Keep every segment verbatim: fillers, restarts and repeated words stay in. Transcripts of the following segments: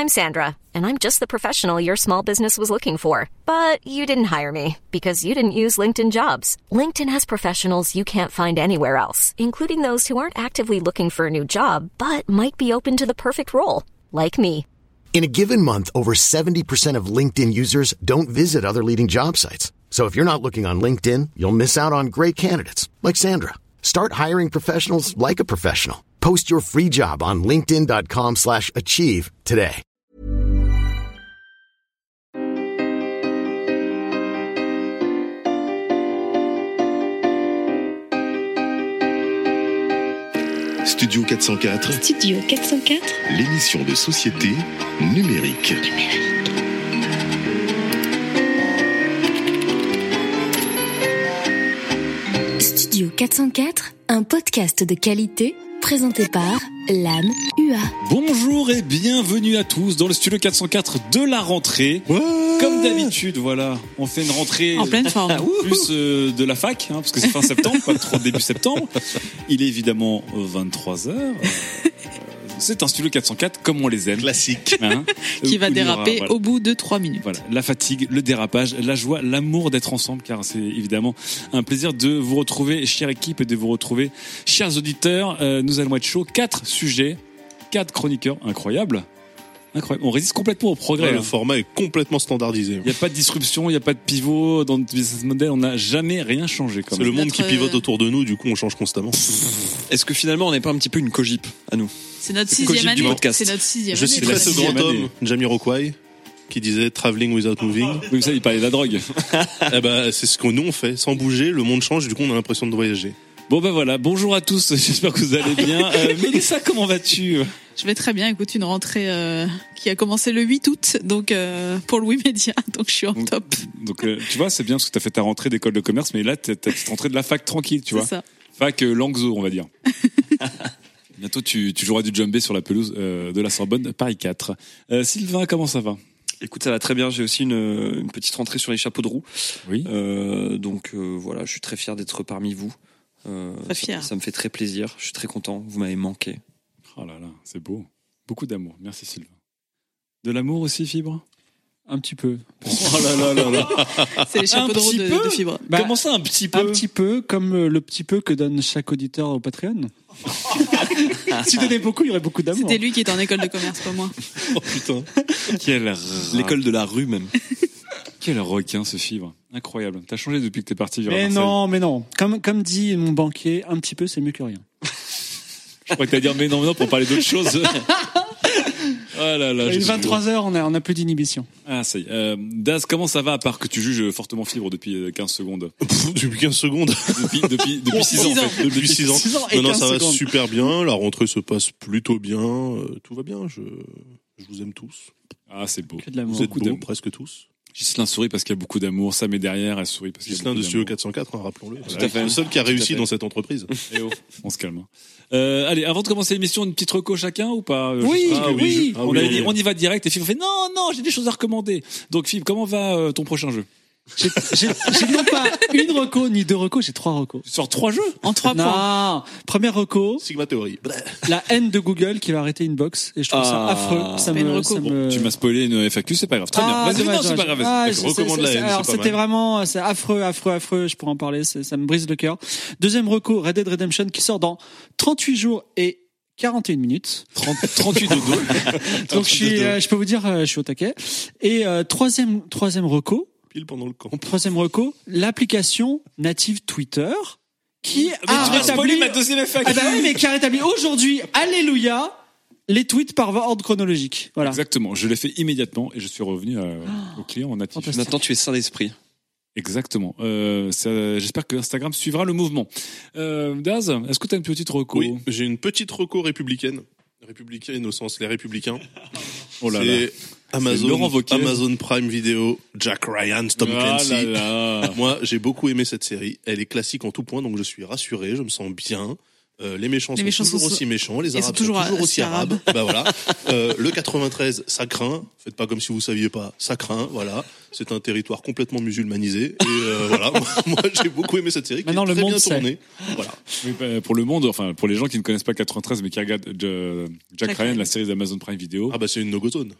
I'm Sandra, and I'm just the professional your small business was looking for. But you didn't hire me because you didn't use LinkedIn Jobs. LinkedIn has professionals you can't find anywhere else, including those who aren't actively looking for a new job, but might be open to the perfect role, like me. In a given month, over seventy percent of LinkedIn users don't visit other leading job sites. So if you're not looking on LinkedIn, you'll miss out on great candidates like Sandra. Start hiring professionals like a professional. Post your free job on linkedin.com slash achieve today. Studio quatre cent quatre. Studio quatre cent quatre. L'émission de société numérique. Numérique. Studio quatre cent quatre, un podcast de qualité présenté par l'A M U A. Bonjour et bienvenue à tous dans le Studio quatre cent quatre de la rentrée. Ouais. Comme d'habitude, voilà, on fait une rentrée en pleine forme. Plus euh, de la fac, hein, parce que c'est fin septembre, pas trop début septembre. Il est évidemment vingt-trois heures. C'est un Studio quatre cent quatre comme on les aime. Classique. Hein, qui va déraper voilà. Au bout de trois minutes. Voilà, la fatigue, le dérapage, la joie, l'amour d'être ensemble, car c'est évidemment un plaisir de vous retrouver, chère équipe, et de vous retrouver, chers auditeurs. Euh, nous allons être chauds. Quatre sujets, quatre chroniqueurs incroyables. Incroyable. On résiste complètement au progrès. Ouais, hein. Le format est complètement standardisé. Il n'y a pas de disruption, il n'y a pas de pivot dans notre business model. On n'a jamais rien changé. Quand c'est même. le monde notre... qui pivote autour de nous, du coup on change constamment. Est-ce que finalement on n'est pas un petit peu une cogip à nous? C'est notre sixième année. C'est notre sixième Je année. citerai ce grand homme, Jamiroquai, qui disait traveling without moving. Oui, ça, il parlait de la drogue. Eh ben, c'est ce que nous on fait. Sans bouger, le monde change, du coup on a l'impression de voyager. Bon ben voilà, bonjour à tous, j'espère que vous allez bien. Euh, Mélissa, comment vas-tu? Je vais très bien, écoute, une rentrée euh, qui a commencé le huit août, donc euh, pour Louis Média, donc je suis en top. Donc euh, tu vois, c'est bien parce que tu as fait ta rentrée d'école de commerce, mais là tu es rentrée de la fac tranquille, tu c'est vois. Ça. Fac euh, Langso, on va dire. Bientôt tu, tu joueras du djembé sur la pelouse euh, de la Sorbonne, Paris quatre. Euh, Sylvain, comment ça va? Écoute, ça va très bien. J'ai aussi une, une petite rentrée sur les chapeaux de roue. Oui. Euh, donc euh, voilà, je suis très fier d'être parmi vous. Euh, très fier. Ça, ça me fait très plaisir. Je suis très content. Vous m'avez manqué. Oh là là, c'est beau. Beaucoup d'amour. Merci Sylvain. De l'amour aussi, Fibre? Un petit peu. Oh là là là là. C'est les chapeaux de roue de, de Fibre. Bah, comment ça, un petit peu? Un petit peu, comme le petit peu que donne chaque auditeur au Patreon. Si tu donnais beaucoup, il y aurait beaucoup d'amour. C'était lui qui était en école de commerce, pas moi. Oh putain. Quel rat. L'école de la rue même. Quel requin ce Fibre. Incroyable. T'as changé depuis que t'es parti vers Mais Marseille. non, mais non. Comme, comme dit mon banquier, un petit peu, c'est mieux que rien. Je crois que t'allais dire mais non, mais non, pour parler d'autre chose. Oh là là. Il est vingt-trois heures, on a, on a plus d'inhibition. Ah, ça y est. Euh, Daz, comment ça va à part que tu juges fortement Fibre depuis quinze secondes? Pff, depuis quinze secondes. Depuis, depuis, depuis six ans, en fait. Depuis six ans. six ans et non, non, quinze ça va secondes. super bien. La rentrée se passe plutôt bien. Euh, tout va bien. Je, je vous aime tous. Ah, c'est beau. Que de l'amour. Vous êtes Beaucoup beaux, d'amour. presque tous. Gislain sourit parce qu'il y a beaucoup d'amour. Sam est derrière, elle sourit parce qu'il y a Gislain beaucoup de Studio d'amour. quatre cent quatre, hein, rappelons-le. Tout à fait. Le seul qui a Tout à réussi fait. dans cette entreprise. Eh oh, on se calme. Euh, allez, avant de commencer l'émission, une petite reco chacun ou pas? Euh, Oui, je sais pas. Ah oui, oui. je- ah On, oui, avait oui. dit, on y va direct et Fibre fait non, non, j'ai des choses à recommander. Donc Fibre, comment va euh, ton prochain jeu? J'ai, j'ai, j'ai non pas une reco, ni deux recos, j'ai trois recos. Tu sors trois jeux? En trois non. points. Première reco, Sigma Theory. la haine de Google qui va arrêter Inbox. Et je trouve ça Ah, affreux. Ça pas une me, reco. ça me... Tu m'as spoilé une F A Q, c'est pas grave. Très Ah, bien. Vas-y, dommage, non, c'est pas dommage. grave. Ah, Vas-y. je- Je recommande c'est- la c'est- haine, Alors, c'est pas c'était mal. vraiment, c'est affreux, affreux, affreux. Je pourrais en parler. c'est- Ça me brise le cœur. Deuxième reco, Red Dead Redemption qui sort dans trente-huit jours et quarante et une minutes. trente, trente-huit dodo. Donc, je suis, euh, je peux vous dire, euh, je suis au taquet. Et, euh, troisième, troisième reco, Pile pendant le camp. troisième reco, l'application native Twitter qui Mais a tu m'as spoilé rétabli, ma deuxième F A Q. ah bah oui, mais qui a rétabli aujourd'hui, alléluia, les tweets par ordre chronologique. Voilà. Exactement. Je l'ai fait immédiatement et je suis revenu euh, au client en natif. Fantastique. Maintenant tu es sain d'esprit. Exactement. Euh, ça- j'espère que Instagram suivra le mouvement. Euh, Daz, est-ce que tu as une petite reco? Oui, j'ai une petite reco républicaine. Républicaine au sens les républicains. Oh là là. C'est Amazon, Laurent Wauquiez. Amazon Prime Video, Jack Ryan, Tom Ah Clancy. là là. Moi, j'ai beaucoup aimé cette série. Elle est classique en tout point, donc je suis rassuré, je me sens bien. Euh, les méchants Les sont méchants toujours sont- aussi méchants, les Ils arabes sont toujours sont toujours aussi aussi arabes. Bah voilà. Euh, le quatre-vingt-treize, ça craint. Faites pas comme si vous saviez pas, ça craint. Voilà. C'est un territoire complètement musulmanisé. Et euh, voilà. Moi, j'ai beaucoup aimé cette série. Qui Maintenant, est le très monde bien sait. tournée. Voilà. Oui, bah, pour le monde, enfin pour les gens qui ne connaissent pas quatre-vingt-treize mais qui regardent euh, Jack Jack Ryan, Ryan. la série d'Amazon Prime Video. Ah bah c'est une no-go zone.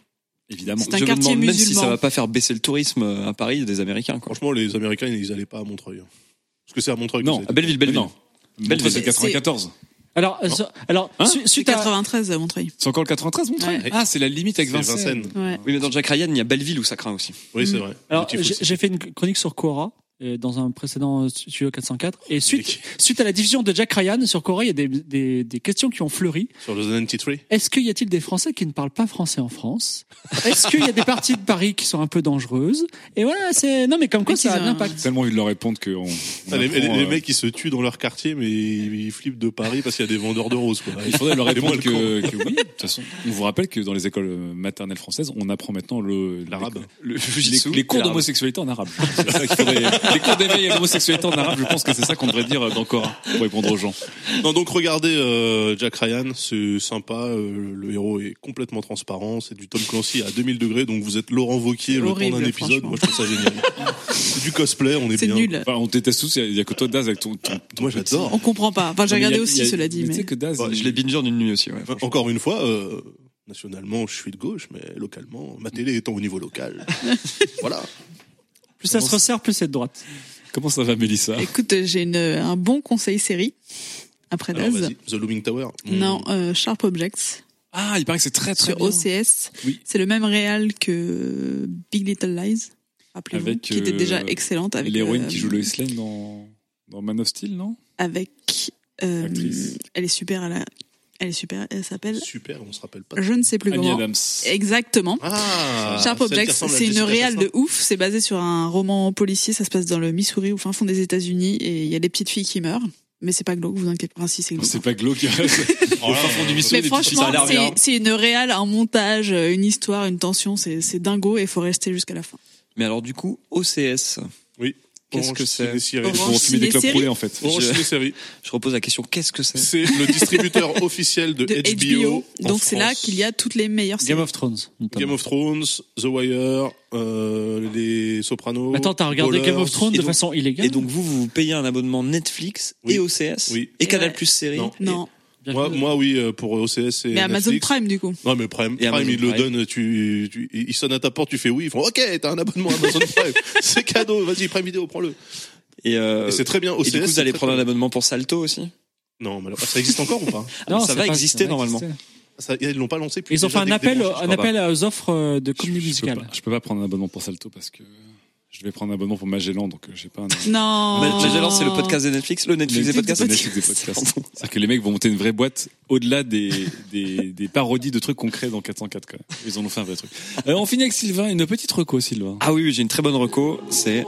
Évidemment. C'est un Je me quartier demande même si musulman. ça va pas faire baisser le tourisme à Paris des Américains. Quoi. Franchement, les Américains, ils allaient pas à Montreuil. Parce que c'est à Montreuil. que Non, vous êtes. À Belleville, Belleville. Non. Montreuil, c'est C'est- quatre-vingt-quatorze. Alors, euh, so- alors Hein su- C'est suite à, quatre-vingt-treize à Montreuil. C'est encore le quatre-vingt-treize, Montreuil Ouais. Ah, c'est la limite avec C'est Vincennes. Vincennes. Ouais. Oui, mais dans Jack Ryan, il y a Belleville où ça craint aussi. Oui, c'est vrai. alors Le j'ai Tifo, j'ai fait une chronique sur Quora euh, dans un précédent Studio quatre cent quatre et suite Mec. suite à la diffusion de Jack Ryan sur Quora, il y a des, des, des questions qui ont fleuri. Sur le quatre-vingt-treize. Est-ce qu'il y a-t-il des Français qui ne parlent pas français en France? Est-ce qu'il y a des parties de Paris qui sont un peu dangereuses? Et voilà, c'est non mais comme quoi Mais ça a qu'ils un ont- impact. Tellement envie de leur répondre que on, on Ah, les, apprend, les- les euh, mecs, ils se tuent dans leur quartier, mais ils, ils flippent de Paris parce qu'il y a des vendeurs de roses. Quoi. Il faudrait leur Et moi, répondre le que, que oui. De toute façon, on vous rappelle que dans les écoles maternelles françaises, on apprend maintenant le L'arabe. le, Jujitsu, les, les cours l'arabe. d'homosexualité en arabe. C'est ça qu'il faudrait. Les cours d'éveil à l'homosexualité en arabe. Je pense que c'est ça qu'on devrait dire dans Cora pour répondre aux gens. Non, donc regardez euh, Jack Ryan, c'est sympa. euh, le héros est complètement transparent. C'est du Tom Clancy à deux mille degrés. Donc vous êtes Laurent Wauquiez le temps Horrible, d'un épisode. franchement. Moi, je trouve ça génial. C'est du cosplay, on est, C'est bien. nul. Enfin, on déteste tous. Il y a que toi, Daz, avec ton. ton, ton Moi, petit- j'adore. On comprend pas. Enfin, j'ai Mais il y regardé a- aussi, il y a- cela dit, Tu sais mais. que Daz, Ouais, il- je l'ai binge en une nuit aussi. Ouais, Enfin, franchement. encore une fois, euh, nationalement, je suis de gauche, mais localement, ma télé étant au niveau local. Voilà. Plus ça se resserre, plus c'est de droite. Comment ça va, Mélissa? Écoute, j'ai une, un bon conseil série. Après Alors, Daz. vas-y, The Looming Tower. Mm. Non, euh, Sharp Objects. Ah, il paraît que c'est très très Sur bien. O C S. Oui. C'est le même réal que Big Little Lies. Rappelez-vous. Avec, qui était euh, déjà excellente avec L'héroïne euh, qui joue Lois Lane dans dans Man of Steel, non? avec euh, Actrice. elle est super, elle, a- elle est super, elle s'appelle Super, on se rappelle pas. je ne sais plus Amy comment. Adams. Exactement. Ah, Sharp celle qui Objects, ressemble à c'est une Jessica réal Chastain. de ouf. C'est basé sur un roman policier. Ça se passe dans le Missouri, au fin fond des États-Unis, et il y a des petites filles qui meurent. Mais c'est pas glauque, vous inquiétez pas. Si c'est glauque. C'est pas glauque. Au fin fond du Missouri, Mais des petites filles, franchement, ça a l'air c'est, bien. c'est une réal, un montage, une histoire, une tension. C'est, c'est dingo et il faut rester jusqu'à la fin. Mais alors du coup, O C S, Oui. Qu'est-ce Orange que c'est Ciné Série. Orange Pour fumer des clopes Ciné-série. roulées, en fait. Orange Je- Ciné Série. je repose la question, qu'est-ce que c'est? C'est le distributeur officiel de, De H B H B O. O. en Donc c'est là France. qu'il y a toutes les meilleures séries. Game of Thrones. notamment. Game of Thrones, The Wire, euh, les Sopranos. Attends, t'as regardé Ballers. Game of Thrones Et de donc- façon illégale? Et donc vous, vous payez un abonnement Netflix Oui. et O C S Oui. et Et Canal ouais. Plus série. Non. Non, Bien Moi, que- moi, oui, euh, pour O C S et mais Amazon Netflix. Prime du coup. Non, mais Prime, Et Prime Amazon il le Prime. donne, tu, tu, il sonne à ta porte, tu fais oui, ils font ok, t'as un abonnement Amazon Prime. C'est cadeau, vas-y, Prime Vidéo, prends-le. Et, euh, Et c'est très bien. et O C S, du coup, vous c'est allez très, prendre un très abonnement pour Salto aussi? bien. Non, mais alors, ça existe encore ou pas? Non, ça c'est va pas- exister ça va normalement. exister. Ça, Ils l'ont pas lancé. Depuis Ils ont fait déjà un des- appel, des- un crois appel aux offres euh, de comédie Je peux, musicale. pas, je peux pas prendre un abonnement pour Salto parce que je vais prendre un abonnement pour Magellan, donc euh, j'ai pas un. Non. Magellan, c'est le podcast de Netflix, le Netflix des podcasts. C'est Netflix des podcasts. C'est-à-dire que les mecs vont monter une vraie boîte au-delà des, des, des parodies de trucs qu'on crée dans quatre cent quatre, quand même. Ils en ont fait un vrai truc. Euh, on finit avec Sylvain, une petite reco, Sylvain. Ah oui, oui, j'ai une très bonne reco, c'est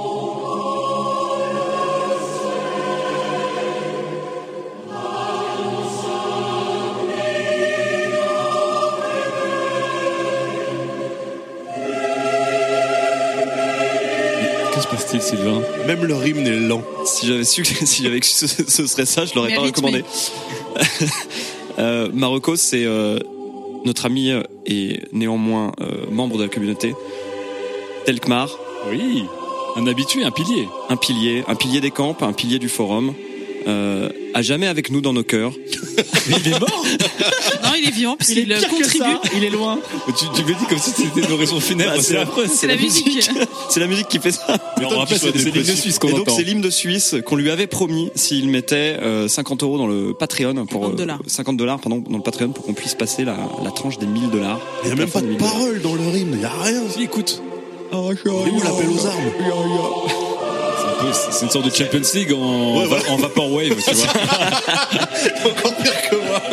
Que se passe-t-il, Sylvain? Même le hymne est lent. si j'avais su que si j'avais su que ce, ce serait ça, je l'aurais Mais pas rythmé. recommandé. euh, Marocco, c'est euh, notre ami euh, et néanmoins euh, membre de la communauté, Telkmar, Oui, un habitué, un pilier. un pilier, un pilier des camps, un pilier du forum, euh, à jamais avec nous dans nos cœurs. Mais il est mort. Non, il est vivant Il est puisqu'il pire que contribue. ça, il est loin. tu, tu me dis comme si c'était une raison funèbre. Bah, c'est affreux. C'est la musique. C'est la musique qui fait ça. Mais on rappelle, c'est c'est l'hymne de Suisse qu'on Et donc entend. c'est l'hymne de Suisse qu'on lui avait promis s'il mettait euh, cinquante euros dans le Patreon pour cinquante euh, dollars. cinquante dollars pardon dans le Patreon pour qu'on puisse passer la, la tranche des mille dollars. Il y a même pas de parole dans le hymne, il y a rien. Si, écoute. Il est où l'appel aux armes? C'est un peu- c'est une sorte de Champions League en, Ouais, voilà. en Vaporwave, tu vois. Encore pire que moi.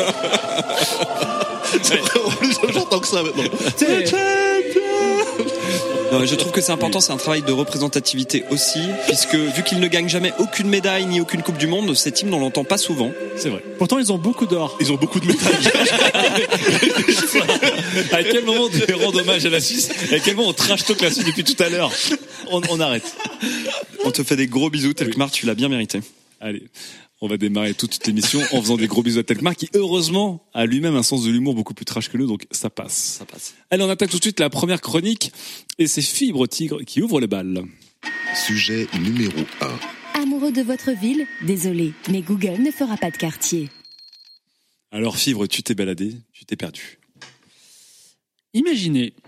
En plus, j'entends que ça maintenant. Non, mais je trouve que c'est important, c'est un travail de représentativité aussi, puisque vu qu'il ne gagne jamais aucune médaille ni aucune Coupe du Monde, cet hymne on l'entend pas souvent. C'est vrai. Pourtant, ils ont beaucoup d'or. Ils ont beaucoup de métal. À quel moment on devait rendre hommage à la Suisse? Et à quel moment on trash talk la Suisse depuis tout à l'heure? On, on arrête. On te fait des gros bisous, Telkmar, tu l'as bien mérité. Allez. On va démarrer toute cette émission en faisant des gros bisous à Telkmar qui, heureusement, a lui-même un sens de l'humour beaucoup plus trash que nous, donc ça passe. Ça passe. Allez, on attaque tout de suite la première chronique et c'est Fibre Tigre qui ouvre les balles. Sujet numéro un. Amoureux de votre ville? Désolé, mais Google ne fera pas de quartier. Alors, Fibre, tu t'es baladé, tu t'es perdu. Imaginez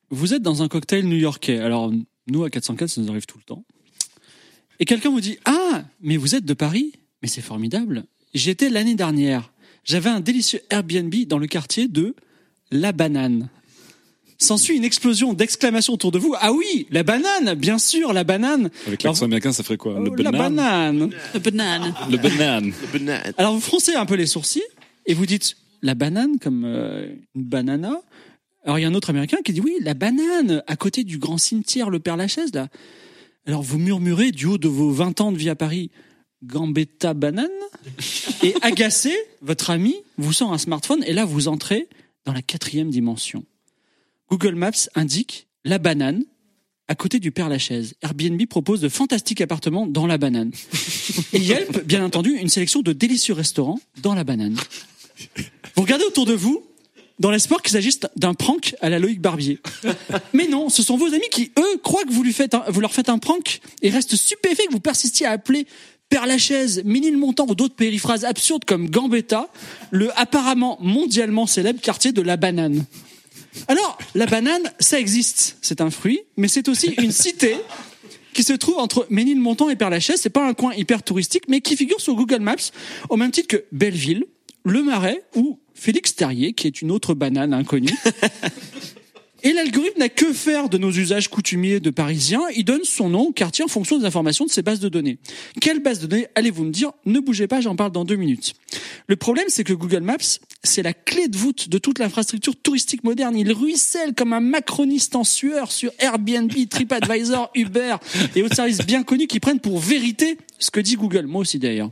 vous êtes dans un cocktail new-yorkais. Alors, nous, à quatre cent quatre, ça nous arrive tout le temps. Et quelqu'un vous dit « Ah, mais vous êtes de Paris ? Mais c'est formidable. J'y étais l'année dernière. J'avais un délicieux Airbnb dans le quartier de La Banane. » S'ensuit une explosion d'exclamations autour de vous. « Ah oui, la banane, bien sûr, la banane !» Avec l'accent américain, ça ferait quoi? Oh, Le la banane. Le banane. Le banane. Le banane. Alors vous froncez un peu les sourcils et vous dites la banane comme euh, une banana. Alors il y a un autre Américain qui dit oui, la banane à côté du grand cimetière le Père-Lachaise là. Alors vous murmurez du haut de vos vingt ans de vie à Paris, Gambetta banane. Et agacé, votre ami vous sort un smartphone et là vous entrez dans la quatrième dimension. Google Maps indique la banane à côté du Père-Lachaise. Airbnb propose de fantastiques appartements dans la banane. Et Yelp, bien entendu, une sélection de délicieux restaurants dans la banane. Vous regardez autour de vous, dans l'espoir qu'il s'agisse d'un prank à la Loïc Barbier. Mais non, ce sont vos amis qui, eux, croient que vous, lui faites un, vous leur faites un prank et restent stupéfaits que vous persistiez à appeler Père-Lachaise, Ménilmontant ou d'autres périphrases absurdes comme Gambetta, le apparemment mondialement célèbre quartier de la banane. Alors, la banane, ça existe, c'est un fruit, mais c'est aussi une cité qui se trouve entre Ménilmontant et Père-Lachaise. C'est pas un coin hyper touristique, mais qui figure sur Google Maps au même titre que Belleville, Le Marais ou Félix Terrier, qui est une autre banane inconnue. Et l'algorithme n'a que faire de nos usages coutumiers de Parisiens. Il donne son nom au quartier en fonction des informations de ses bases de données. Quelle base de données allez-vous me dire? Ne bougez pas, j'en parle dans deux minutes. Le problème, c'est que Google Maps, c'est la clé de voûte de toute l'infrastructure touristique moderne. Il ruisselle comme un macroniste en sueur sur Airbnb, TripAdvisor, Uber et autres services bien connus qui prennent pour vérité ce que dit Google. Moi aussi d'ailleurs.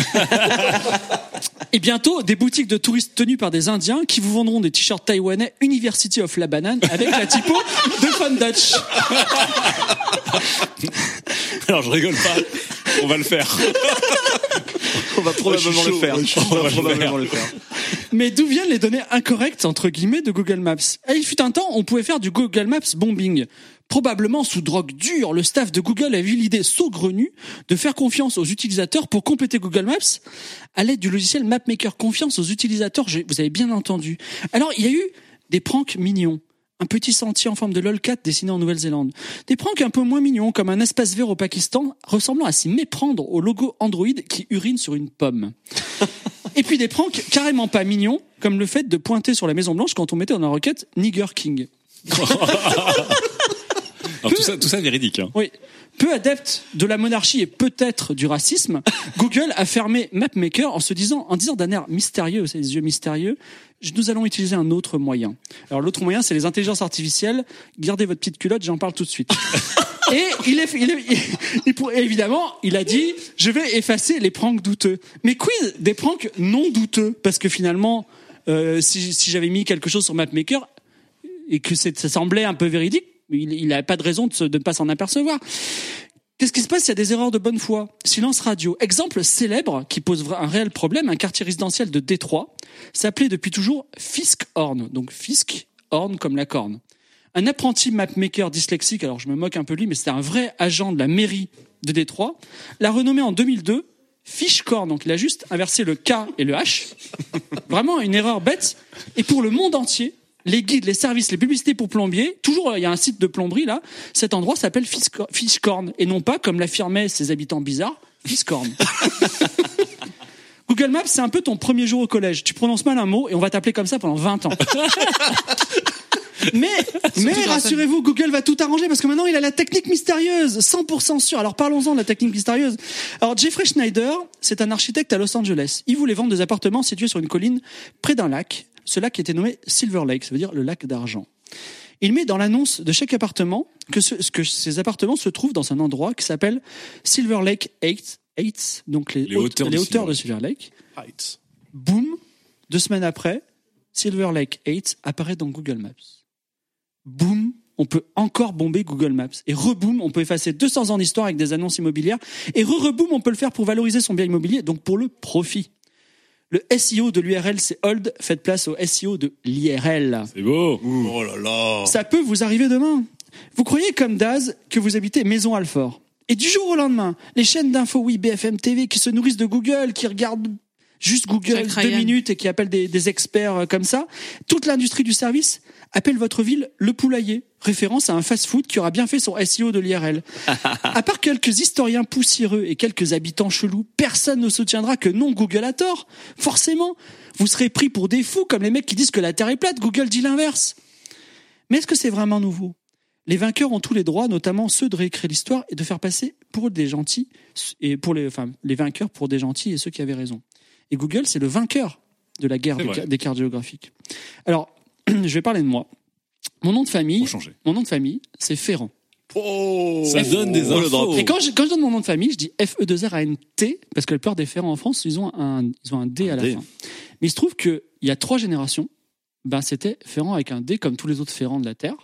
Et bientôt, des boutiques de touristes tenues par des Indiens qui vous vendront des t-shirts taïwanais University of La Banane avec la typo de Fun Dutch. Alors je rigole pas, on va le faire. On va probablement le faire. On va probablement le faire. Mais d'où viennent les données incorrectes, entre guillemets, de Google Maps? Il fut un temps, on pouvait faire du Google Maps bombing. Probablement sous drogue dure, le staff de Google a eu l'idée saugrenue de faire confiance aux utilisateurs pour compléter Google Maps à l'aide du logiciel MapMaker. Confiance aux utilisateurs, vous avez bien entendu. Alors, il y a eu des pranks mignons. Un petit sentier en forme de lolcat dessiné en Nouvelle-Zélande. Des pranks un peu moins mignons, comme un espace vert au Pakistan, ressemblant à s'y méprendre au logo Android qui urine sur une pomme. Et puis des pranks carrément pas mignons, comme le fait de pointer sur la Maison Blanche quand on mettait dans la requête Nigger King. Alors, tout ça, tout ça est véridique. Hein. Oui. Peu adepte de la monarchie et peut-être du racisme, Google a fermé MapMaker en se disant, en disant d'un air mystérieux, c'est les yeux mystérieux, nous allons utiliser un autre moyen. Alors l'autre moyen, c'est les intelligences artificielles. Gardez votre petite culotte, j'en parle tout de suite. Et il est, il est, il, il, pour, évidemment, il a dit, je vais effacer les pranks douteux. Mais quid des pranks non douteux? Parce que finalement, euh, si, si j'avais mis quelque chose sur MapMaker et que ça semblait un peu véridique, il n'a pas de raison de, se, de ne pas s'en apercevoir. Qu'est-ce qui se passe s'il y a des erreurs de bonne foi? Silence radio. Exemple célèbre qui pose un réel problème, un quartier résidentiel de Détroit s'appelait depuis toujours Fiskhorn. Donc Fiskhorn comme la corne. Un apprenti mapmaker dyslexique, alors je me moque un peu de lui, mais c'était un vrai agent de la mairie de Détroit, l'a renommé en deux mille deux Fishcorn. Donc il a juste inversé le K et le H. Vraiment une erreur bête. Et pour le monde entier, les guides, les services, les publicités pour plombiers, toujours il y a un site de plomberie là, cet endroit s'appelle Fishcorn et non pas, comme l'affirmaient ses habitants bizarres, Fiskhorn. Google Maps, c'est un peu ton premier jour au collège. Tu prononces mal un mot et on va t'appeler comme ça pendant vingt ans. Mais, mais rassurez-vous, Google va tout arranger parce que maintenant il a la technique mystérieuse, cent pour cent sûr. Alors parlons-en de la technique mystérieuse. Alors Jeffrey Schneider, c'est un architecte à Los Angeles. Il voulait vendre des appartements situés sur une colline près d'un lac. Ce lac était nommé Silver Lake, ça veut dire le lac d'argent. Il met dans l'annonce de chaque appartement que, ce, que ces appartements se trouvent dans un endroit qui s'appelle Silver Lake Heights, Heights donc les, les hautes, hauteurs, les de, hauteurs Silver de Silver Lake. Heights. Boum, deux semaines après, Silver Lake Heights apparaît dans Google Maps. Boum, on peut encore bomber Google Maps. Et reboum, on peut effacer deux cents ans d'histoire avec des annonces immobilières. Et re-reboum, on peut le faire pour valoriser son bien immobilier, donc pour le profit. Le S E O de l'U R L, c'est hold, faites place au S E O de l'I R L. C'est beau. Ouh. Oh là là. Ça peut vous arriver demain. Vous croyez comme Daz que vous habitez Maison-Alfort. Et du jour au lendemain, les chaînes d'info, oui, B F M T V, qui se nourrissent de Google, qui regardent juste Google Jack deux Ryan. minutes et qui appelle des, des experts euh, comme ça. Toute l'industrie du service appelle votre ville le poulailler, référence à un fast-food qui aura bien fait son S E O de l'I R L. À part quelques historiens poussiéreux et quelques habitants chelous, personne ne soutiendra que non, Google a tort. Forcément, vous serez pris pour des fous comme les mecs qui disent que la Terre est plate. Google dit l'inverse. Mais est-ce que c'est vraiment nouveau ? Les vainqueurs ont tous les droits, notamment ceux de réécrire l'histoire et de faire passer pour des gentils et pour les, enfin, les vainqueurs pour des gentils et ceux qui avaient raison. Et Google, c'est le vainqueur de la guerre C'est des, vrai. des cartes géographiques. Alors, je vais parler de moi. Mon nom de famille, Pour changer. mon nom de famille, c'est Ferrand. Oh, Ça donne des Oh, le infos. drapeau. Et quand je, quand je donne mon nom de famille, je dis F E deux R A N T parce que la plupart des Ferrands en France, ils ont un, ils ont un D Un à la D. fin. Mais il se trouve que il y a trois générations, ben c'était Ferrand avec un D comme tous les autres Ferrands de la Terre,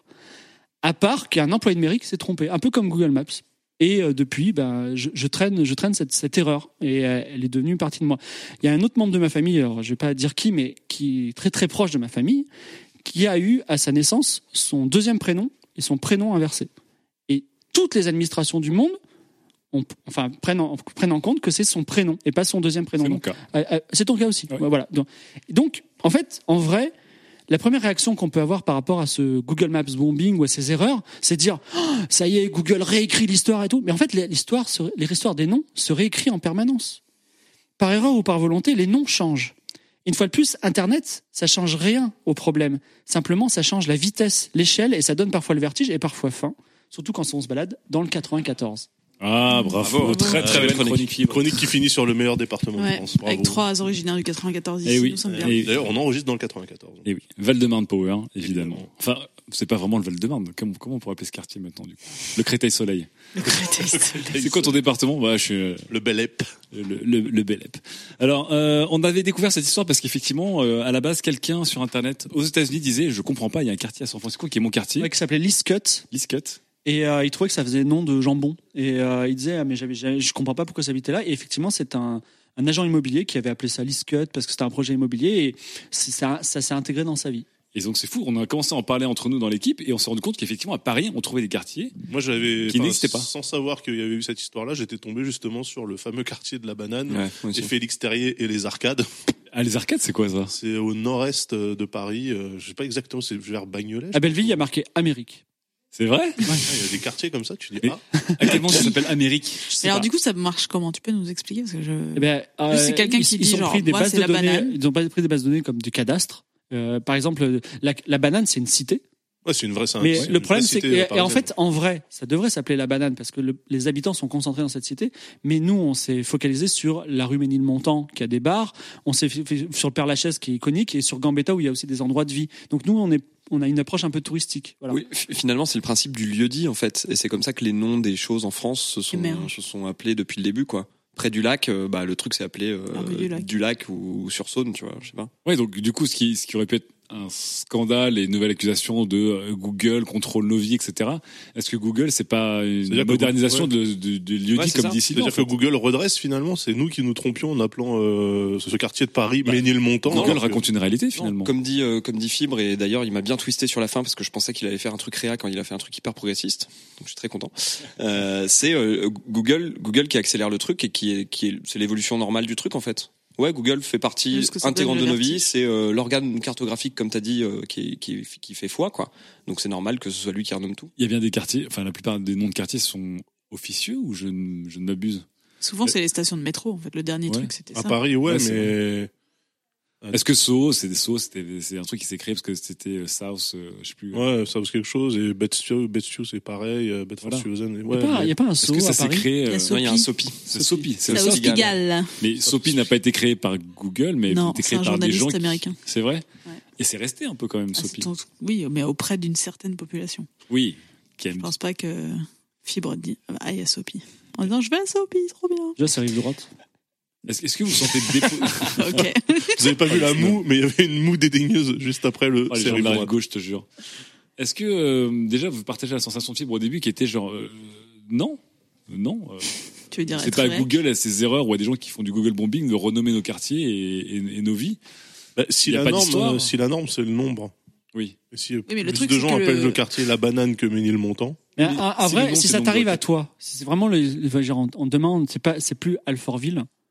à part qu'il y a un employé de mairie qui s'est trompé, un peu comme Google Maps. Et euh, depuis, ben je, je traîne, je traîne cette, cette erreur et euh, elle est devenue une partie de moi. Il y a un autre membre de ma famille, alors je vais pas dire qui, mais qui est très très proche de ma famille, qui a eu à sa naissance son deuxième prénom et son prénom inversé. Et toutes les administrations du monde on, enfin, prennent, en, prennent en compte que c'est son prénom et pas son deuxième prénom. C'est mon Donc, cas. euh, euh, c'est ton cas aussi. Ouais. Ouais, voilà. Donc, donc, en fait, en vrai, la première réaction qu'on peut avoir par rapport à ce Google Maps bombing ou à ces erreurs, c'est de dire oh, ça y est, Google réécrit l'histoire et tout. Mais en fait, l'histoire, se- l'histoire des noms se réécrit en permanence. Par erreur ou par volonté, les noms changent. Une fois de plus, Internet, ça change rien au problème. Simplement, ça change la vitesse, l'échelle, et ça donne parfois le vertige et parfois faim. Surtout quand on se balade dans le quatre-vingt-quatorze. Ah, bravo. Bravo. Très, très Euh, belle chronique. Une chronique qui finit sur le meilleur département de Ouais, France. Bravo. avec trois originaires du quatre-vingt-quatorze ici, Eh oui. nous sommes bien. Et- D'ailleurs, on enregistre dans le quatre-vingt-quatorze. Et oui, Val-de-Marne Power, évidemment. Enfin, c'est pas vraiment le Val-de-Marne. Comment, comment on pourrait appeler ce quartier maintenant, du coup? Le Créteil-Soleil. Le Créteil. C'est quoi ton département? Bah, je suis euh, Le Bel Ep. le, le, le Bélep. Alors, euh, on avait découvert cette histoire parce qu'effectivement, euh, à la base, quelqu'un sur Internet aux États-Unis disait, je comprends pas, il y a un quartier à San Francisco qui est mon quartier, Ouais, qui s'appelait Liscut. Liscut. Et euh, il trouvait que ça faisait nom de jambon. Et euh, il disait, ah, mais j'avais, j'avais- je comprends pas pourquoi ça habitait là. Et effectivement, c'est un, un agent immobilier qui avait appelé ça Liscut parce que c'était un projet immobilier et c'est- ça, ça s'est intégré dans sa vie. Et donc c'est fou, on a commencé à en parler entre nous dans l'équipe et on s'est rendu compte qu'effectivement à Paris on trouvait des quartiers. Moi, j'avais, Qui enfin, n'existait pas. sans savoir qu'il y avait eu cette histoire-là, j'étais tombé justement sur le fameux quartier de la Banane, Ouais, moi aussi. et Félix Terrier et les Arcades. Ah, les arcades, c'est quoi ça? C'est au nord-est de Paris. euh, Je sais pas exactement, c'est vers Bagnolet. je À Belleville, il y a marqué Amérique. C'est vrai? crois. Ah, il y a des quartiers comme ça, tu dis Et- ah. À quel moment ça s'appelle Amérique? Je sais Et alors, pas. du coup, ça marche comment? Tu peux nous expliquer? Parce que je... Eh ben, euh, C'est quelqu'un ils- qui ils dit ont genre, pris des moi, bases c'est de la données. banane. Ils ont pas pris des bases de données comme du cadastre. Euh, par exemple, la, la banane, c'est une cité. Ouais, c'est une vraie. c'est un- Mais c'est le une problème, vraie c'est que, cité, et, euh, et en parisienne. fait, en vrai, ça devrait s'appeler la banane parce que le- les habitants sont concentrés dans cette cité. Mais nous, on s'est focalisé sur la rue Ménilmontant qui a des bars. On s'est fait, fait sur le Père-Lachaise qui est iconique et sur Gambetta où il y a aussi des endroits de vie. Donc nous, on est, on a une approche un peu touristique. Voilà. Oui, f- finalement, c'est le principe du lieu-dit, en fait. Et c'est comme ça que les noms des choses en France se sont, Émergent. se sont appelés depuis le début, quoi. Près du lac, euh, bah, le truc s'est appelé euh, La rue du lac. du lac ou, ou sur Saône, tu vois, je sais pas. Ouais, donc du coup, ce qui, ce qui aurait pu être un scandale et une nouvelle accusation de euh, Google contrôle nos vies, et cetera. Est-ce que Google, c'est pas une C'est-à-dire que modernisation Google- de, de, de lieux Ouais, dits c'est comme ça. d'ici? C'est-à-dire que Google redresse finalement, c'est nous qui nous trompions en appelant euh, ce quartier de Paris Bah, Ménilmontant. Google alors que- raconte une réalité finalement. Non, comme dit, euh, comme dit Fibre, et d'ailleurs, il m'a bien twisté sur la fin parce que je pensais qu'il allait faire un truc réa quand il a fait un truc hyper progressiste. Donc je suis très content. Euh, c'est euh, Google, Google qui accélère le truc et qui est, qui est, c'est l'évolution normale du truc en fait. Ouais, Google fait partie Juste que ça intégrante de donne le nos vies. vertige. C'est euh, l'organe cartographique, comme t'as dit, euh, qui, qui, qui fait foi, quoi. Donc c'est normal que ce soit lui qui renomme tout. Il y a bien des quartiers, enfin la plupart des noms de quartiers sont officieux ou je, ne- je ne m'abuse? Souvent, c'est les stations de métro. En fait, le dernier Ouais. truc, c'était À ça. Paris, ouais, Ouais, c'est mais Est-ce que Soho, c'est des Soho, c'était c'est un truc qui s'est créé parce que c'était euh, South, euh, je sais plus. ouais, ça vaut quelque chose. Et Betstio, Betstio, c'est pareil. euh, Bedford-Stuyvesant, Il ouais, n'y a, pas- mais- y a pas un Est-ce saut que ça à s'est Paris créé? Il y a euh, Sopi. Non, il y a un Sopi. C'est Sopi, c'est C'est le à Sopi. Hospital. Mais Sopi n'a pas été créé par Google, mais Non, a été c'est créé un par des gens. journaliste qui- américain. C'est vrai. Ouais. Et c'est resté un peu quand même Ah, c'est Sopi. ton- Oui, mais auprès d'une certaine population. Oui. Qui aime- Je pense pas que Fibre dit ah, il y a Sopi. En disant je vais à Sopi, c'est trop bien. Déjà, ça arrive droite. Est-ce est-ce que vous sentez dépôt... Ok. Vous avez pas vu la moue, mais il y avait une moue dédaigneuse juste après le Oh, les gens série de la rive droite. gauche, je te jure. Est-ce que euh, déjà vous partagez la sensation de Fibre au début qui était genre euh, non, non. euh, Tu veux dire c'est être pas vrai Google à ses erreurs ou à des gens qui font du Google bombing de renommer nos quartiers et, et- et nos vies. Bah, si, Il y a la pas norme, d'histoire. euh, si la norme, c'est le nombre. Oui. Et si euh, mais le plus truc, de c'est gens que le- appellent le quartier la banane que Ménilmontant. Mais Oui, en, en si vrai, le nom, si c'est ça le t'arrive nom de à toi, si c'est vraiment le, le- genre, on, on demande, c'est pas, c'est plus Alfortville,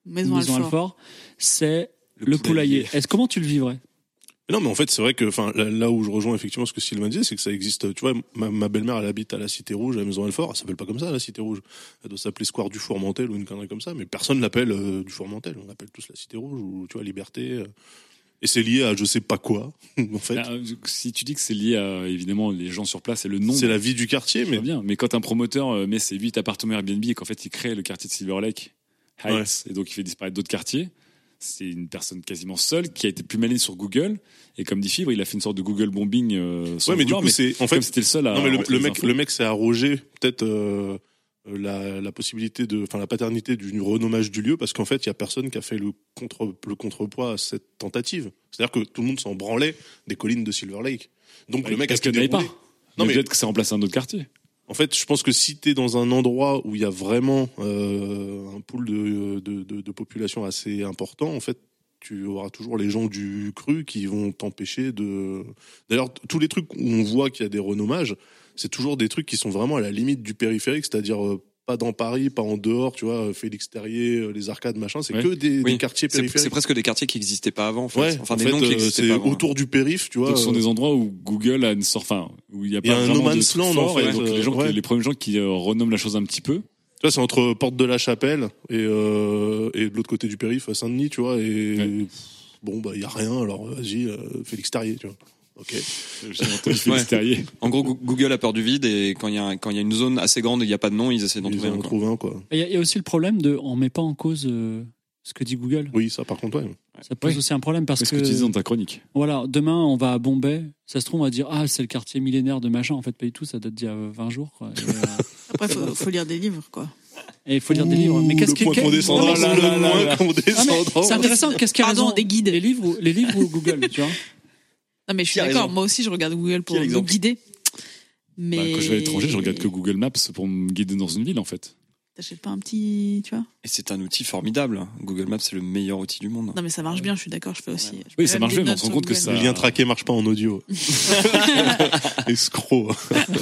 Maison, Maison Alfort. Alfort, c'est Le le, poulailler. poulailler. Est-ce comment tu le vivrais? Non, mais en fait, c'est vrai que, enfin, là, là où je rejoins effectivement ce que Sylvain disait, c'est que ça existe. Tu vois, ma, ma belle-mère, elle habite à la Cité Rouge, à la Maison Alfort. Elle s'appelle pas comme ça, la Cité Rouge. Elle doit s'appeler Square du Fourmentel ou une connerie comme ça. Mais personne l'appelle euh, du Fourmentel. On l'appelle tous la Cité Rouge ou, tu vois, Liberté. Euh. Et c'est lié à je sais pas quoi, en fait. Là, si tu dis que c'est lié à, évidemment, les gens sur place et le nombre. C'est la vie du quartier, mais. bien. Mais quand un promoteur met ses huit appartements Airbnb et qu'en fait, il crée le quartier de Silver Lake Heights, ouais. Et donc il fait disparaître d'autres quartiers, c'est une personne quasiment seule qui a été plus maligne sur Google. Et comme dit Fibre, il a fait une sorte de Google bombing. Euh, ouais, mais vouloir, du coup, c'est, en fait, comme c'était le seul à. Non, mais le, le mec, infos. le mec s'est arrogé, peut-être, euh, la, la possibilité de, enfin, la paternité du renommage du lieu, parce qu'en fait, il y a personne qui a fait le contre, le contrepoids à cette tentative. C'est-à-dire que tout le monde s'en branlait des collines de Silver Lake. Donc, ouais, le mec a ce que n'avait pas. Non, mais peut-être que c'est remplacé un autre quartier. En fait, je pense que si t'es dans un endroit où il y a vraiment euh, un pool de, de, de, de population assez important, en fait, tu auras toujours les gens du cru qui vont t'empêcher de... D'ailleurs, tous les trucs où on voit qu'il y a des renommages, c'est toujours des trucs qui sont vraiment à la limite du périphérique, c'est-à-dire euh, pas dans Paris, pas en dehors, tu vois, Félix Terrier, les arcades, machin, c'est ouais. que des, oui. des quartiers périphériques. C'est, c'est presque des quartiers qui n'existaient pas avant, en fait. Ouais, enfin, en des fait, noms qui euh, existaient c'est pas avant. autour du périph', tu vois. Donc, ce sont des endroits où Google a une sorte... Enfin, où il y a pas il y a un vraiment no man's de land, fort, en fait. Et donc, les, gens, ouais. les premiers gens qui euh, renomment la chose un petit peu... Tu vois, c'est entre Porte de la Chapelle et, euh, et de l'autre côté du périph', à Saint-Denis, tu vois, et... Ouais. Bon, bah, il y a rien, alors vas-y, euh, Félix Terrier, tu vois. Ok. J'ai entendu Félix Terrier. En gros, Google a peur du vide et quand il y a, quand il y a une zone assez grande et il n'y a pas de nom, ils essaient d'en ils trouver en un. Trouvent un, quoi. Il y, y a aussi le problème de, on met pas en cause euh, ce que dit Google. Oui, ça, par contre, ouais. Ça pose oui. aussi un problème parce Est-ce que. que tu disais dans ta chronique. Voilà, demain, on va à Bombay. Ça se trouve, on va dire, ah, c'est le quartier millénaire de machin. En fait, pas du tout, ça date d'il y a vingt jours, quoi. Et, euh... Après, faut, faut lire des livres, quoi. Et il faut lire des livres. Mais qu'est-ce le point que, qu'on descendra, non, le moins qu'on descendra. C'est intéressant. Qu'est-ce qu'il y a Pardon, raison des guides. Les livres ou, les livres ou Google, tu vois? Non, mais je suis d'accord. Moi aussi, je regarde Google pour me guider. Mais. Bah, quand je vais à l'étranger, je regarde que Google Maps pour me guider dans une ville, en fait. T'achètes pas un petit, tu vois? Et c'est un outil formidable. Google Maps, c'est le meilleur outil du monde. Non, mais ça marche bien, je suis d'accord, je fais aussi. Ouais. Oui, ça marche bien, mais on se rend compte que ça. Le lien traqué marche pas en audio. Escroc.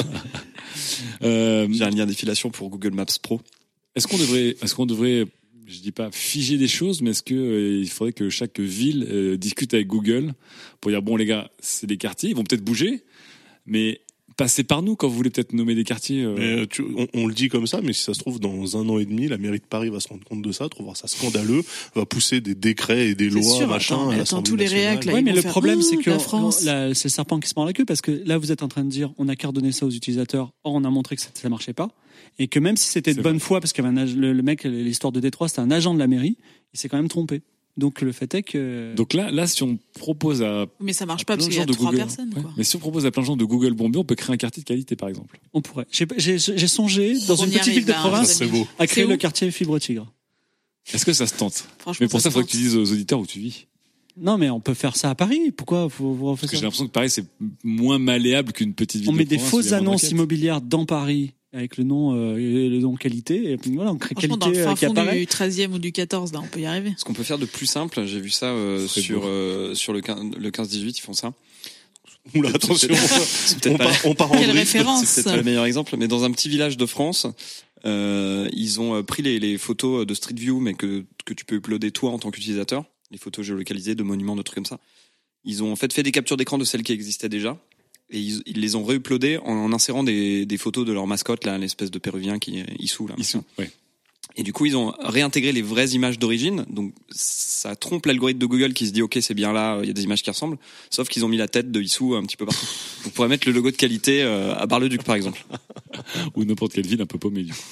euh, J'ai un lien d'affiliation pour Google Maps Pro. Est-ce qu'on devrait, est-ce qu'on devrait, je dis pas figer des choses, mais est-ce que euh, il faudrait que chaque ville euh, discute avec Google pour dire bon les gars, c'est des quartiers, ils vont peut-être bouger, mais passez par nous quand vous voulez peut-être nommer des quartiers. Euh... Mais tu, on, on le dit comme ça, mais si ça se trouve dans un an et demi, la mairie de Paris va se rendre compte de ça, trouvera ça scandaleux, va pousser des décrets et des c'est lois, sûr, machin. Attends, à attends l'Assemblée tous les nationale. réacs là. Oui, mais le faire, problème, oh, c'est que la France. là, c'est le serpent qui se mord la queue parce que là, vous êtes en train de dire, on a qu'à redonner ça aux utilisateurs. Or, on a montré que ça, ça marchait pas. Et que même si c'était de c'est bonne vrai. foi, parce qu'il y avait un, le, le mec, l'histoire de Détroit, c'était un agent de la mairie, il s'est quand même trompé. Donc le fait est que. Donc là, là, si on propose à. Mais ça marche pas plein parce de qu'il y a gens de trois Google, personnes. ouais. Quoi. Mais si on propose à plein de gens de Google Bombay, on peut créer un quartier de qualité, par exemple. On pourrait. J'ai, j'ai, j'ai songé dans On une y petite arrive, ville de là, province c'est beau. à créer C'est le où quartier Fibre Tigre. Est-ce que ça se tente? Franchement, Mais pour ça, il se faudrait que tente. tu dises aux auditeurs où tu vis. Non, mais on peut faire ça à Paris. Pourquoi vous, vous refaites Parce que ça j'ai l'impression que Paris, c'est moins malléable qu'une petite ville On de met des province où il y fausses a moins de annonces requêtes. immobilières dans Paris avec le nom, euh, et le nom qualité, et puis voilà, on crée Franchement, qualité dans le euh, fin qui fond apparaît. du treizième ou du quatorze, là, on peut y arriver. Ce qu'on peut faire de plus simple, j'ai vu ça euh, C'est sur beau. euh, sur le quinze, le quinze dix-huit, ils font ça. Oula, attention. C'est peut-être on, pas, part, on part en Quelle vrille. référence. c'est peut-être pas le meilleur exemple, mais dans un petit village de France, euh, ils ont pris les, les photos de Street View, mais que que tu peux uploader toi en tant qu'utilisateur, les photos géolocalisées de monuments, de trucs comme ça. Ils ont en fait fait des captures d'écran de celles qui existaient déjà. Et ils, ils les ont réuploadées en, en insérant des, des photos de leur mascotte, là, l'espèce de péruvien qui est Issou, là. Issou, ouais. Et du coup, ils ont réintégré les vraies images d'origine. Donc, ça trompe l'algorithme de Google qui se dit, OK, c'est bien là, il y a des images qui ressemblent. Sauf qu'ils ont mis la tête de Issou un petit peu partout. Vous pourrez mettre le logo de qualité euh, à Bar-le-Duc, par exemple. Ou n'importe quelle ville un peu paumée, du coup.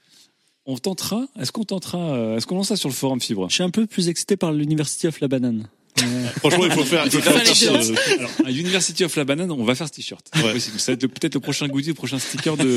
On tentera, est-ce qu'on tentera, euh, est-ce qu'on lance ça sur le forum Fibre? Je suis un peu plus excité par l'University of la Banane. Franchement, il faut faire, il faut faire un les t-shirt. deux. euh, Alors, à University of la Banane, on va faire ce t-shirt. Ouais. Possible. Ça va être le- peut-être le prochain goodie, le prochain sticker de.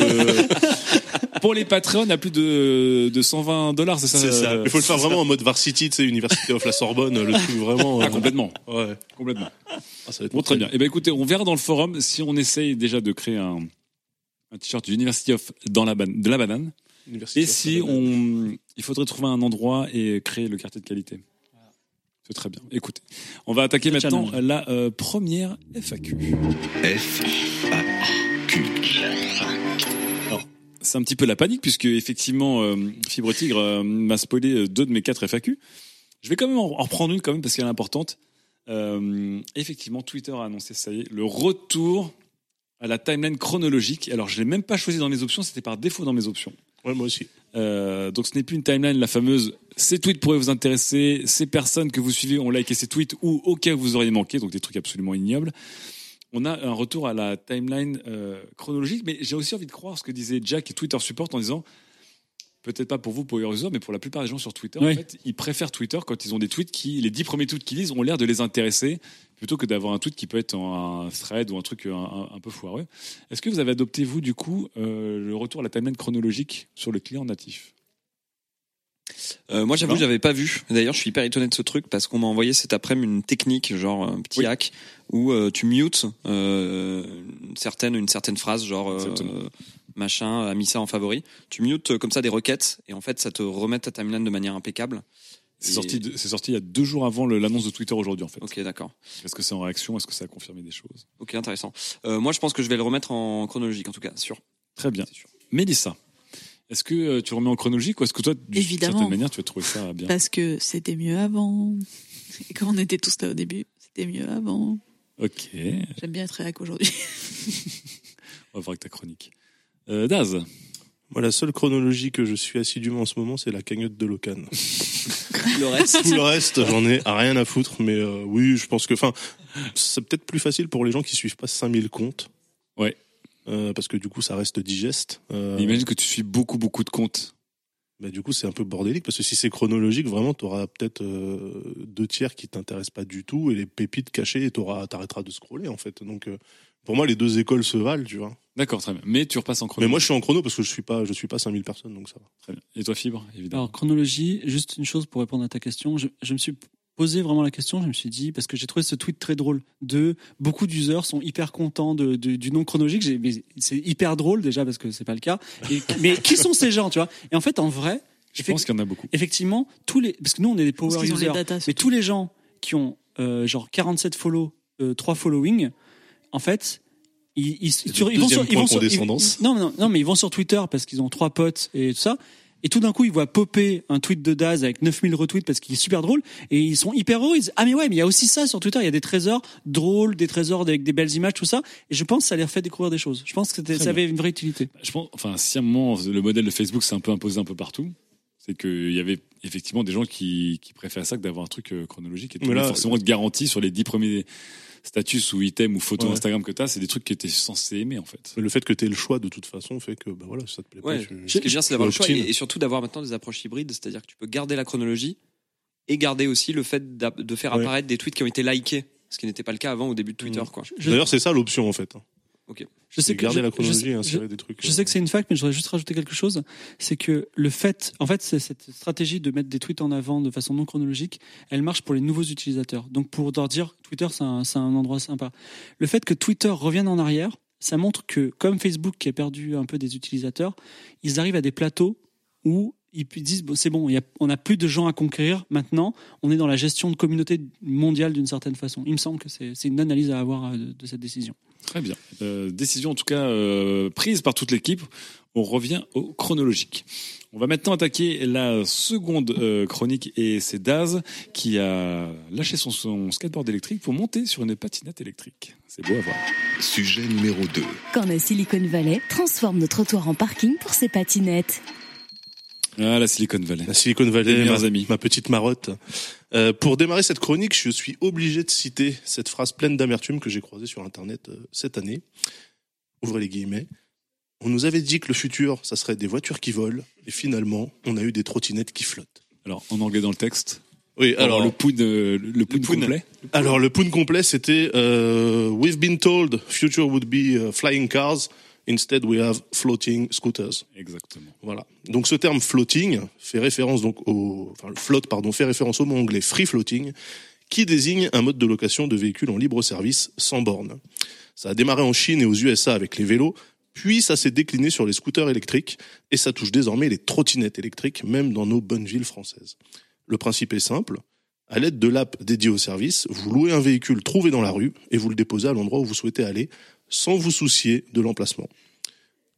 Pour les Patreons, à plus de, de cent vingt dollars, c'est ça? C'est ça. euh, Il faut le faire c'est vraiment ça. en mode Varsity, tu sais, Université of la Sorbonne, le truc vraiment. Ah, euh, complètement. Ouais. Complètement. Ah, ça va être Bon, très bien. Eh ben, écoutez, on verra dans le forum si on essaye déjà de créer un, un t-shirt du University of, dans la ban- de la banane. Université Et of si la Banane. on, il faudrait trouver un endroit et créer le quartier de qualité. C'est très bien. Écoutez, on va attaquer maintenant challenge. la euh, première F A Q. F A Q. c'est un petit peu la panique puisque effectivement euh, Fibre Tigre euh, m'a spoilé deux de mes quatre F A Q. Je vais quand même en, en reprendre une quand même parce qu'elle est importante. Euh, effectivement, Twitter a annoncé, ça y est, le retour à la timeline chronologique. Alors, je l'ai même pas choisi dans mes options, c'était par défaut dans mes options. Ouais, moi aussi. Euh, donc, ce n'est plus une timeline, la fameuse. Ces tweets pourraient vous intéresser. Ces personnes que vous suivez ont liké ces tweets ou auxquels vous auriez manqué. Donc, des trucs absolument ignobles. On a un retour à la timeline euh, chronologique, mais j'ai aussi envie de croire ce que disait Jack et Twitter Support en disant. Peut-être pas pour vous, pour user, mais pour la plupart des gens sur Twitter, oui. En fait, ils préfèrent Twitter quand ils ont des tweets qui, les dix premiers tweets qu'ils lisent, ont l'air de les intéresser, plutôt que d'avoir un tweet qui peut être un thread ou un truc un, un, un peu foireux. Est-ce que vous avez adopté, vous, du coup, euh, le retour à la timeline chronologique sur le client natif ? Euh, moi, j'avoue, j'avais pas vu. D'ailleurs, je suis hyper étonné de ce truc parce qu'on m'a envoyé cet après-midi une technique, genre un petit oui. hack, où euh, tu mutes euh, une certaine une certaine phrase, genre euh, machin a mis ça en favori. Tu mutes comme ça des requêtes et en fait, ça te remet ta timeline de manière impeccable. C'est et... sorti, de, c'est sorti il y a deux jours avant le, l'annonce de Twitter aujourd'hui, en fait. Ok, d'accord. Est-ce que c'est en réaction ? Est-ce que ça a confirmé des choses ? Ok, intéressant. Euh, moi, je pense que je vais le remettre en chronologique, en tout cas, sûr. Très bien. Sûr. Mélissa. Est-ce que tu remets en chronologique ou est-ce que toi, d'une certaine manière, tu as trouvé ça bien ? Parce que c'était mieux avant. Et quand on était tous là au début, c'était mieux avant. Ok. J'aime bien être réac aujourd'hui. On va voir avec ta chronique. Euh, Daz. Moi, la seule chronologie que je suis assidûment en ce moment, c'est la cagnotte de Locan. Le reste Tout le reste, j'en ai rien à foutre. Mais euh, oui, je pense que, enfin, c'est peut-être plus facile pour les gens qui suivent pas cinq mille comptes. Ouais. Euh, parce que du coup, ça reste digeste. Euh... Imagine que tu suis beaucoup, beaucoup de comptes. Bah, du coup, c'est un peu bordélique parce que si c'est chronologique, vraiment, t'auras peut-être euh, deux tiers qui t'intéressent pas du tout et les pépites cachées, et t'auras, t'arrêteras de scroller en fait. Donc, euh, pour moi, les deux écoles se valent, tu vois. D'accord, très bien. Mais tu repasses en chrono. Mais moi, je suis en chrono parce que je suis pas, je suis pas cinq mille personnes, donc ça va. Très bien. Et toi, Fibre, évidemment. Alors, chronologie, juste une chose pour répondre à ta question. Je, je me suis posé vraiment la question, je me suis dit, parce que j'ai trouvé ce tweet très drôle, de beaucoup d'users sont hyper contents de, de, du nom chronologique. J'ai, mais c'est hyper drôle déjà parce que c'est pas le cas. Et, mais qui sont ces gens, tu vois? Et en fait, en vrai, je pense qu'il y en a beaucoup. Effectivement, tous les, parce que nous, on est des power users, data, mais tous les gens qui ont, euh, genre quarante-sept follow, euh, trois following, en fait, ils, ils, ils, ils vont sur, ils vont sur, ils, non, non, non, mais ils vont sur Twitter parce qu'ils ont trois potes et tout ça. Et tout d'un coup, ils voient popper un tweet de Daz avec neuf mille retweets parce qu'il est super drôle. Et ils sont hyper heureux. Ils disent, ah, mais ouais, mais il y a aussi ça sur Twitter. Il y a des trésors drôles, des trésors avec des belles images, tout ça. Et je pense que ça leur fait découvrir des choses. Je pense que c'était, ça avait une vraie utilité. Je pense, enfin, si à un moment, le modèle de Facebook s'est un peu imposé un peu partout, c'est qu'il y avait effectivement des gens qui, qui préfèrent ça que d'avoir un truc chronologique et tout. Là, forcément de garantie sur les dix premiers status ou items ou photos ouais. Instagram que t'as, c'est des trucs que t'es censé aimer, en fait. Mais le fait que t'aies le choix, de toute façon, fait que, bah voilà, si ça te plaît ouais. pas. Tu... Ce qui est bien, c'est d'avoir le choix et, et surtout d'avoir maintenant des approches hybrides, c'est-à-dire que tu peux garder la chronologie et garder aussi le fait de faire apparaître ouais. des tweets qui ont été likés, ce qui n'était pas le cas avant au début de Twitter, mmh. quoi. Je... D'ailleurs, c'est ça l'option, en fait. Ok. Je sais que garder je, la chronologie je sais, et insérer je, des trucs. Je sais que c'est une fact, mais je voudrais juste rajouter quelque chose. C'est que le fait, en fait, c'est cette stratégie de mettre des tweets en avant de façon non chronologique, elle marche pour les nouveaux utilisateurs. Donc, pour leur dire, Twitter, c'est un, c'est un endroit sympa. Le fait que Twitter revienne en arrière, ça montre que, comme Facebook qui a perdu un peu des utilisateurs, ils arrivent à des plateaux où ils disent, bon, c'est bon, il y a, on n'a plus de gens à conquérir. Maintenant, on est dans la gestion de communauté mondiale d'une certaine façon. Il me semble que c'est, c'est une analyse à avoir de, de cette décision. Très bien. Euh, décision en tout cas euh, prise par toute l'équipe. On revient au chronologique. On va maintenant attaquer la seconde euh, chronique et c'est Daz qui a lâché son, son skateboard électrique pour monter sur une patinette électrique. C'est beau à voir. Sujet numéro deux. Quand la Silicon Valley transforme nos trottoirs en parking pour ses patinettes. Ah, la Silicon Valley. La Silicon Valley, ma, amis. ma petite marotte. Euh, pour démarrer cette chronique, je suis obligé de citer cette phrase pleine d'amertume que j'ai croisée sur Internet euh, cette année. Ouvrez les guillemets. On nous avait dit que le futur, ça serait des voitures qui volent, et finalement, on a eu des trottinettes qui flottent. Alors, en anglais dans le texte. Oui, alors, alors le poun, euh, le poun complet. Alors le poun complet, c'était euh, We've been told future would be uh, flying cars. Instead, we have floating scooters. Exactement. Voilà. Donc, ce terme floating fait référence donc au, enfin, le float, pardon, fait référence au mot anglais free floating, qui désigne un mode de location de véhicules en libre service sans borne. Ça a démarré en Chine et aux U S A avec les vélos, puis ça s'est décliné sur les scooters électriques et ça touche désormais les trottinettes électriques, même dans nos bonnes villes françaises. Le principe est simple. À l'aide de l'app dédiée au service, vous louez un véhicule trouvé dans la rue et vous le déposez à l'endroit où vous souhaitez aller, sans vous soucier de l'emplacement.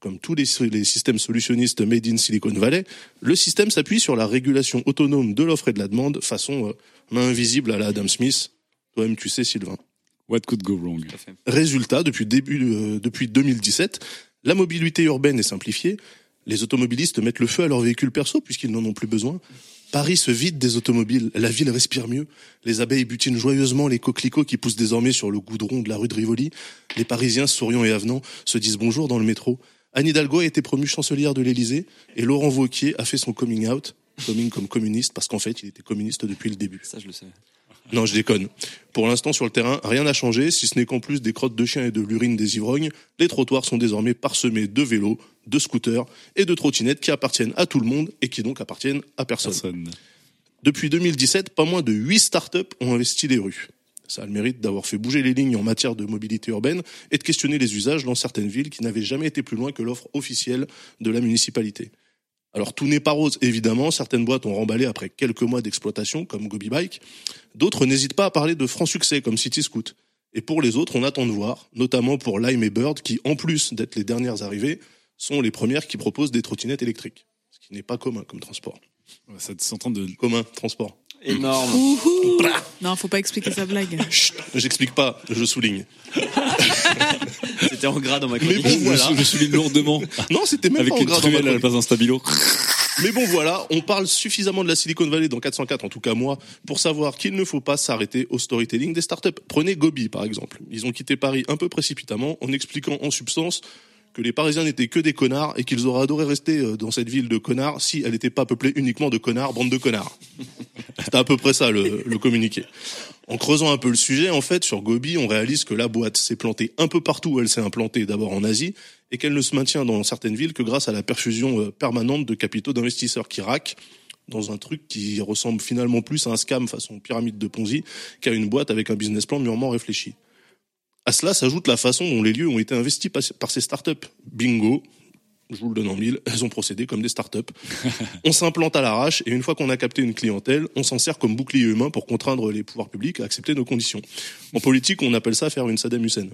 comme tous les, les systèmes solutionnistes made in Silicon Valley, le système s'appuie sur la régulation autonome de l'offre et de la demande, façon euh, main invisible à la Adam Smith. Toi-même, tu sais, Sylvain. What could go wrong? Résultat, depuis début, euh, depuis deux mille dix-sept, la mobilité urbaine est simplifiée. Les automobilistes mettent le feu à leurs véhicules perso puisqu'ils n'en ont plus besoin. Paris se vide des automobiles, la ville respire mieux. Les abeilles butinent joyeusement les coquelicots qui poussent désormais sur le goudron de la rue de Rivoli. Les Parisiens, souriants et avenants, se disent bonjour dans le métro. Anne Hidalgo a été promue chancelière de l'Élysée et Laurent Wauquiez a fait son coming out, coming comme communiste, parce qu'en fait, il était communiste depuis le début. Ça, je le sais. Non, je déconne. Pour l'instant, sur le terrain, rien n'a changé, si ce n'est qu'en plus des crottes de chiens et de l'urine des ivrognes, les trottoirs sont désormais parsemés de vélos, de scooters et de trottinettes qui appartiennent à tout le monde et qui donc appartiennent à personne. Personne. Depuis deux mille dix-sept, pas moins de huit startups ont investi les rues. Ça a le mérite d'avoir fait bouger les lignes en matière de mobilité urbaine et de questionner les usages dans certaines villes qui n'avaient jamais été plus loin que l'offre officielle de la municipalité. Alors tout n'est pas rose, évidemment, certaines boîtes ont remballé après quelques mois d'exploitation, comme Gobi Bike. D'autres n'hésitent pas à parler de franc succès, comme City Scoot. Et pour les autres, on attend de voir, notamment pour Lime et Bird, qui, en plus d'être les dernières arrivées, sont les premières qui proposent des trottinettes électriques. Ce qui n'est pas commun comme transport. Ça s'entend de... Commun, transport. Énorme. Ouhou. Non, faut pas expliquer sa blague. Chut, j'explique pas, je souligne. C'était en gras dans ma Mais chronique. bon, voilà. Je souligne lourdement. Non, c'était même Avec pas en une gras de ma tremelle à la chronique. place d'un stabilo. Mais bon, voilà, on parle suffisamment de la Silicon Valley dans quatre cent quatre, en tout cas moi, pour savoir qu'il ne faut pas s'arrêter au storytelling des startups. Prenez Gobi, par exemple. Ils ont quitté Paris un peu précipitamment en expliquant en substance que les Parisiens n'étaient que des connards et qu'ils auraient adoré rester dans cette ville de connards si elle n'était pas peuplée uniquement de connards, bande de connards. C'était à peu près ça, le, le communiqué. En creusant un peu le sujet, en fait, sur Gobi, on réalise que la boîte s'est plantée un peu partout où elle s'est implantée, d'abord en Asie, et qu'elle ne se maintient dans certaines villes que grâce à la perfusion permanente de capitaux d'investisseurs qui raquent dans un truc qui ressemble finalement plus à un scam façon pyramide de Ponzi qu'à une boîte avec un business plan mûrement réfléchi. À cela s'ajoute la façon dont les lieux ont été investis par ces startups. Bingo, je vous le donne en mille, elles ont procédé comme des startups. On s'implante à l'arrache et une fois qu'on a capté une clientèle, on s'en sert comme bouclier humain pour contraindre les pouvoirs publics à accepter nos conditions. En politique, on appelle ça faire une Saddam Hussein.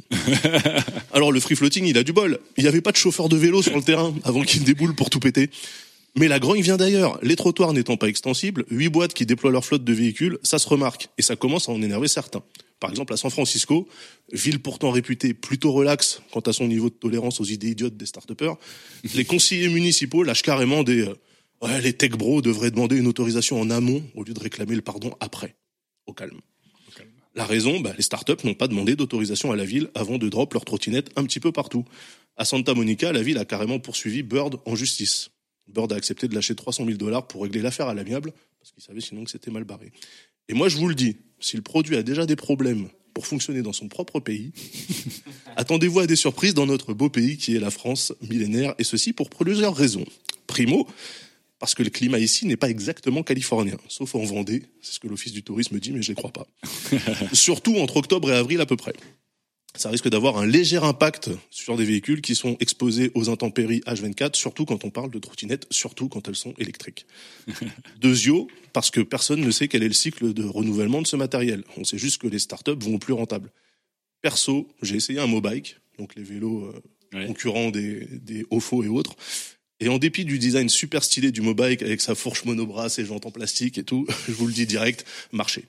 Alors le free floating, il a du bol. Il n'y avait pas de chauffeur de vélo sur le terrain avant qu'il déboule pour tout péter. Mais la grogne vient d'ailleurs. Les trottoirs n'étant pas extensibles, huit boîtes qui déploient leur flotte de véhicules, ça se remarque et ça commence à en énerver certains. Par exemple, à San Francisco, ville pourtant réputée plutôt relaxe quant à son niveau de tolérance aux idées idiotes des start-upers, les conseillers municipaux lâchent carrément des euh, « ouais, les tech bros devraient demander une autorisation en amont au lieu de réclamer le pardon après ». Au calme. Au calme. La raison, bah, les start-up n'ont pas demandé d'autorisation à la ville avant de drop leurs trottinettes un petit peu partout. À Santa Monica, la ville a carrément poursuivi Bird en justice. Bird a accepté de lâcher trois cent mille dollars pour régler l'affaire à l'amiable, parce qu'il savait sinon que c'était mal barré. Et moi, je vous le dis, si le produit a déjà des problèmes pour fonctionner dans son propre pays, attendez-vous à des surprises dans notre beau pays qui est la France millénaire, et ceci pour plusieurs raisons. Primo, parce que le climat ici n'est pas exactement californien, sauf en Vendée, c'est ce que l'Office du tourisme dit, mais je ne crois pas. Surtout entre octobre et avril à peu près. Ça risque d'avoir un léger impact sur des véhicules qui sont exposés aux intempéries H vingt-quatre, surtout quand on parle de trottinettes, surtout quand elles sont électriques. Deuxio, parce que personne ne sait quel est le cycle de renouvellement de ce matériel. On sait juste que les startups vont au plus rentable. Perso, j'ai essayé un Mobike, donc les vélos euh, ouais. concurrents des, des Ofo et autres. Et en dépit du design super stylé du Mobike avec sa fourche monobras, ses jantes en plastique et tout, je vous le dis direct, marché.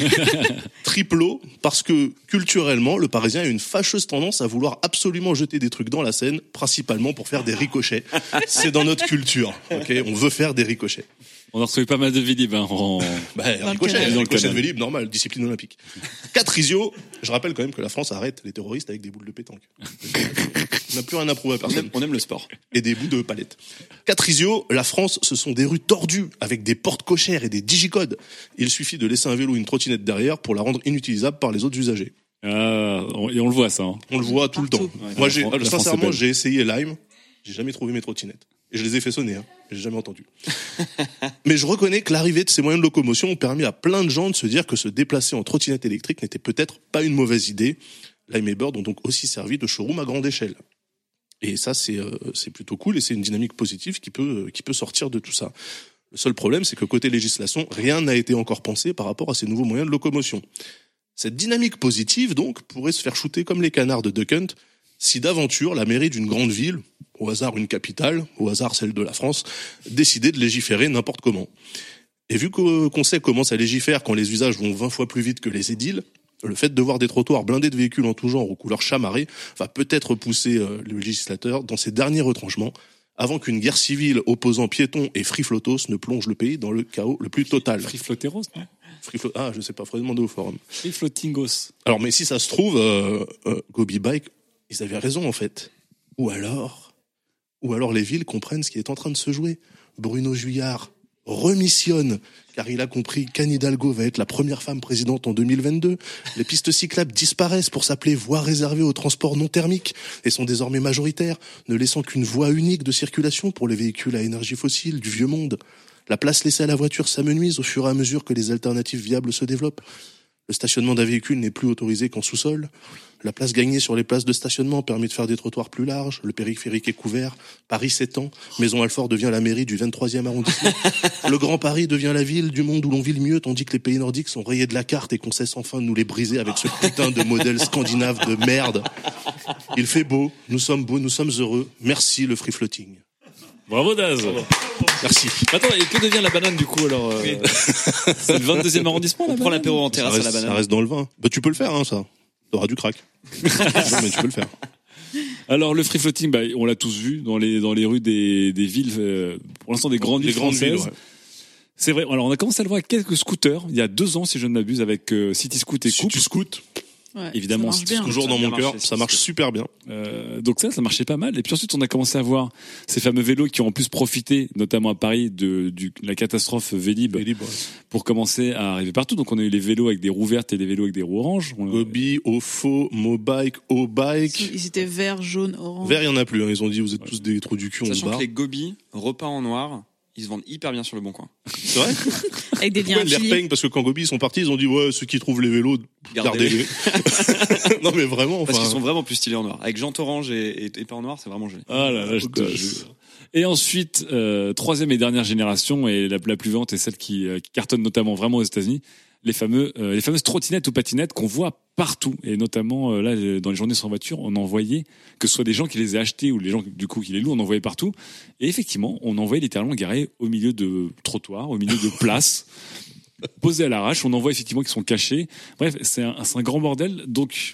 Triplo, parce que culturellement, le Parisien a une fâcheuse tendance à vouloir absolument jeter des trucs dans la Seine, principalement pour faire des ricochets. C'est dans notre culture, ok ? On veut faire des ricochets. On a retrouvé pas mal de Vélib, hein, en... Bah, ricochet, ricochet de Vélib, normal, discipline olympique. Quatre Isio, je rappelle quand même que la France arrête les terroristes avec des boules de pétanque. On n'a plus rien à prouver à personne. On aime le sport. Et des bouts de palette. Quatre Isio, la France, ce sont des rues tordues, avec des portes cochères et des digicodes. Il suffit de laisser un vélo ou une trottinette derrière pour la rendre inutilisable par les autres usagers. Ah, et on le voit, ça. Hein. On le voit tout Partout. le temps. Ouais, Moi, j'ai, France, sincèrement, j'ai essayé Lime. J'ai jamais trouvé mes trottinettes. Et je les ai fait sonner, hein. J'ai jamais entendu. Mais je reconnais que l'arrivée de ces moyens de locomotion ont permis à plein de gens de se dire que se déplacer en trottinette électrique n'était peut-être pas une mauvaise idée. Lime et Bird ont donc aussi servi de showroom à grande échelle. Et ça, c'est, euh, c'est plutôt cool et c'est une dynamique positive qui peut, qui peut sortir de tout ça. Le seul problème, c'est que côté législation, rien n'a été encore pensé par rapport à ces nouveaux moyens de locomotion. Cette dynamique positive, donc, pourrait se faire shooter comme les canards de Duck Hunt si d'aventure la mairie d'une grande ville, au hasard une capitale, au hasard celle de la France, décider de légiférer n'importe comment. Et vu qu'on sait comment ça légifère quand les usages vont vingt fois plus vite que les édiles, le fait de voir des trottoirs blindés de véhicules en tout genre aux couleurs chamarrées va peut-être pousser euh, le législateur dans ses derniers retranchements avant qu'une guerre civile opposant piétons et free-flotos ne plonge le pays dans le chaos le plus total. Free-floteros, non Free flo- Ah, je sais pas, faudrait demander au forum. Free-flotingos. Alors, mais si ça se trouve, euh, euh, Gobi Bike, ils avaient raison en fait. Ou alors, ou alors les villes comprennent ce qui est en train de se jouer. Bruno Juillard remissionne, car il a compris qu'Anne Hidalgo va être la première femme présidente en deux mille vingt-deux. Les pistes cyclables disparaissent pour s'appeler voies réservées aux transports non thermiques et sont désormais majoritaires, ne laissant qu'une voie unique de circulation pour les véhicules à énergie fossile du vieux monde. La place laissée à la voiture s'amenuise au fur et à mesure que les alternatives viables se développent. Le stationnement d'un véhicule n'est plus autorisé qu'en sous-sol. La place gagnée sur les places de stationnement permet de faire des trottoirs plus larges. Le périphérique est couvert. Paris s'étend. Maison-Alfort devient la mairie du vingt-troisième arrondissement. Le Grand Paris devient la ville du monde où l'on vit le mieux, tandis que les pays nordiques sont rayés de la carte et qu'on cesse enfin de nous les briser avec ce putain de modèle scandinave de merde. Il fait beau. Nous sommes beaux. Nous sommes heureux. Merci le free floating. Bravo Daz. Merci. Attends, et que devient la banane du coup alors euh... C'est le vingt-deuxième arrondissement. On prend l'apéro en terrasse reste, à la banane. Ça reste dans le vin. Bah tu peux le faire hein ça. T'auras du crack. Non, mais tu peux le faire. Alors le free floating, bah, on l'a tous vu dans les dans les rues des des villes, euh, pour l'instant des grandes villes grandes françaises. villes, ouais. C'est vrai. Alors on a commencé à le voir avec quelques scooters il y a deux ans si je ne m'abuse avec euh, City Scoot et Si Coupe. tu scoutes, Ouais, Évidemment, ça marche c'est bien. toujours dans bien mon cœur, marché, ça si, marche si. super bien. Euh, donc ça, ça marchait pas mal. Et puis ensuite, on a commencé à voir ces fameux vélos qui ont en plus profité, notamment à Paris, de, du, de la catastrophe Vélib, Vélib, ouais. pour commencer à arriver partout. Donc on a eu les vélos avec des roues vertes et les vélos avec des roues oranges. On- Gobi, Ofo, Mobike, O-Bike. Ils étaient verts, jaunes, orange. Vert, il y en a plus. Hein. Ils ont dit vous êtes tous des trous du cul, on se Sachant barre. que les Gobi, repas en noir, ils se vendent hyper bien sur le bon coin. C'est vrai. Avec des liens Pourquoi ils les affiliés. repeignent parce que quand Gobi ils sont partis, ils ont dit ouais ceux qui trouvent les vélos, Gardez-les. gardez-les. Non mais vraiment. Parce Enfin, qu'ils sont vraiment plus stylés en noir. Avec jante orange et, et, et pas en noir, c'est vraiment joli. Ah là là, je te gosse. jure. Et ensuite, euh, troisième et dernière génération, et la, la plus vente est celle qui, euh, qui cartonne notamment vraiment aux États-Unis, les fameux, euh, les fameuses trottinettes ou patinettes qu'on voit partout. Et notamment euh, là, dans les journées sans voiture, on en voyait, que ce soit des gens qui les aient achetées ou les gens du coup qui les louent, on en voyait partout. Et effectivement, on en voyait littéralement garés au milieu de trottoirs, au milieu de places, posés à l'arrache. On en voit effectivement qui sont cachés. Bref, c'est un, c'est un grand bordel. Donc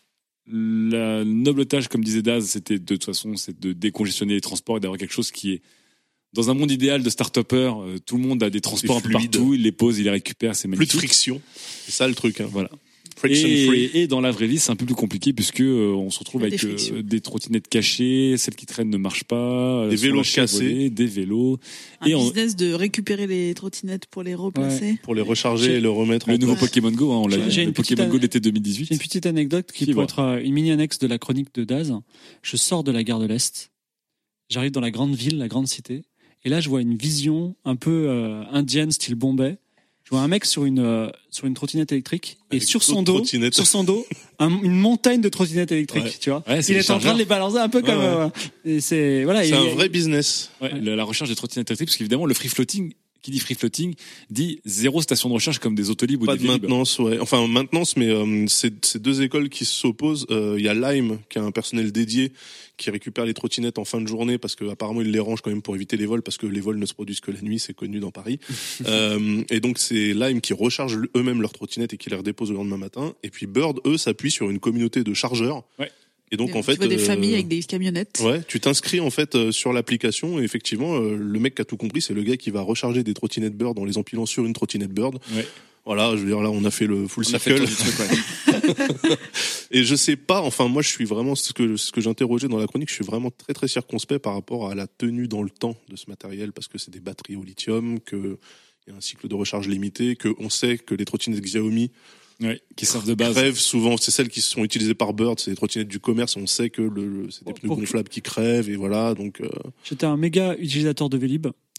la noble tâche, comme disait Daz, c'était de, de toute façon, c'est de décongestionner les transports et d'avoir quelque chose qui est dans un monde idéal de start-upper. Euh, tout le monde a des transports un peu fluide. partout, il les pose, il les récupère, c'est plus magnifique. de friction. C'est ça le truc. Hein. Voilà. Friction free. Et, et dans la vraie vie, c'est un peu plus compliqué puisque euh, on se retrouve Il y a des avec euh, frictions. des trottinettes cachées, celles qui traînent ne marchent pas, Des euh, sont vélos lâchées à cassés. voler, des vélos. Un et on- business de récupérer les trottinettes pour les replacer. Pour les recharger J'ai- et le remettre le en nouveau place. Pokémon Go, hein, on l'a J'ai- vu, j'ai le une petite Pokémon Go an- l'été deux mille dix-huit. J'ai une petite anecdote qui Qui pourrait voit. être euh, une mini-annexe de la chronique de Daz. Je sors de la gare de l'Est. J'arrive dans la grande ville, la grande cité. Et là, je vois une vision un peu euh, indienne, style Bombay. Je vois un mec sur une, euh, sur une trottinette électrique. Et Avec sur son d'autres dos, trottinettes. sur son dos, un- une montagne de trottinettes électriques, Ouais. tu vois. Ouais, c'est Il des est en train chargeurs. de les balancer un peu comme, Ouais, euh, et c'est, voilà. C'est et- un vrai business. Ouais, la, la recherche des trottinettes électriques, parce qu'évidemment, le free floating, qui dit free floating, dit zéro station de recherche comme des autolibres ou Pas des de Vélib. maintenance, ouais. Enfin maintenance, mais euh, c'est c'est deux écoles qui s'opposent. Il euh, y a Lime qui a un personnel dédié qui récupère les trottinettes en fin de journée parce que apparemment il les range quand même pour éviter les vols parce que les vols ne se produisent que la nuit, c'est connu dans Paris. euh, et donc c'est Lime qui recharge eux-mêmes leurs trottinettes et qui les redépose le lendemain matin. Et puis Bird, eux, s'appuient sur une communauté de chargeurs. Ouais. Et donc Tu en fait, vois des euh, familles avec des camionnettes. ouais, tu t'inscris en fait euh, sur l'application et effectivement euh, le mec qui a tout compris, c'est le gars qui va recharger des trottinettes Bird en les empilant sur une trottinette Bird. Ouais. Voilà, je veux dire là on a fait le full On a fait le circle. tour du truc, ouais. Et je sais pas, enfin moi je suis vraiment ce que ce que j'interrogeais dans la chronique, je suis vraiment très très circonspect par rapport à la tenue dans le temps de ce matériel parce que c'est des batteries au lithium, que il y a un cycle de recharge limité, que on sait que les trottinettes Xiaomi Ouais, qui servent de base. crèvent souvent, c'est celles qui sont utilisées par Bird, c'est des trottinettes du commerce, on sait que le, le- c'est des pneus Pour- gonflables qui crèvent et voilà, donc euh, J'étais un méga utilisateur de Vélib.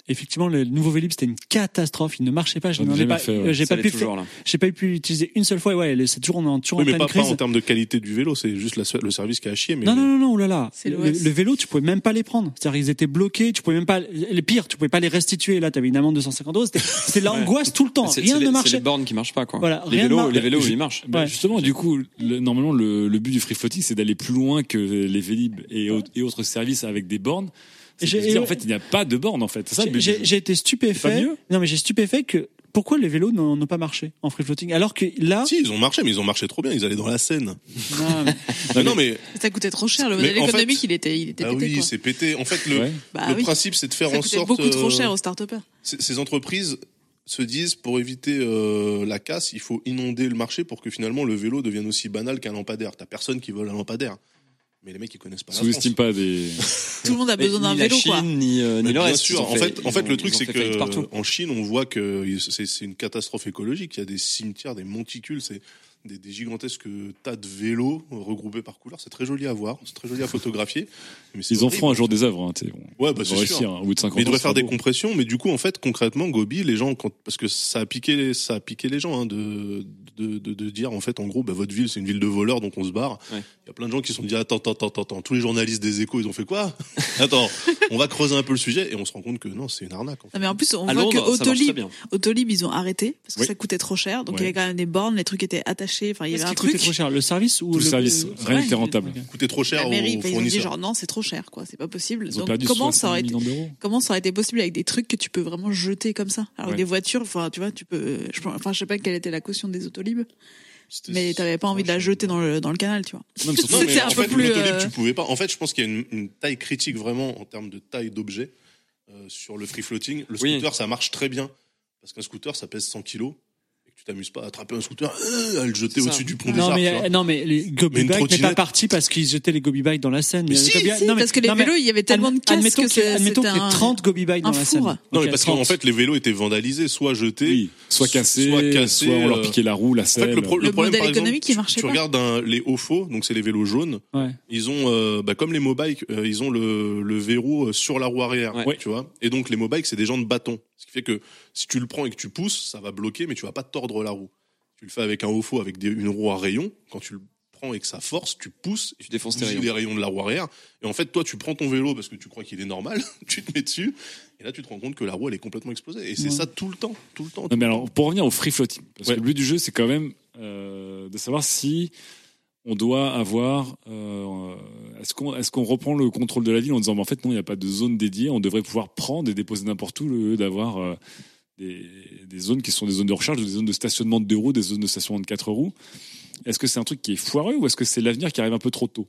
Effectivement, le nouveau Vélib c'était une catastrophe. Il ne marchait pas. Je n'en ai pas. Fait, ouais. J'ai Ça pas pu. toujours, là. J'ai pas pu l'utiliser une seule fois. Et ouais, c'est toujours en toujours Oui, en mais pleine pas, crise. pas en termes de qualité du vélo, c'est juste la, le service qui a chier. Mais Non, non, non, non, oh là là. C'est Le, l'O S. le vélo, tu pouvais même pas les prendre. C'est-à-dire, ils étaient bloqués. Tu pouvais même pas. Les pires, tu pouvais pas les restituer. Là, t'avais une amende de cent cinquante euros. C'était, c'était l'angoisse tout le temps. C'est- Rien c'est ne les- marchait. C'est les bornes qui marchent pas, quoi. Voilà, les rien ne vélos, mar- les vélos, Je- ils marchent. Bah, Ouais. justement, du coup, le- normalement, le, le but du free floating, c'est d'aller plus loin que les Vélib et, au- et autres services avec des bornes. C'est Et j'ai- de se dire, et- en fait, il n'y a pas de borne, en fait. C'est ça, le J'ai, but du j'ai, jeu. j'ai été C'est pas stupéfait. mieux Non, mais j'ai stupéfait que pourquoi les vélos n'ont, n'ont pas marché en free floating alors que là. Si, ils ont marché, mais ils ont marché trop bien. Ils allaient dans la Seine. Non, mais- Mais non, mais Ça coûtait trop cher. Le Mais modèle en fait- économique, il était, il était ah pété, oui, quoi. c'est pété. En fait, le, Ouais. Bah le oui. principe, c'est de faire Ça en coûtait sorte. beaucoup trop euh, cher aux start-upers. c- Ces entreprises se disent, pour éviter euh, la casse, il faut inonder le marché pour que finalement le vélo devienne aussi banal qu'un lampadaire. T'as personne qui veut un lampadaire. Mais les mecs, ils connaissent pas la France. Sous-estime pas des. Tout le monde a Mais besoin d'un ni la vélo, quoi. Chine, ni, euh, Mais ni le bien reste. sûr. Ils ont En fait, en ils fait, ont- le truc, ils ont c'est fait faillite que partout. en Chine, on voit que c'est, c'est une catastrophe écologique. Il y a des cimetières, des monticules, c'est des, des gigantesques tas de vélos regroupés par couleur. C'est très joli à voir, c'est très joli à photographier. Mais c'est Ils en horrible. feront un jour des œuvres. Hein, tu sais, bon. Ouais, bah, Ils c'est vont sûr. réussir, hein, au bout de cinquante Mais ils ans. devraient ce faire sera des beau. compressions, mais du coup, en fait, concrètement, Gobi, les gens, quand, parce que ça a piqué, les- ça a piqué les gens, hein, de, de, de, de dire, en fait, en gros, bah, votre ville, c'est une ville de voleurs, donc on se barre. Il Ouais. y a plein de gens qui se sont dit, attends, attends, attends, attends, tous les journalistes des Échos, ils ont fait quoi? Attends, on va creuser un peu le sujet, et on se rend compte que non, c'est une arnaque, en fait. Non, mais en plus, on À voit Londres, que ça marche très Autolib, bien. Autolib, ils ont arrêté parce que Oui. ça coûtait trop cher. Donc Ouais. il y avait quand même des bornes, les trucs étaient attachés. Enfin, il y Qu'est-ce avait un qui coûtait truc. trop cher, le service ou Tout le service. Rien ouais. n'était rentable. Coûtait trop cher La aux mairie, enfin, ils ont dit fournisseurs. genre non, c'est trop cher, quoi. C'est pas possible. Ils ont Donc perdu comment ça aurait soixante été, millions d'euros. comment ça aurait été possible avec des trucs que tu peux vraiment jeter comme ça? Alors Ouais. des voitures, enfin, tu vois, tu peux, je, pense- enfin, je sais pas quelle était la caution des Autolib, C'était- mais t'avais pas envie de la jeter dans le, dans le canal, tu vois. Non, mais surtout, Non, mais C'était en un peu fait, plus, l'autolib, euh, tu pouvais pas. En fait, je pense qu'il y a une, une taille critique vraiment en termes de taille d'objet euh, sur le free floating. Le Oui. scooter, ça marche très bien parce qu'un scooter, ça pèse cent kilos et que tu t'amuses pas à attraper un scooter, euh, à le jeter C'est ça. au-dessus du pont des Non arbres. mais, tu vois. euh, non mais les gobi Mais une bikes n'est pas trottinette- parti parce qu'ils jetaient les gobi bikes dans la Seine. Mais Il y a si, des gobi- Si, non, mais- parce que les non, mais vélos, il y avait tellement de casse admettons que qu'il y ait- c'est- admettons c'était qu'il y ait un- trente gobi bikes dans un la four. Seine. Non, Ok, mais parce qu'en trente. fait, les vélos étaient vandalisés, soit jetés, Oui, soit cassés, soit cassés, soit on leur euh, piquait la roue, la En fait, selle. le, pro- Le problème, modèle par exemple, économique, il tu- marchait tu pas. regardes un- les Ofo, donc c'est les vélos jaunes. Ouais. Ils ont, euh, bah, comme les mobikes, euh, ils ont le, le verrou euh, sur la roue arrière, Ouais. tu vois. Et donc les mobikes, c'est des gens de bâton, ce qui fait que si tu le prends et que tu pousses, ça va bloquer, mais tu vas pas tordre la roue. Tu le fais avec un Ofo, avec des, une roue à rayons. Quand tu le prends et que ça force, tu pousses, et Tu défonces tes bouges rayons. les rayons de la roue arrière. Et en fait, toi, tu prends ton vélo parce que tu crois qu'il est normal, tu te mets dessus, et là, tu te rends compte que la roue, elle est complètement explosée. Et c'est Ouais. ça tout le temps, tout le temps. Non, tout mais le alors, temps. pour revenir au free floating, parce Ouais. que le but du jeu, c'est quand même euh, de savoir si on doit avoir. Euh, est-ce qu'on est-ce qu'on reprend le contrôle de la ville en disant, bah, en fait, non, il n'y a pas de zone dédiée, on devrait pouvoir prendre et déposer n'importe où, au lieu d'avoir euh, des, des zones qui sont des zones de recharge, des zones de stationnement de deux roues, des zones de stationnement de quatre roues. Est-ce que c'est un truc qui est foireux ou est-ce que c'est l'avenir qui arrive un peu trop tôt?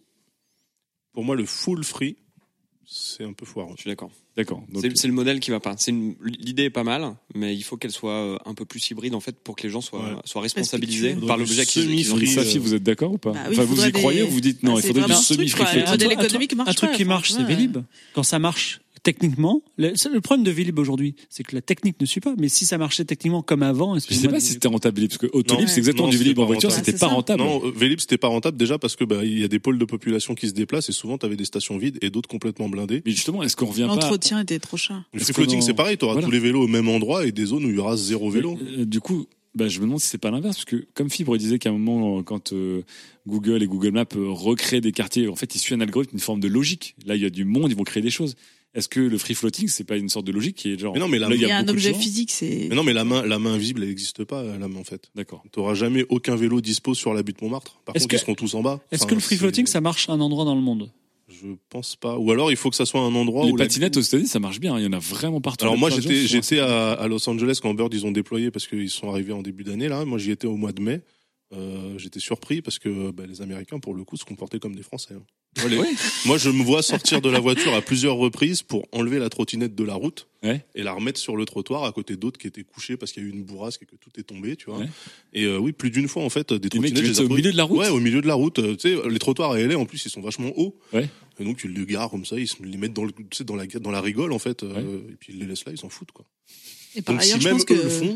Pour moi, le full free, c'est un peu foireux. Je suis d'accord. D'accord. Donc, C'est c'est le modèle qui va pas. C'est une- l'idée est pas mal, mais il faut qu'elle soit euh, un peu plus hybride en fait pour que les gens soient, Ouais. soient responsabilisés Respectueux. par l'objet qu'ils qu'ils ont. donc, Free, Safi, euh, vous êtes d'accord ou pas? Bah oui, Enfin, il vous y faudrait croyez des- ou vous dites non, Bah, il c'est faudrait vraiment du ce truc, semi-free quoi. Le floating. modèle Un truc- économique marche Un truc pas, qui enfin, marche, tu c'est vois. Vélib. Quand ça marche techniquement, le, c'est le problème de Vélib aujourd'hui, c'est que la technique ne suit pas. Mais si ça marchait techniquement comme avant, Je sais pas si c'était rentable, parce que Autolib, Non. c'est exactement Non, du c'était Vélib en pas voiture, rentable. c'était Ah, pas c'est ça. rentable. Non, euh, Vélib, c'était pas rentable déjà parce que bah, il y a des pôles de population qui se déplacent et souvent t'avais des stations vides et d'autres complètement blindées. Mais justement, est-ce qu'on revient pas L'entretien était trop cher. Le Est-ce free qu'on floating, en- c'est pareil, t'auras Voilà. tous les vélos au même endroit et des zones où il y aura zéro vélo. Euh, du coup, bah, je me demande si c'est pas l'inverse, parce que comme Fibre disait qu'à un moment, quand euh, Google et Google Maps euh, recréent des quartiers, en fait, ils suivent un algorithme, une forme de logique. Là, il y a du monde, ils vont créer des choses. Est-ce que le free floating, c'est pas une sorte de logique qui est genre. Mais non, mais la- là, Il y a un beaucoup de objet gens. physique, c'est. Mais non, mais la main, la main invisible, elle n'existe pas, la main en fait. D'accord. T'auras jamais aucun vélo dispo sur la butte Montmartre. Par Est-ce contre, que- ils seront tous en bas. Est-ce Enfin, que le free c'est- floating, ça marche à un endroit dans le monde? Je pense pas. Ou alors, il faut que ça soit un endroit Les où la- patinettes aux États-Unis, ça marche bien. hein. Il y en a vraiment partout. Alors Il y a moi plein de gens j'étais qui sont j'étais assez- à, à Los Angeles quand Bird ils ont déployé parce qu'ils sont arrivés en début d'année là. Moi j'y étais au mois de mai. Euh, j'étais surpris parce que bah, les Américains pour le coup se comportaient comme des Français. hein. Moi, les- moi je me vois sortir de la voiture à plusieurs reprises pour enlever la trottinette de la route Ouais. et la remettre sur le trottoir à côté d'autres qui étaient couchés parce qu'il y a eu une bourrasque et que tout est tombé, tu vois. Ouais. Et euh, oui plus d'une fois en fait des Les mecs, trottinettes. tu je mets les ça ai au retrouvées- milieu de la route. Ouais au milieu de la route. Euh, tu sais les trottoirs à L A en plus ils sont vachement hauts. Ouais. Et donc tu les gares comme ça, ils se les mettent dans le, tu sais, dans la dans la rigole en fait, euh, Ouais. et puis ils les laissent là, ils s'en foutent quoi. Et par Donc ailleurs, si je même pense que. eux le font,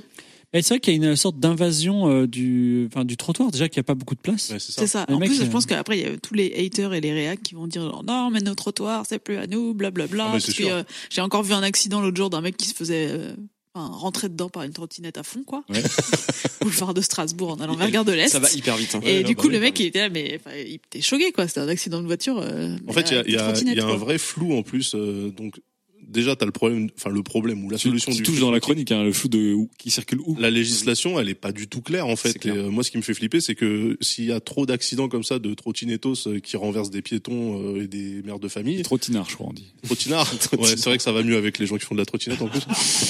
Et c'est vrai qu'il y a une sorte d'invasion euh, du, enfin, du trottoir, déjà qu'il n'y a pas beaucoup de place. Ouais, c'est ça. C'est ça. Les En mecs, plus, euh, je pense qu'après, il y a tous les haters et les réacs qui vont dire genre, non, mais nos trottoirs, c'est plus à nous, blablabla. Ah, mais Parce c'est que, sûr. euh, j'ai encore vu un accident l'autre jour d'un mec qui se faisait euh, enfin, rentrer dedans par une trottinette à fond, quoi. Ouais. Boulevard de Strasbourg, en allant vers Gare de l'Est. Ça va hyper vite. Hein. Et Ouais, du non, coup, bah le oui, mec, il était là, mais enfin, il était choqué, quoi. C'était un accident de voiture. euh, En fait, il y a, avec il y une a, trottinette, il y a un quoi. vrai flou en plus. euh, donc, déjà, t'as le problème, enfin le problème ou la Tu, solution tu du touches flou dans la floating. chronique, hein, le flou de où, qui circule où. La législation, elle est pas du tout claire en C'est fait. clair. Et, euh, moi, ce qui me fait flipper, c'est que s'il y a trop d'accidents comme ça de trottinettos euh, qui renversent des piétons euh, et des mères de famille, Trottinard, je crois, on dit. trottinards. Ouais, c'est vrai que ça va mieux avec les gens qui font de la trottinette en plus.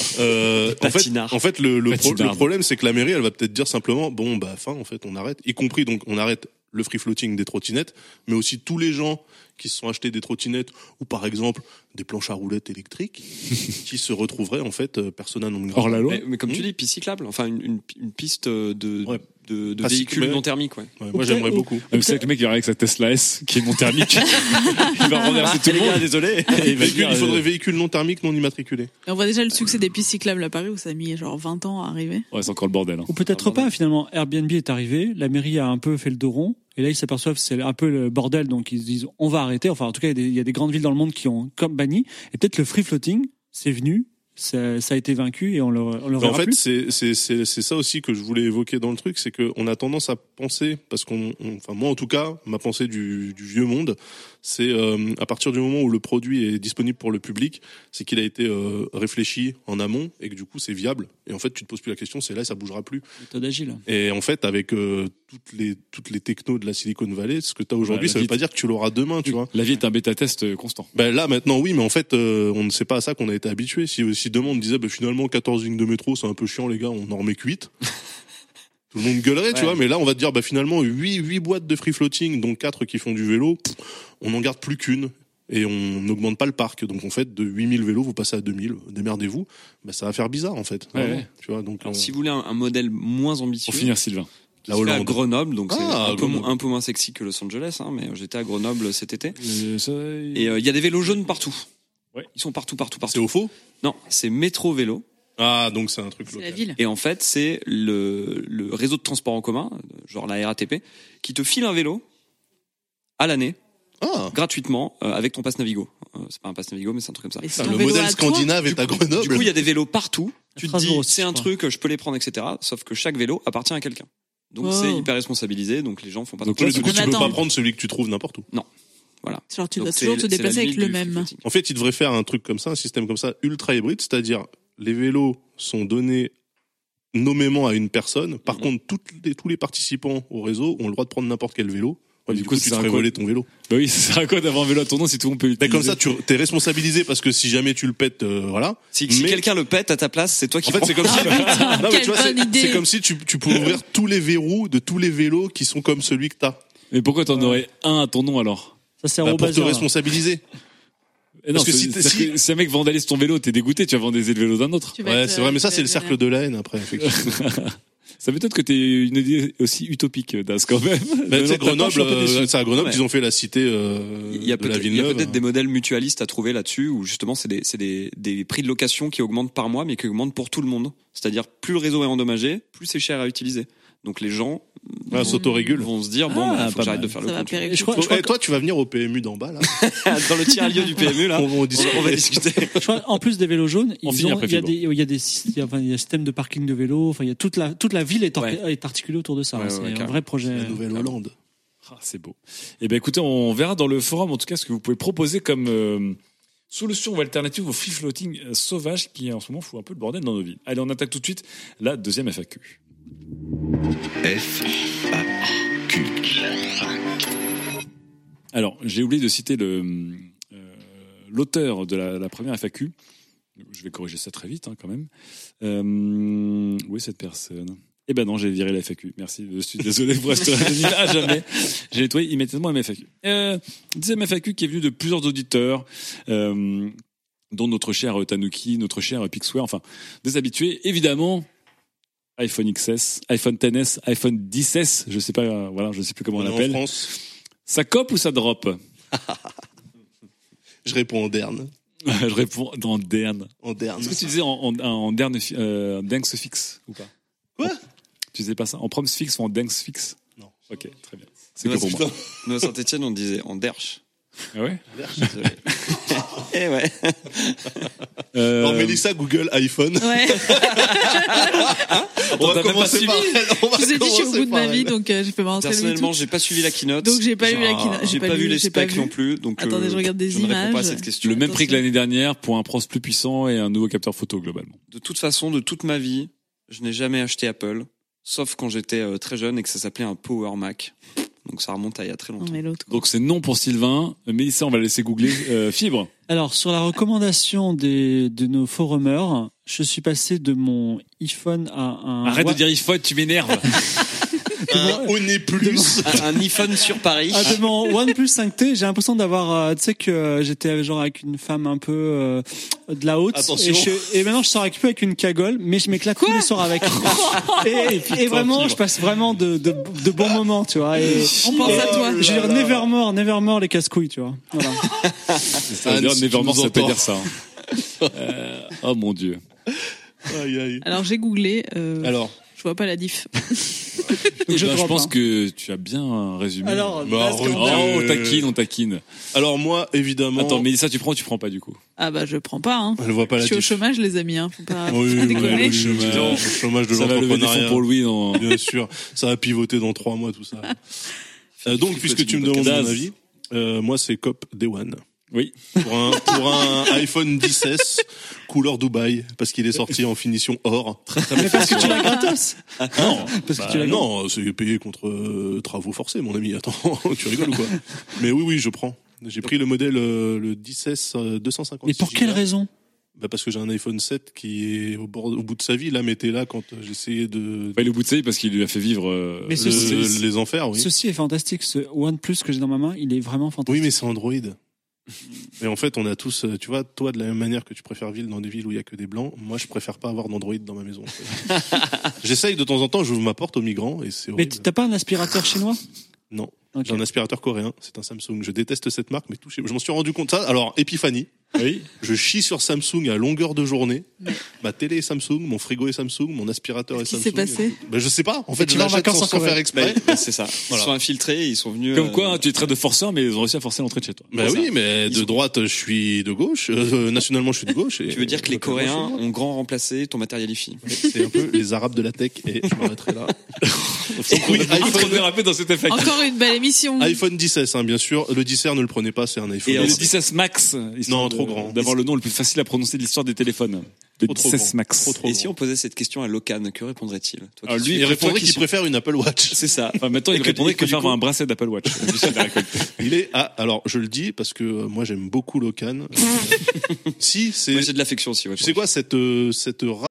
Euh, en fait, Patinards. en fait, le, le, pro- Patinards. le problème, c'est que la mairie, elle va peut-être dire simplement, bon, bah, fin, en fait, on arrête. Y compris donc, on arrête le free floating des trottinettes, mais aussi tous les gens qui se sont achetés des trottinettes ou par exemple des planches à roulettes électriques qui se retrouveraient en fait euh, persona non grata. Hors la loi. Mais, mais comme tu Mmh. dis, piste cyclable, enfin une, une, une piste de, Ouais. de, de Pas véhicules cyclable. non thermiques. Ouais. Ouais, moi, j'aimerais beaucoup. Ah, mais c'est avec le mec qui va avec sa Tesla S, qui est non thermique. Il va renverser tout le les gars, monde. désolé. Et il va Véhicule- dire, il faudrait euh, véhicules non thermiques non immatriculés. Et on voit déjà le succès des pistes cyclables à Paris où ça a mis genre vingt ans à arriver. Ouais, c'est encore le bordel. Hein. Ou peut-être pas, finalement. Airbnb est arrivé, la mairie a un peu fait le dos rond, et là, ils s'aperçoivent que c'est un peu le bordel, donc ils se disent, on va arrêter. Enfin, en tout cas, il y a des, il y a des grandes villes dans le monde qui ont comme banni. Et peut-être le free floating, c'est venu, ça, ça a été vaincu, et on le, on le Mais verra en fait, plus. c'est c'est c'est c'est ça aussi que je voulais évoquer dans le truc, c'est que on a tendance à penser, parce qu'on, on- enfin moi en tout cas, ma pensée du, du vieux monde, c'est euh, à partir du moment où le produit est disponible pour le public, c'est qu'il a été euh, réfléchi en amont et que du coup c'est viable. Et en fait, tu te poses plus la question, c'est là, et ça bougera plus. Méthode agile. Et en fait, avec euh, toutes les toutes les technos de la Silicon Valley, ce que tu as aujourd'hui, Ouais, ça la veut pas vie- dire que tu l'auras demain, tu Oui, vois. La vie est un bêta-test euh, constant. Ben là maintenant oui, mais en fait euh, on ne sait pas à ça qu'on a été habitué. Si si demain on disait ben, finalement quatorze lignes de métro c'est un peu chiant les gars, on en remet que huit. Tout le monde gueulerait, tu Ouais. vois, mais là on va te dire bah finalement huit huit boîtes de free floating dont quatre qui font du vélo, pff, on n'en garde plus qu'une et on n'augmente pas le parc. Donc en fait de huit mille vélos vous passez à deux mille, démerdez-vous. Bah ça va faire bizarre en fait. Ouais, vraiment, ouais. Tu vois, donc Alors, euh, si vous voulez un, un modèle moins ambitieux, Pour finir, Sylvain. qui la se fait à Hollande. Grenoble, donc c'est Ah, un, peu, Grenoble. mo- un peu moins sexy que Los Angeles, hein, mais j'étais à Grenoble cet été. Euh, ça, Et euh, il y a des vélos jaunes partout. Ouais. Ils sont partout, partout, c'est partout. au faux. Non, c'est Métro Vélo. Ah donc c'est un truc C'est local. la ville. Et en fait, c'est le, le réseau de transport en commun, genre la R A T P, qui te file un vélo à l'année, Ah, gratuitement, euh, avec ton passe Navigo. Euh, c'est pas un passe Navigo, mais c'est un truc comme ça. Mais c'est putain, ton le vélo modèle à toi. scandinave est à Grenoble. Du coup, il y a des vélos partout. Tu te Strasbourg dis, aussi, c'est je un crois. truc, je peux les prendre, et cetera. Sauf que chaque vélo appartient à quelqu'un. Donc Wow. c'est hyper responsabilisé, donc les gens font pas Donc de là, Du coup, On tu peux attend. pas prendre celui que tu trouves n'importe où. Voilà. Genre tu Donc, dois c'est- toujours te c'est la déplacer avec limite le du même. free floating. En fait, ils devraient faire un truc comme ça, un système comme ça, ultra hybride, c'est-à-dire les vélos sont donnés nommément à une personne. Par Mhm. contre, toutes les, tous les participants au réseau ont le droit de prendre n'importe quel vélo. Ouais, Et du du coup, coup, tu c'est te un ferais quoi voler ton vélo. Bah oui, ça sert à quoi d'avoir un vélo à ton nom si tout le monde peut Ben, l'utiliser. comme ça, tu es responsabilisé parce que si jamais tu le pètes, euh, voilà. Si, si Mais- quelqu'un le pète à ta place, c'est toi qui En fait, prends. c'est comme si, non, mais Quelle tu vois, c'est, bonne idée. c'est comme si tu, tu pouvais ouvrir tous les verrous de tous les vélos qui sont comme celui que t'as. Mais pourquoi t'en aurais un à ton nom alors? Ça sert Bah, au pour te bazar. responsabiliser. Et non, Parce que c'est- si t'es- c'est-à-dire si- que si un mec vandalise ton vélo, t'es dégoûté, tu vas vandaliser le vélo d'un autre. Tu vas Ouais, être, c'est vrai, mais ça, euh, c'est le cercle de la haine après, effectivement. Ça m'étonne que t'aies une idée aussi utopique, Das, quand même. Ben, tu sais, Non, t'as pas, je Grenoble, suis un peu déçu. euh, c'est à Grenoble Ouais. qu'ils ont fait la cité, euh, Il y a de la peut-être il y a Villeneuve. peut-être des modèles mutualistes à trouver là-dessus où justement c'est des c'est des des prix de location qui augmentent par mois mais qui augmentent pour tout le monde. C'est-à-dire plus le réseau est endommagé, plus c'est cher à utiliser. Donc les gens Ah, vont, s'autorégule. vont se dire Ah, bon bah, faut pas que j'arrête mal. de faire Ça le va compte. périr. Et je crois, je Eh, crois que- toi, tu vas venir au P M U d'en bas, là. Dans le tiers-lieu du P M U là, On va en on va, discuter. on va discuter. je crois, en plus des vélos jaunes, On ils finit ont, après il y a Fibre. des, il y a des, il y a, enfin, il y a un système de parking de vélos. Enfin, il y a toute la, toute la ville est, or- Ouais. est articulée autour de ça. Ouais, hein. ouais, c'est ouais, un carrément. vrai projet. La Nouvelle-Hollande. Ah, c'est beau. Eh ben écoutez, on verra dans le forum en tout cas ce que vous pouvez proposer comme euh, solution ou alternative au free floating euh, sauvage qui en ce moment fout un peu le bordel dans nos villes. Allez, on attaque tout de suite la deuxième F A Q. F A Q. Alors, j'ai oublié de citer le euh, l'auteur de la, la première F A Q. Je vais corriger ça très vite hein, quand même. Euh, où est cette personne? Eh ben non, j'ai viré la F A Q. Merci, je suis désolé, vous resterez anonyme à jamais. J'ai nettoyé immédiatement ma F A Q. Euh, deuxième F A Q qui est venue de plusieurs auditeurs, euh, dont notre cher Tanuki, notre cher Pixware, enfin des habitués. Évidemment, iPhone X S, iPhone X S, iPhone dix S, je sais pas, euh, voilà, je sais plus comment on est en l'appelle. France. Ça cope ou ça drop? Je réponds en derne. Je réponds dans Dern. En derne. Est-ce que tu disais en, en, en Dern, euh, Dern se fixe ou pas? Quoi? Tu sais pas ça? En proms fixe ou en dengs fixe? Non. Ok, très bien. C'est Nous, que pour moi. nous, à Saint-Etienne, on disait en derche. Ah ouais? Désolé. Eh ouais. Euh, Alors, Mélissa, Google, iPhone. Ouais. On va t'as même commencer pas par suivi. elle. On va Je vous ai dit, je suis au commencer bout de par ma elle. vie, donc euh, j'ai fait ma rentrée le Personnellement, week-end. j'ai pas suivi la keynote. Donc j'ai pas eu la Ah, keynote. J'ai pas vu les j'ai pas specs vu. non plus. Donc, Attendez, je regarde des je ne réponds pas à images. cette question. le même prix que Attention. l'année dernière pour un pros plus puissant et un nouveau capteur photo globalement. De toute façon, de toute ma vie, je n'ai jamais acheté Apple, sauf quand j'étais euh, très jeune et que ça s'appelait un Power Mac. Donc ça remonte à il y a très Non, longtemps. mais l'autre. Donc c'est non pour Sylvain. Mélissa, on va la laisser googler. Euh, fibre. Alors, sur la recommandation des, de nos forumers, je suis passé de mon iPhone à un... Arrête Ouais, de dire iPhone, tu m'énerves. Un au nez plus. Un, un iPhone sur Paris. Ah, de mon OnePlus cinq T, j'ai l'impression d'avoir, euh, tu sais que euh, j'étais genre avec une femme un peu euh, de la haute, Attention. et, je, et maintenant je sors avec peu avec une cagole, mais je m'éclate tous les soirs avec. et, et, et vraiment, je passe vraiment de, de, de bons moments, tu vois. Et, On pense à toi. Je veux dire, nevermore, nevermore les casse-couilles, tu vois. Voilà. Ça veut Anne, dire si tu Nevermore, nous ça peut entends. dire ça. hein. Euh, oh mon dieu. Aïe, aïe. Alors j'ai googlé. Euh, Alors, je vois pas la diff. Eh je ben, je drop, pense hein. que tu as bien résumé. Alors, Bah, parce que- oh, on taquine, on taquine. alors moi, évidemment. Attends, Mélissa, tu prends ou tu prends pas du coup? Ah bah je prends pas. Hein. Je vois pas Je la suis au diff. chômage, les amis. Hein. Faut pas, faut Oui, pas oui, déconner. oui, le chômage, le chômage de Ça va lever des fonds l'entrepreneuriat. pour Louis dans... Bien sûr, ça va pivoter dans trois mois, tout ça. Euh, donc, puisque tu me demandes Daz. mon avis, euh, moi, c'est Cop Day One. Oui. Pour un, pour un iPhone dix S couleur Dubaï, parce qu'il est sorti en finition or. Mais parce que tu l'as gratos. Non, Parce que bah tu l'as non, c'est payé contre euh, travaux forcés, mon ami. Attends, tu rigoles ou quoi? Mais oui, oui, je prends. J'ai pris le modèle, euh, le dix S euh, deux cent cinquante-six. Et pour quelle gigas. raison? Bah parce que j'ai un iPhone sept qui est au, bord, au bout de sa vie. Là, m'était là quand j'essayais de Pas le bout de sa vie parce qu'il lui a fait vivre euh, Mais le- ceci- le- les enfers, oui. Ceci est fantastique. Ce OnePlus que j'ai dans ma main, il est vraiment fantastique. Oui, mais c'est Android. Et en fait, on a tous, euh, tu vois, toi, de la même manière que tu préfères vivre dans des villes où il y a que des blancs, moi, je préfère pas avoir d'Android dans ma maison. en fait. J'essaye de temps en temps, j'ouvre ma porte aux migrants et c'est Mais horrible. t'as pas un aspirateur chinois? Non. Ok. J'ai un aspirateur coréen, c'est un Samsung. Je déteste cette marque, mais touché. Je m'en suis rendu compte ça. Alors, épiphanie. Oui. Je chie sur Samsung à longueur de journée. Ma télé est Samsung, mon frigo est Samsung, mon aspirateur est Qu'est-ce qui Samsung. s'est passé? Ben, je sais pas. En fait, tu je vas en l'achète vacances sans, en sans Corée. faire exprès. Bah, c'est ça. Voilà. Ils sont infiltrés, ils sont venus. Comme euh, quoi, hein, tu es très de forceur, mais ils ont réussi à forcer l'entrée de chez toi. Bah C'est oui, ça. mais Ils de sont- droite, je suis de gauche. Euh, nationalement, je suis de gauche. Et Tu veux dire que les localement, je suis Coréens de droite. ont grand remplacé ton matérialifie? C'est un peu les Arabes de la tech et je m'arrêterai là. Donc, oui, on a beaucoup trop iPhone- dérapé dans cet effet. Encore une belle émission. iPhone dix S, hein, bien sûr. Le dix R, ne le prenez pas, c'est un iPhone. Et Et le alors, dix S Max, histoire Non, de- trop grand. D'avoir le nom le plus facile à prononcer de l'histoire des téléphones. Le Trop, trop dix S grand. Max. Trop, trop Et grand. si on posait cette question à Locan, que répondrait-il? Toi qui Alors, lui, suis- Il préfère répondrait qu'il qu'il soit- préfère une Apple Watch. c'est ça. Enfin, maintenant, Et il que- répondrait et que que du faire coup- un bracelet d'Apple Watch. Vu ce qu'il a récolté. Il est à, alors, je le dis parce que euh, moi, j'aime beaucoup Locan. Euh, si, c'est, Moi, j'ai de l'affection aussi. Ouais, tu sais quoi, cette, euh, cette ra-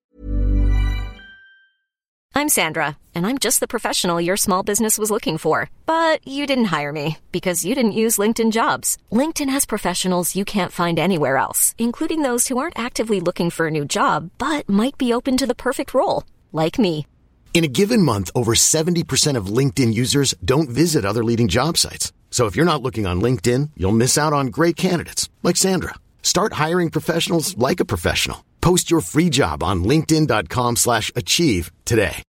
I'm Sandra, and I'm just the professional your small business was looking for. But you didn't hire me because you didn't use LinkedIn Jobs. LinkedIn has professionals you can't find anywhere else, including those who aren't actively looking for a new job, but might be open to the perfect role, like me. In a given month, over seventy percent of LinkedIn users don't visit other leading job sites. So if you're not looking on LinkedIn, you'll miss out on great candidates like Sandra. Start hiring professionals like a professional. Post your free job on linkedin.com slash achieve today.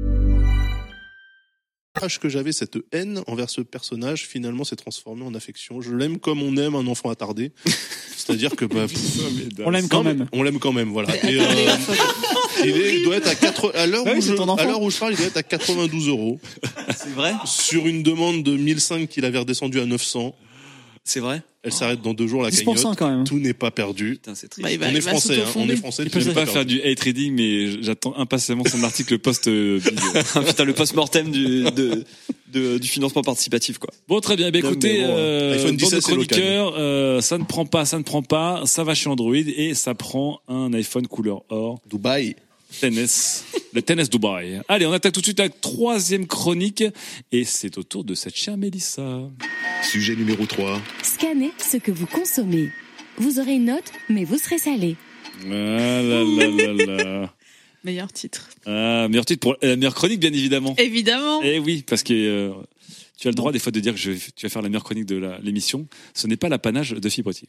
rage que j'avais, cette haine envers ce personnage, finalement, s'est transformée en affection. Je l'aime comme on aime un enfant attardé. C'est-à-dire que, bah, pff, On l'aime quand non, mais même. On l'aime quand même, voilà. Et, euh, il, est- il doit être à quatre, à l'heure Bah oui, où c'est je, ton enfant. à l'heure où je parle, il doit être à quatre-vingt-douze euros. C'est vrai? Sur une demande de mille cinq qu'il avait redescendu à neuf cents. C'est vrai? Elle s'arrête dans deux jours, la dix pour cent cagnotte. quand même. Tout n'est pas perdu. Putain, c'est triste. Bah, il va, On il est va français, hein, on s'autofonder. est français. Je tout peux n'est pas perdu. faire du hate reading, mais j'attends impatiemment son article post euh, vidéo. Putain, le post-mortem du, de, de- du financement participatif, quoi. Bon, très bien. Eh bien, Non, écoutez, mais bon, euh, iPhone bande de dix-sept, c'est local. chroniqueurs, euh, ça ne prend pas, ça ne prend pas, ça va chez Android et ça prend un iPhone couleur or. Dubaï. Tennis, le tennis Dubaï. Allez, on attaque tout de suite la troisième chronique et c'est au tour de cette chère Mélissa. Sujet numéro trois. Scannez ce que vous consommez. Vous aurez une note, mais vous serez salé. Ah là là là là. Meilleur titre. Ah, meilleur titre pour la meilleure chronique, bien évidemment. Évidemment. Eh oui, parce que euh, tu as le droit des fois de dire que je, tu vas faire la meilleure chronique de la- l'émission. Ce n'est pas l'apanage de Fibre Tigre.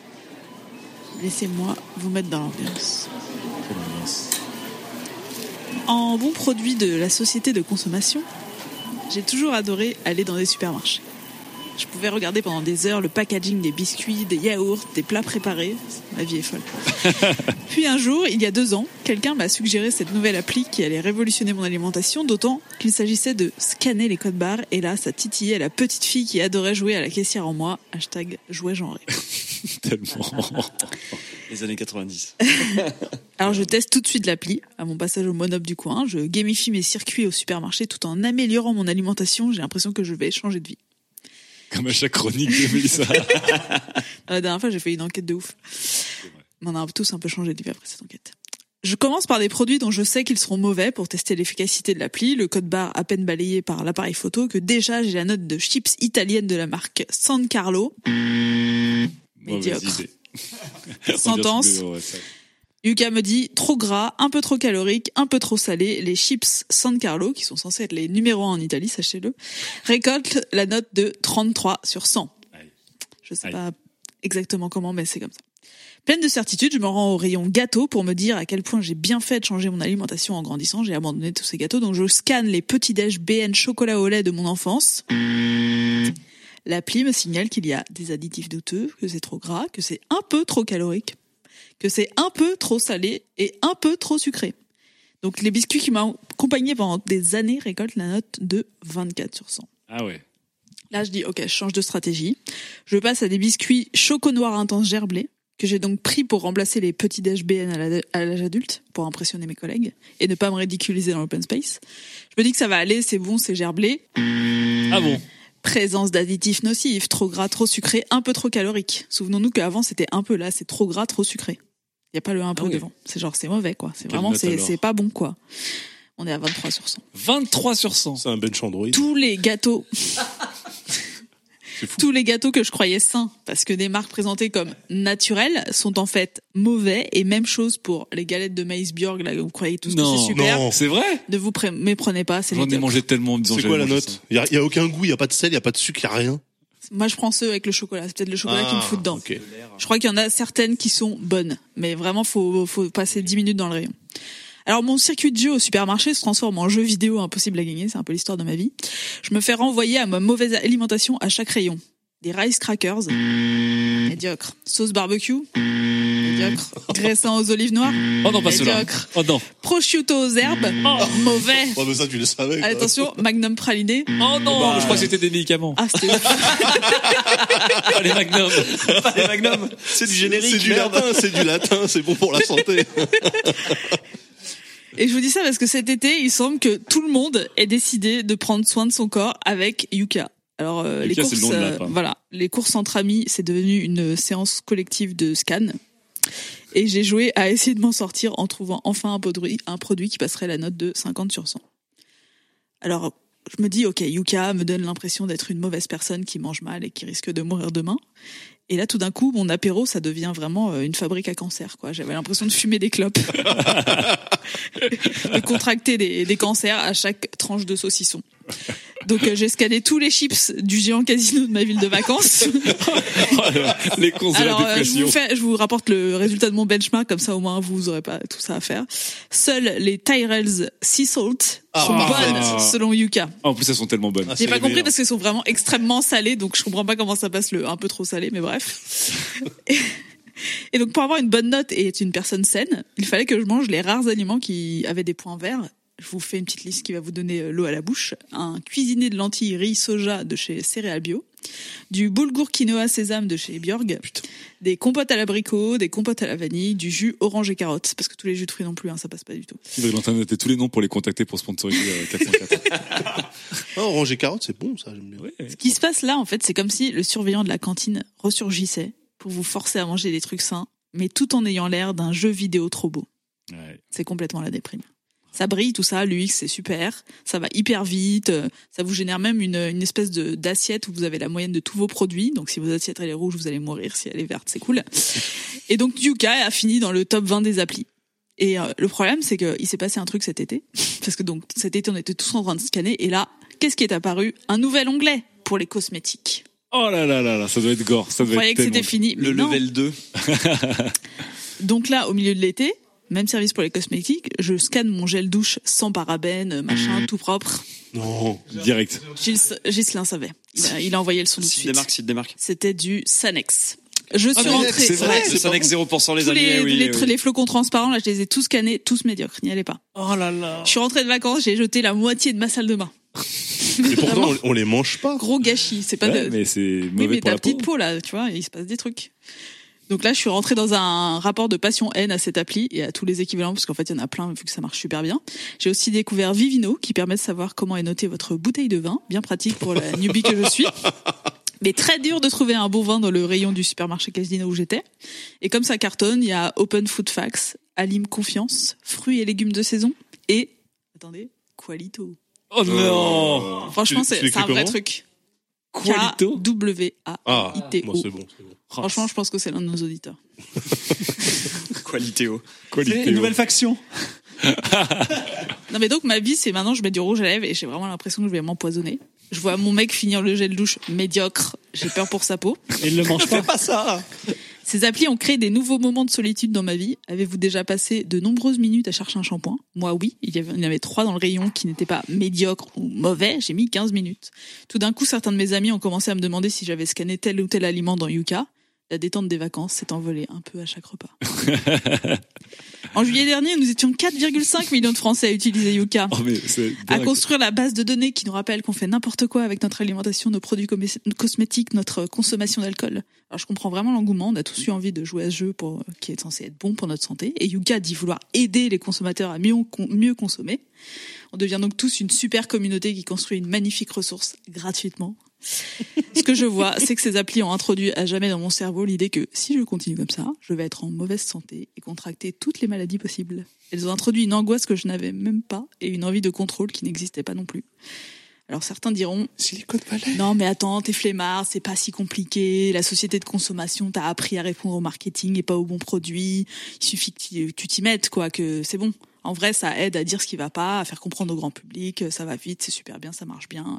Laissez-moi vous mettre dans l'ambiance. En bon produit de la société de consommation, j'ai toujours adoré aller dans des supermarchés. Je pouvais regarder pendant des heures le packaging des biscuits, des yaourts, des plats préparés. Ma vie est folle. Puis un jour, il y a deux ans, quelqu'un m'a suggéré cette nouvelle appli qui allait révolutionner mon alimentation, d'autant qu'il s'agissait de scanner les codes barres. Et là, ça titillait la petite fille qui adorait jouer à la caissière en moi. Hashtag jouet genré. Tellement. Les années quatre-vingt-dix. Alors je teste tout de suite l'appli. À mon passage au Monop du coin, je gamifie mes circuits au supermarché tout en améliorant mon alimentation. J'ai l'impression que je vais changer de vie. Comme à chaque chronique de Mélissa. La dernière fois, j'ai fait une enquête de ouf. On a tous un peu changé de vie après cette enquête. Je commence par des produits dont je sais qu'ils seront mauvais pour tester l'efficacité de l'appli. Le code barre à peine balayé par l'appareil photo que déjà j'ai la note de chips italienne de la marque San Carlo. Mmh, médiocre. Sentence. Yuka me dit trop gras, un peu trop calorique, un peu trop salé. Les chips San Carlo, qui sont censés être les numéros un en Italie, sachez-le, récoltent la note de trente-trois sur cent. Je sais Aïe. pas exactement comment, mais c'est comme ça. Pleine de certitude, je me rends au rayon gâteaux pour me dire à quel point j'ai bien fait de changer mon alimentation en grandissant. J'ai abandonné tous ces gâteaux, donc je scanne les petits déj B N chocolat au lait de mon enfance. L'appli me signale qu'il y a des additifs douteux, que c'est trop gras, que c'est un peu trop calorique, que c'est un peu trop salé et un peu trop sucré. Donc les biscuits qui m'ont accompagné pendant des années récoltent la note de vingt-quatre sur cent. Ah ouais. Là, je dis, ok, je change de stratégie. Je passe à des biscuits choco noir intense gerblé, que j'ai donc pris pour remplacer les petits déj B N à l'âge adulte, pour impressionner mes collègues, et ne pas me ridiculiser dans l'open space. Je me dis que ça va aller, c'est bon, c'est gerblé. Ah bon? Présence d'additifs nocifs, trop gras, trop sucré, un peu trop calorique. Souvenons-nous qu'avant, c'était un peu là, c'est trop gras, trop sucré. Il n'y a pas le un peu ah oui. devant. C'est genre, c'est mauvais, quoi. C'est Quelle vraiment, c'est, c'est pas bon, quoi. On est à vingt-trois sur cent. vingt-trois sur cent. C'est un bench Android. Tous les gâteaux. Tous les gâteaux que je croyais sains, parce que des marques présentées comme naturelles sont en fait mauvais, et même chose pour les galettes de maïs Björg, là, vous croyez tous non, que c'est super. Non, c'est vrai? Ne vous pré- méprenez pas, c'est J'en ai mangé tellement en me disant c'est quoi la note? Il y a, y a aucun goût, il y a pas de sel, il y a pas de sucre, il y a rien. Moi, je prends ceux avec le chocolat. C'est peut-être le chocolat ah, qui me fout dedans. Okay. Je crois qu'il y en a certaines qui sont bonnes, mais vraiment, faut, faut passer dix minutes dans le rayon. Alors, mon circuit de jeu au supermarché se transforme en jeu vidéo impossible à gagner. C'est un peu l'histoire de ma vie. Je me fais renvoyer à ma mauvaise alimentation à chaque rayon. Des rice crackers, mmh. médiocre. Sauce barbecue, mmh. médiocre. Graissant aux olives noires, oh non, pas médiocre. Oh non. Prosciutto aux herbes, mmh. oh, mauvais. Oh, mais ça, tu le savais. Quoi. Attention, Magnum praliné. Oh non, bah, je crois que c'était des médicaments. Ah, c'était pas les Magnum. Pas les Magnum. C'est du générique. C'est du merde. latin, c'est du latin, c'est bon pour la santé. Et je vous dis ça parce que cet été, il semble que tout le monde ait décidé de prendre soin de son corps avec Yuka. Alors euh, les courses, euh, voilà, les courses entre amis, c'est devenu une séance collective de scan. Et j'ai joué à essayer de m'en sortir en trouvant enfin un produit, un produit qui passerait la note de cinquante sur cent. Alors je me dis, ok, Yuka me donne l'impression d'être une mauvaise personne qui mange mal et qui risque de mourir demain. Et là, tout d'un coup, mon apéro, ça devient vraiment une fabrique à cancer, quoi. J'avais l'impression de fumer des clopes, de contracter des, des cancers à chaque tranche de saucisson. Donc euh, j'ai scanné tous les chips du géant casino de ma ville de vacances. Les cons de Alors, la dépression. Euh, je, vous fais, je vous rapporte le résultat de mon benchmark, comme ça au moins vous n'aurez pas tout ça à faire. Seuls les Tyrells Sea Salt ah, sont ah, bonnes ah. selon Yuka. Ah, en plus elles sont tellement bonnes. Ah, j'ai pas compris meilleurs. Parce qu'elles sont vraiment extrêmement salées, donc je comprends pas comment ça passe le un peu trop salé, mais bref. et, et donc pour avoir une bonne note et être une personne saine, il fallait que je mange les rares aliments qui avaient des points verts. Je vous fais une petite liste qui va vous donner l'eau à la bouche. Un cuisiné de lentilles riz soja de chez Céréales Bio, du boulgour quinoa sésame de chez Björg, Putain. Des compotes à l'abricot, des compotes à la vanille, du jus orange et carotte, parce que tous les jus de fruits non plus, hein, ça passe pas du tout. Il va en train de noter tous les noms pour les contacter pour sponsoriser euh, quatre cent quatre. Oh, orange et carotte, c'est bon ça. J'aime bien. Ouais. Ce qui se passe là, en fait, c'est comme si le surveillant de la cantine ressurgissait pour vous forcer à manger des trucs sains, mais tout en ayant l'air d'un jeu vidéo trop beau. Ouais. C'est complètement la déprime. Ça brille, tout ça, l'U X c'est super, ça va hyper vite, ça vous génère même une, une espèce de, d'assiette où vous avez la moyenne de tous vos produits, donc si vos assiettes elle est rouge, vous allez mourir, si elle est verte, c'est cool. Et donc Yuka a fini dans le top vingt des applis. Et euh, le problème, c'est qu'il s'est passé un truc cet été, parce que donc cet été on était tous en train de scanner, et là, qu'est-ce qui est apparu? Un nouvel onglet pour les cosmétiques. Oh là là là là, ça doit être gore, ça doit vous être croyez que tellement... c'était fini? Le non. level deux. Donc là, au milieu de l'été, même service pour les cosmétiques. Je scanne mon gel douche sans parabènes, machin, mmh. tout propre. Non, direct. Gilles, Ghislain savait. Il a, il a envoyé le son tout de suite. Démarque, si démarque. C'était du Sanex. Je suis ah, rentrée. C'est vrai, le Sanex zéro pour cent les amis. Les, oui, les, oui. les flocons transparents, là, je les ai tous scannés, tous médiocres. N'y allez pas. Oh là là. Je suis rentrée de vacances, j'ai jeté la moitié de ma salle de bain. Et pourtant, on, on les mange pas. Gros gâchis. C'est pas ouais, de... mais c'est mauvais oui, mais pour ta la petite peau. peau, là, tu vois, il se passe des trucs. Donc là, je suis rentrée dans un rapport de passion-haine à cette appli et à tous les équivalents, parce qu'en fait, il y en a plein, vu que ça marche super bien. J'ai aussi découvert Vivino, qui permet de savoir comment est notée votre bouteille de vin. Bien pratique pour la newbie que je suis. Mais très dur de trouver un bon vin dans le rayon du supermarché Casino où j'étais. Et comme ça cartonne, il y a Open Food Facts, Alim Confiance, fruits et légumes de saison et, attendez, Qualito. Oh non. Franchement, Tu- c'est tu c'est un l'écris vrai comment truc. Qualito. K W A Ah, I T O. bon, c'est bon, c'est bon. Franchement, je pense que c'est l'un de nos auditeurs. Qualitéo. C'est une nouvelle faction. Non mais donc ma vie c'est maintenant je mets du rouge à lèvres et j'ai vraiment l'impression que je vais m'empoisonner. Je vois mon mec finir le gel douche médiocre, j'ai peur pour sa peau. Et il le mange pas. Pas ça. Ces applis ont créé des nouveaux moments de solitude dans ma vie. Avez-vous déjà passé de nombreuses minutes à chercher un shampoing ? Moi oui, il y avait, il y en avait trois dans le rayon qui n'étaient pas médiocres ou mauvais, j'ai mis quinze minutes. Tout d'un coup, certains de mes amis ont commencé à me demander si j'avais scanné tel ou tel aliment dans Yuka. La détente des vacances s'est envolée un peu à chaque repas. En juillet dernier, nous étions quatre virgule cinq millions de Français à utiliser Yuka. Oh, mais c'est À dingue. construire la base de données qui nous rappelle qu'on fait n'importe quoi avec notre alimentation, nos produits comé- cosmétiques, notre consommation d'alcool. Alors je comprends vraiment l'engouement, on a tous eu envie de jouer à ce jeu pour, qui est censé être bon pour notre santé. Et Yuka dit vouloir aider les consommateurs à mieux, mieux consommer. On devient donc tous une super communauté qui construit une magnifique ressource gratuitement. Ce que je vois, c'est que ces applis ont introduit à jamais dans mon cerveau l'idée que si je continue comme ça, je vais être en mauvaise santé et contracter toutes les maladies possibles. Elles ont introduit une angoisse que je n'avais même pas et une envie de contrôle qui n'existait pas non plus. Alors certains diront Silicon Valley. non mais attends, t'es flemmard, c'est pas si compliqué, la société de consommation t'a appris à répondre au marketing et pas aux bons produits, il suffit que tu t'y mettes quoi, que c'est bon. En vrai, ça aide à dire ce qui va pas, à faire comprendre au grand public, ça va vite, c'est super bien, ça marche bien.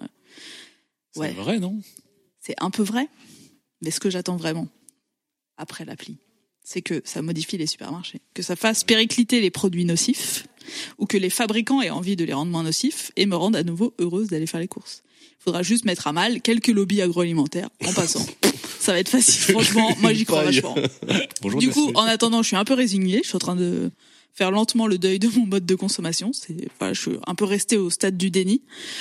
C'est vrai, non ? C'est un peu vrai, mais ce que j'attends vraiment, après l'appli, c'est que ça modifie les supermarchés, que ça fasse péricliter les produits nocifs, ou que les fabricants aient envie de les rendre moins nocifs et me rendent à nouveau heureuse d'aller faire les courses. Il faudra juste mettre à mal quelques lobbies agroalimentaires en passant. Ça va être facile, franchement, moi j'y crois vachement. Bonjour, Du coup, Nestlé. en attendant, je suis un peu résignée, je suis en train de faire lentement le deuil de mon mode de consommation. C'est, voilà, je suis un peu restée au stade du déni.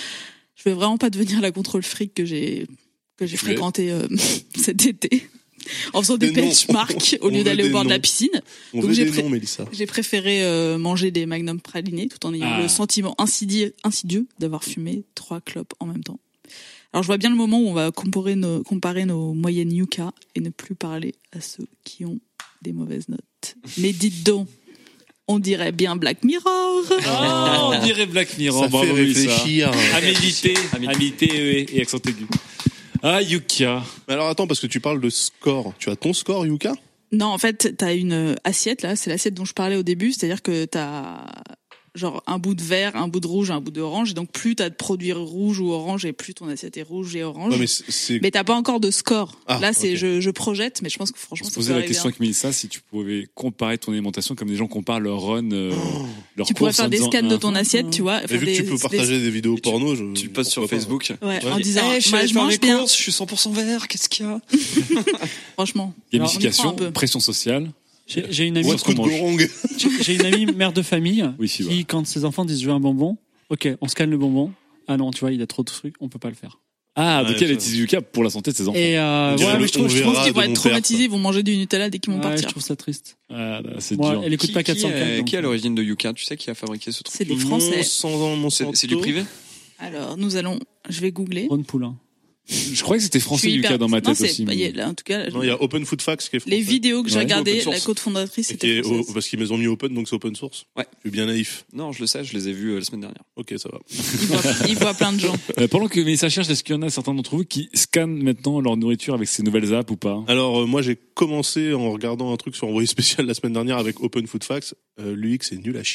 Je vais vraiment pas devenir la contrôle fric que j'ai que j'ai Tu l'es. fréquenté euh, cet été en faisant des Des noms. benchmarks au On lieu veut d'aller au des bord de la noms. piscine. On Donc veut j'ai des pré- noms, Mélissa. J'ai préféré euh, manger des Magnum pralinés tout en ayant Ah. le sentiment insidieux, insidieux d'avoir fumé trois clopes en même temps. Alors je vois bien le moment où on va comparer nos, comparer nos moyennes Yuka et ne plus parler à ceux qui ont des mauvaises notes. Mais dites donc, on dirait bien Black Mirror. Oh, on dirait Black Mirror. Ça bravo, fait Mélissa. réfléchir. À méditer, à méditer et, et accent aigu. Ah, Yuka. Mais alors attends, parce que tu parles de score. Tu as ton score, Yuka ? Non, en fait, t'as une assiette là, c'est l'assiette dont je parlais au début, c'est-à-dire que t'as genre un bout de vert, un bout de rouge, un bout d'orange, et donc plus t'as de produits rouges ou orange, et plus ton assiette est rouge et orange. Non, mais mais c'est- c'est. t'as pas encore de score. Ah, là, c'est ok. je, je projette, mais je pense que On franchement, se ça posait peut la arriver, question hein. avec Mélissa si tu pouvais comparer ton alimentation comme des gens comparent leur run, euh, leur Tu pourrais course faire en des disant, scans de ah, ton assiette, tu vois. Mais faire vu que des- tu peux des- partager des vidéos Et tu- porno, je. Tu le postes sur pourquoi pas. Ouais, Facebook. Ouais. en disant, Eh, je suis moi allé je faire mange mes bien. courses, je suis cent pour cent vert, qu'est-ce qu'il y a? Franchement. On y Gamification, croit un peu. pression sociale. J'ai j'ai une amie, Ouais, What's good qu'on mange. gorong. j'ai j'ai une amie mère de famille Oui, si, qui, bah. quand ses enfants disent je veux un bonbon, ok, on scanne le bonbon. Ah non, tu vois, il a trop de trucs, on peut pas le faire. Ah, donc Ouais, elle ça- utilise Yuka pour la santé de ses enfants. Et euh, On dirait ouais, le- mais je trouve, on je Je trouve, pense verra qu'ils vont de être mon père, traumatisés, ça. ils vont manger du Nutella dès qu'ils vont ouais, je partir. trouve ça triste. Ah, là, c'est Moi, dur. elle écoute Qui, pas qui, quatre cent est- quatre. donc, qui est à euh, l'origine de Yuka? Tu sais qui a fabriqué ce truc? C'est des Français. Monsanto, C'est Monsanto. c'est du privé? Alors, nous allons, je vais googler. Ron Poulain. Je croyais que c'était Je français suis Yuka hyper- dans ma non, tête c'est- aussi. bah, mais- il y a- là, en tout cas, Non, il y a Open Food Facts qui est français. les vidéos que j'ai Ouais. regardées, Open la source. cofondatrice, Et qui c'était est au- française. parce qu'ils les ont mis open, donc c'est open source. Ouais. Je suis bien naïf. Non, je le sais, je les ai vus euh, la semaine dernière. Ok, ça va. Ils voient, ils voient plein de gens. Euh, pendant que Mélissa cherche, est-ce qu'il y en a certains d'entre vous qui scannent maintenant leur nourriture avec ces nouvelles apps ou pas? Alors euh, moi j'ai commencé en regardant un truc sur Envoyé spécial la semaine dernière avec Open Food Facts. Euh, L'U X est nul à chier. hein.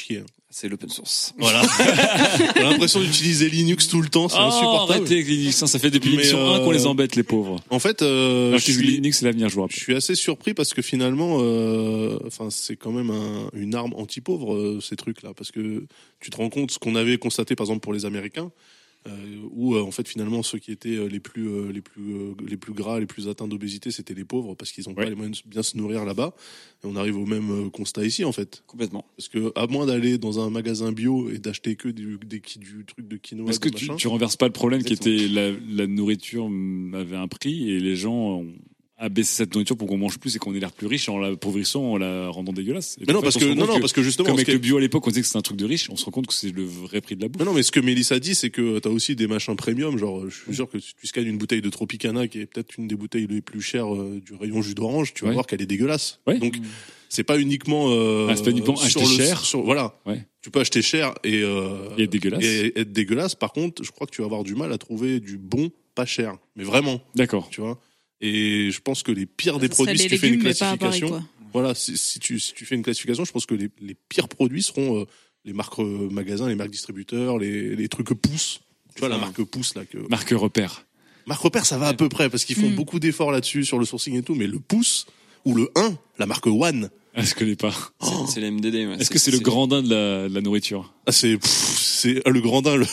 C'est l'open source. Voilà. J'ai l'impression d'utiliser Linux tout le temps, c'est Oh, insupportable. arrêtez avec Linux, ça fait depuis Mais, l'émission euh, un qu'on les embête, les pauvres. En fait, euh, Alors je que suis Linux, c'est l'avenir, je vous Je rappelle. suis assez surpris parce que finalement, euh, enfin, c'est quand même un, une arme anti-pauvre, euh, ces trucs-là, parce que tu te rends compte ce qu'on avait constaté, par exemple, pour les Américains, euh, où euh, en fait, finalement, ceux qui étaient euh, les plus, euh, les plus, euh, les plus gras, les plus atteints d'obésité, c'était les pauvres, parce qu'ils n'ont Ouais. pas les moyens de bien se nourrir là-bas. Et on arrive au même euh, constat ici, en fait, Complètement. parce que à moins d'aller dans un magasin bio et d'acheter que du, des, du truc de quinoa, Est-ce que de tu, machin, tu renverses pas le problème qui Exactement. était la, la nourriture hum, avait un prix et les gens ont abaissé cette nourriture pour qu'on mange plus et qu'on ait l'air plus riche en l'appauvrissant, en la rendant dégueulasse. Et mais non, en fait, parce on se que rend non, compte non, parce que justement, comme ce avec qui est- le bio à l'époque, on disait que c'était un truc de riche, on se rend compte que c'est le vrai prix de la bouffe. Non, non, mais ce que Mélissa dit, c'est que t'as aussi des machins premium. Genre, je suis sûr que si tu scannes une bouteille de Tropicana, qui est peut-être une des bouteilles les plus chères euh, du rayon jus d'orange, tu vas Ouais. voir qu'elle est dégueulasse. Ouais. Donc, c'est pas uniquement. Euh, Ah, c'est pas uniquement sur acheter le- cher. sur- voilà. Ouais. Tu peux acheter cher et, euh, Et être dégueulasse. et être dégueulasse. Par contre, je crois que tu vas avoir du mal à trouver du bon, pas cher. Mais vraiment, D'accord. tu vois. Et je pense que les pires des Ça serait produits, si les tu fais une légumes, mais pas à Paris, classification, quoi. voilà, si, si tu si tu fais une classification, je pense que les, les pires produits seront euh, les marques euh, magasins, les marques distributeurs, les, les trucs pouces. Tu vois, la ça. marque pouce là que Marque repère. marque repère, ça va à peu près parce qu'ils font Mm. beaucoup d'efforts là-dessus sur le sourcing et tout, mais le pouce ou le un, la marque One, Ah, je connais pas. C'est, c'est les M D D. Ouais. Est-ce que c'est le grandin de la, de la nourriture? ah, c'est pff, c'est ah, le grandin, le,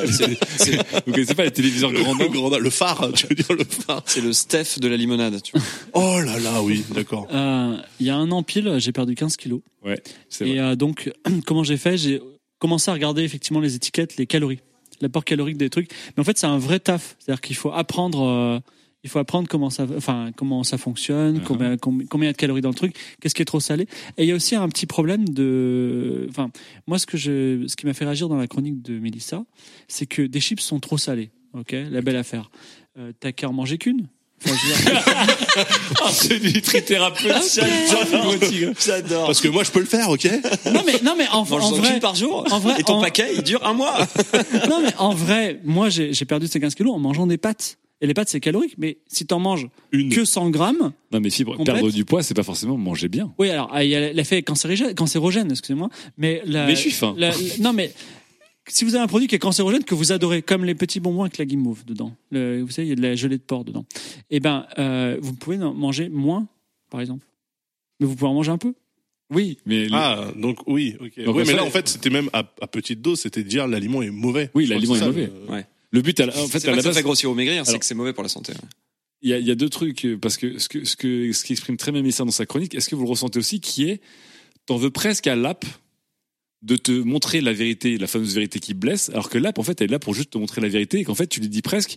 Vous connaissez pas les téléviseurs grandins? le grandin, le phare, tu veux dire le phare. C'est le Steph de la limonade. Tu vois. Oh là là, oui, d'accord. Euh, Il y a un an pile, j'ai perdu quinze kilos. Ouais, c'est Et vrai. euh, donc, comment j'ai fait? J'ai commencé à regarder effectivement les étiquettes, les calories, l'apport calorique des trucs. Mais en fait, c'est un vrai taf. C'est-à-dire qu'il faut apprendre, euh, il faut apprendre comment ça, enfin, comment ça fonctionne, Uh-huh. combien, com- combien il y a de calories dans le truc, qu'est-ce qui est trop salé. Et il y a aussi un petit problème de, enfin, moi, ce que je, ce qui m'a fait réagir dans la chronique de Mélissa, c'est que des chips sont trop salés. Ok, la belle affaire. Euh, t'as qu'à en manger qu'une. Enfin, je veux dire- Ah, c'est du trithérapeute. J'adore. J'adore. Parce que moi, je peux le faire, ok? non mais, non mais en, Mange en vrai, par jour. en vrai, Et ton en- paquet, il dure un mois. non mais en vrai, moi j'ai j'ai perdu ces quinze kilos en mangeant des pâtes. Et les pâtes c'est calorique, mais si t'en manges Une. que cent grammes, Non, mais fibre, Complète. perdre du poids, c'est pas forcément manger bien. oui alors ah, il y a l'effet cancérigène, cancérogène, excusez-moi, mais la, Les juifs, hein. la- la- non mais si vous avez un produit qui est cancérogène que vous adorez, comme les petits bonbons avec la guimauve dedans, le, vous savez il y a de la gelée de porc dedans, et ben euh, vous pouvez en manger moins, par exemple, mais vous pouvez en manger un peu. Oui, mais Ah, donc oui, ok. Donc, oui, mais ça, là, en fait, c'était même à, à petite dose, c'était de dire l'aliment est mauvais. Oui, Je crois l'aliment que c'est est ça, mauvais. le- Ouais. le but, à la- en fait, C'est à pas la que ça base, fait grossir ou maigrir, c'est Alors- que c'est mauvais pour la santé. ouais. il y a, il y a deux trucs, euh, parce que ce que, ce que, ce qui exprime très bien Mélissa dans sa chronique, est-ce que vous le ressentez aussi, qui est, t'en veux presque à l'app de te montrer la vérité, la fameuse vérité qui blesse, alors que l'app, en fait, elle est là pour juste te montrer la vérité, et qu'en fait, tu lui dis presque,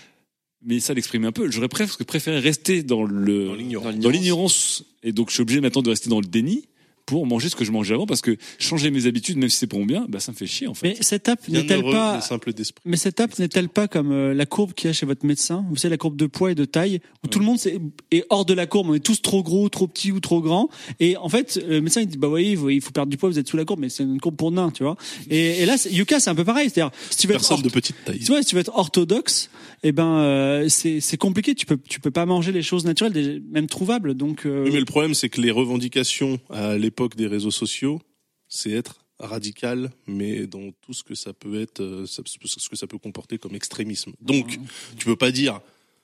mais ça l'exprime un peu, j'aurais presque préféré rester dans le, Dans l'ignorance. dans l'ignorance, et donc je suis obligé maintenant de rester dans le déni, pour manger ce que je mangeais avant, parce que changer mes habitudes, même si c'est pour mon bien, bah, ça me fait chier, en fait. Mais cette app Bien n'est-elle heureux, pas mais simple d'esprit. Mais cette app n'est-elle pas comme euh, la courbe qu'il y a chez votre médecin? Vous savez, la courbe de poids et de taille, où tout le monde est, est hors de la courbe, on est tous trop gros, trop petits ou trop grands. Et en fait, le médecin il dit, bah voyez, il faut, il faut perdre du poids, vous êtes sous la courbe, mais c'est une courbe pour nains, tu vois. Et, et là, c'est- Yuka, c'est un peu pareil. C'est-à-dire, si tu veux être, Personne de ortho- petite taille. tu vois, si tu veux être orthodoxe, eh ben, euh, c'est, c'est compliqué. Tu peux, tu peux pas manger les choses naturelles, des- même trouvables. Donc, euh, Oui, mais le problème, c'est que les revendications à l'époque des réseaux sociaux, c'est être radical, mais dans tout ce que ça peut être, euh, ça- ce que ça peut comporter comme extrémisme. Donc, tu peux pas dire,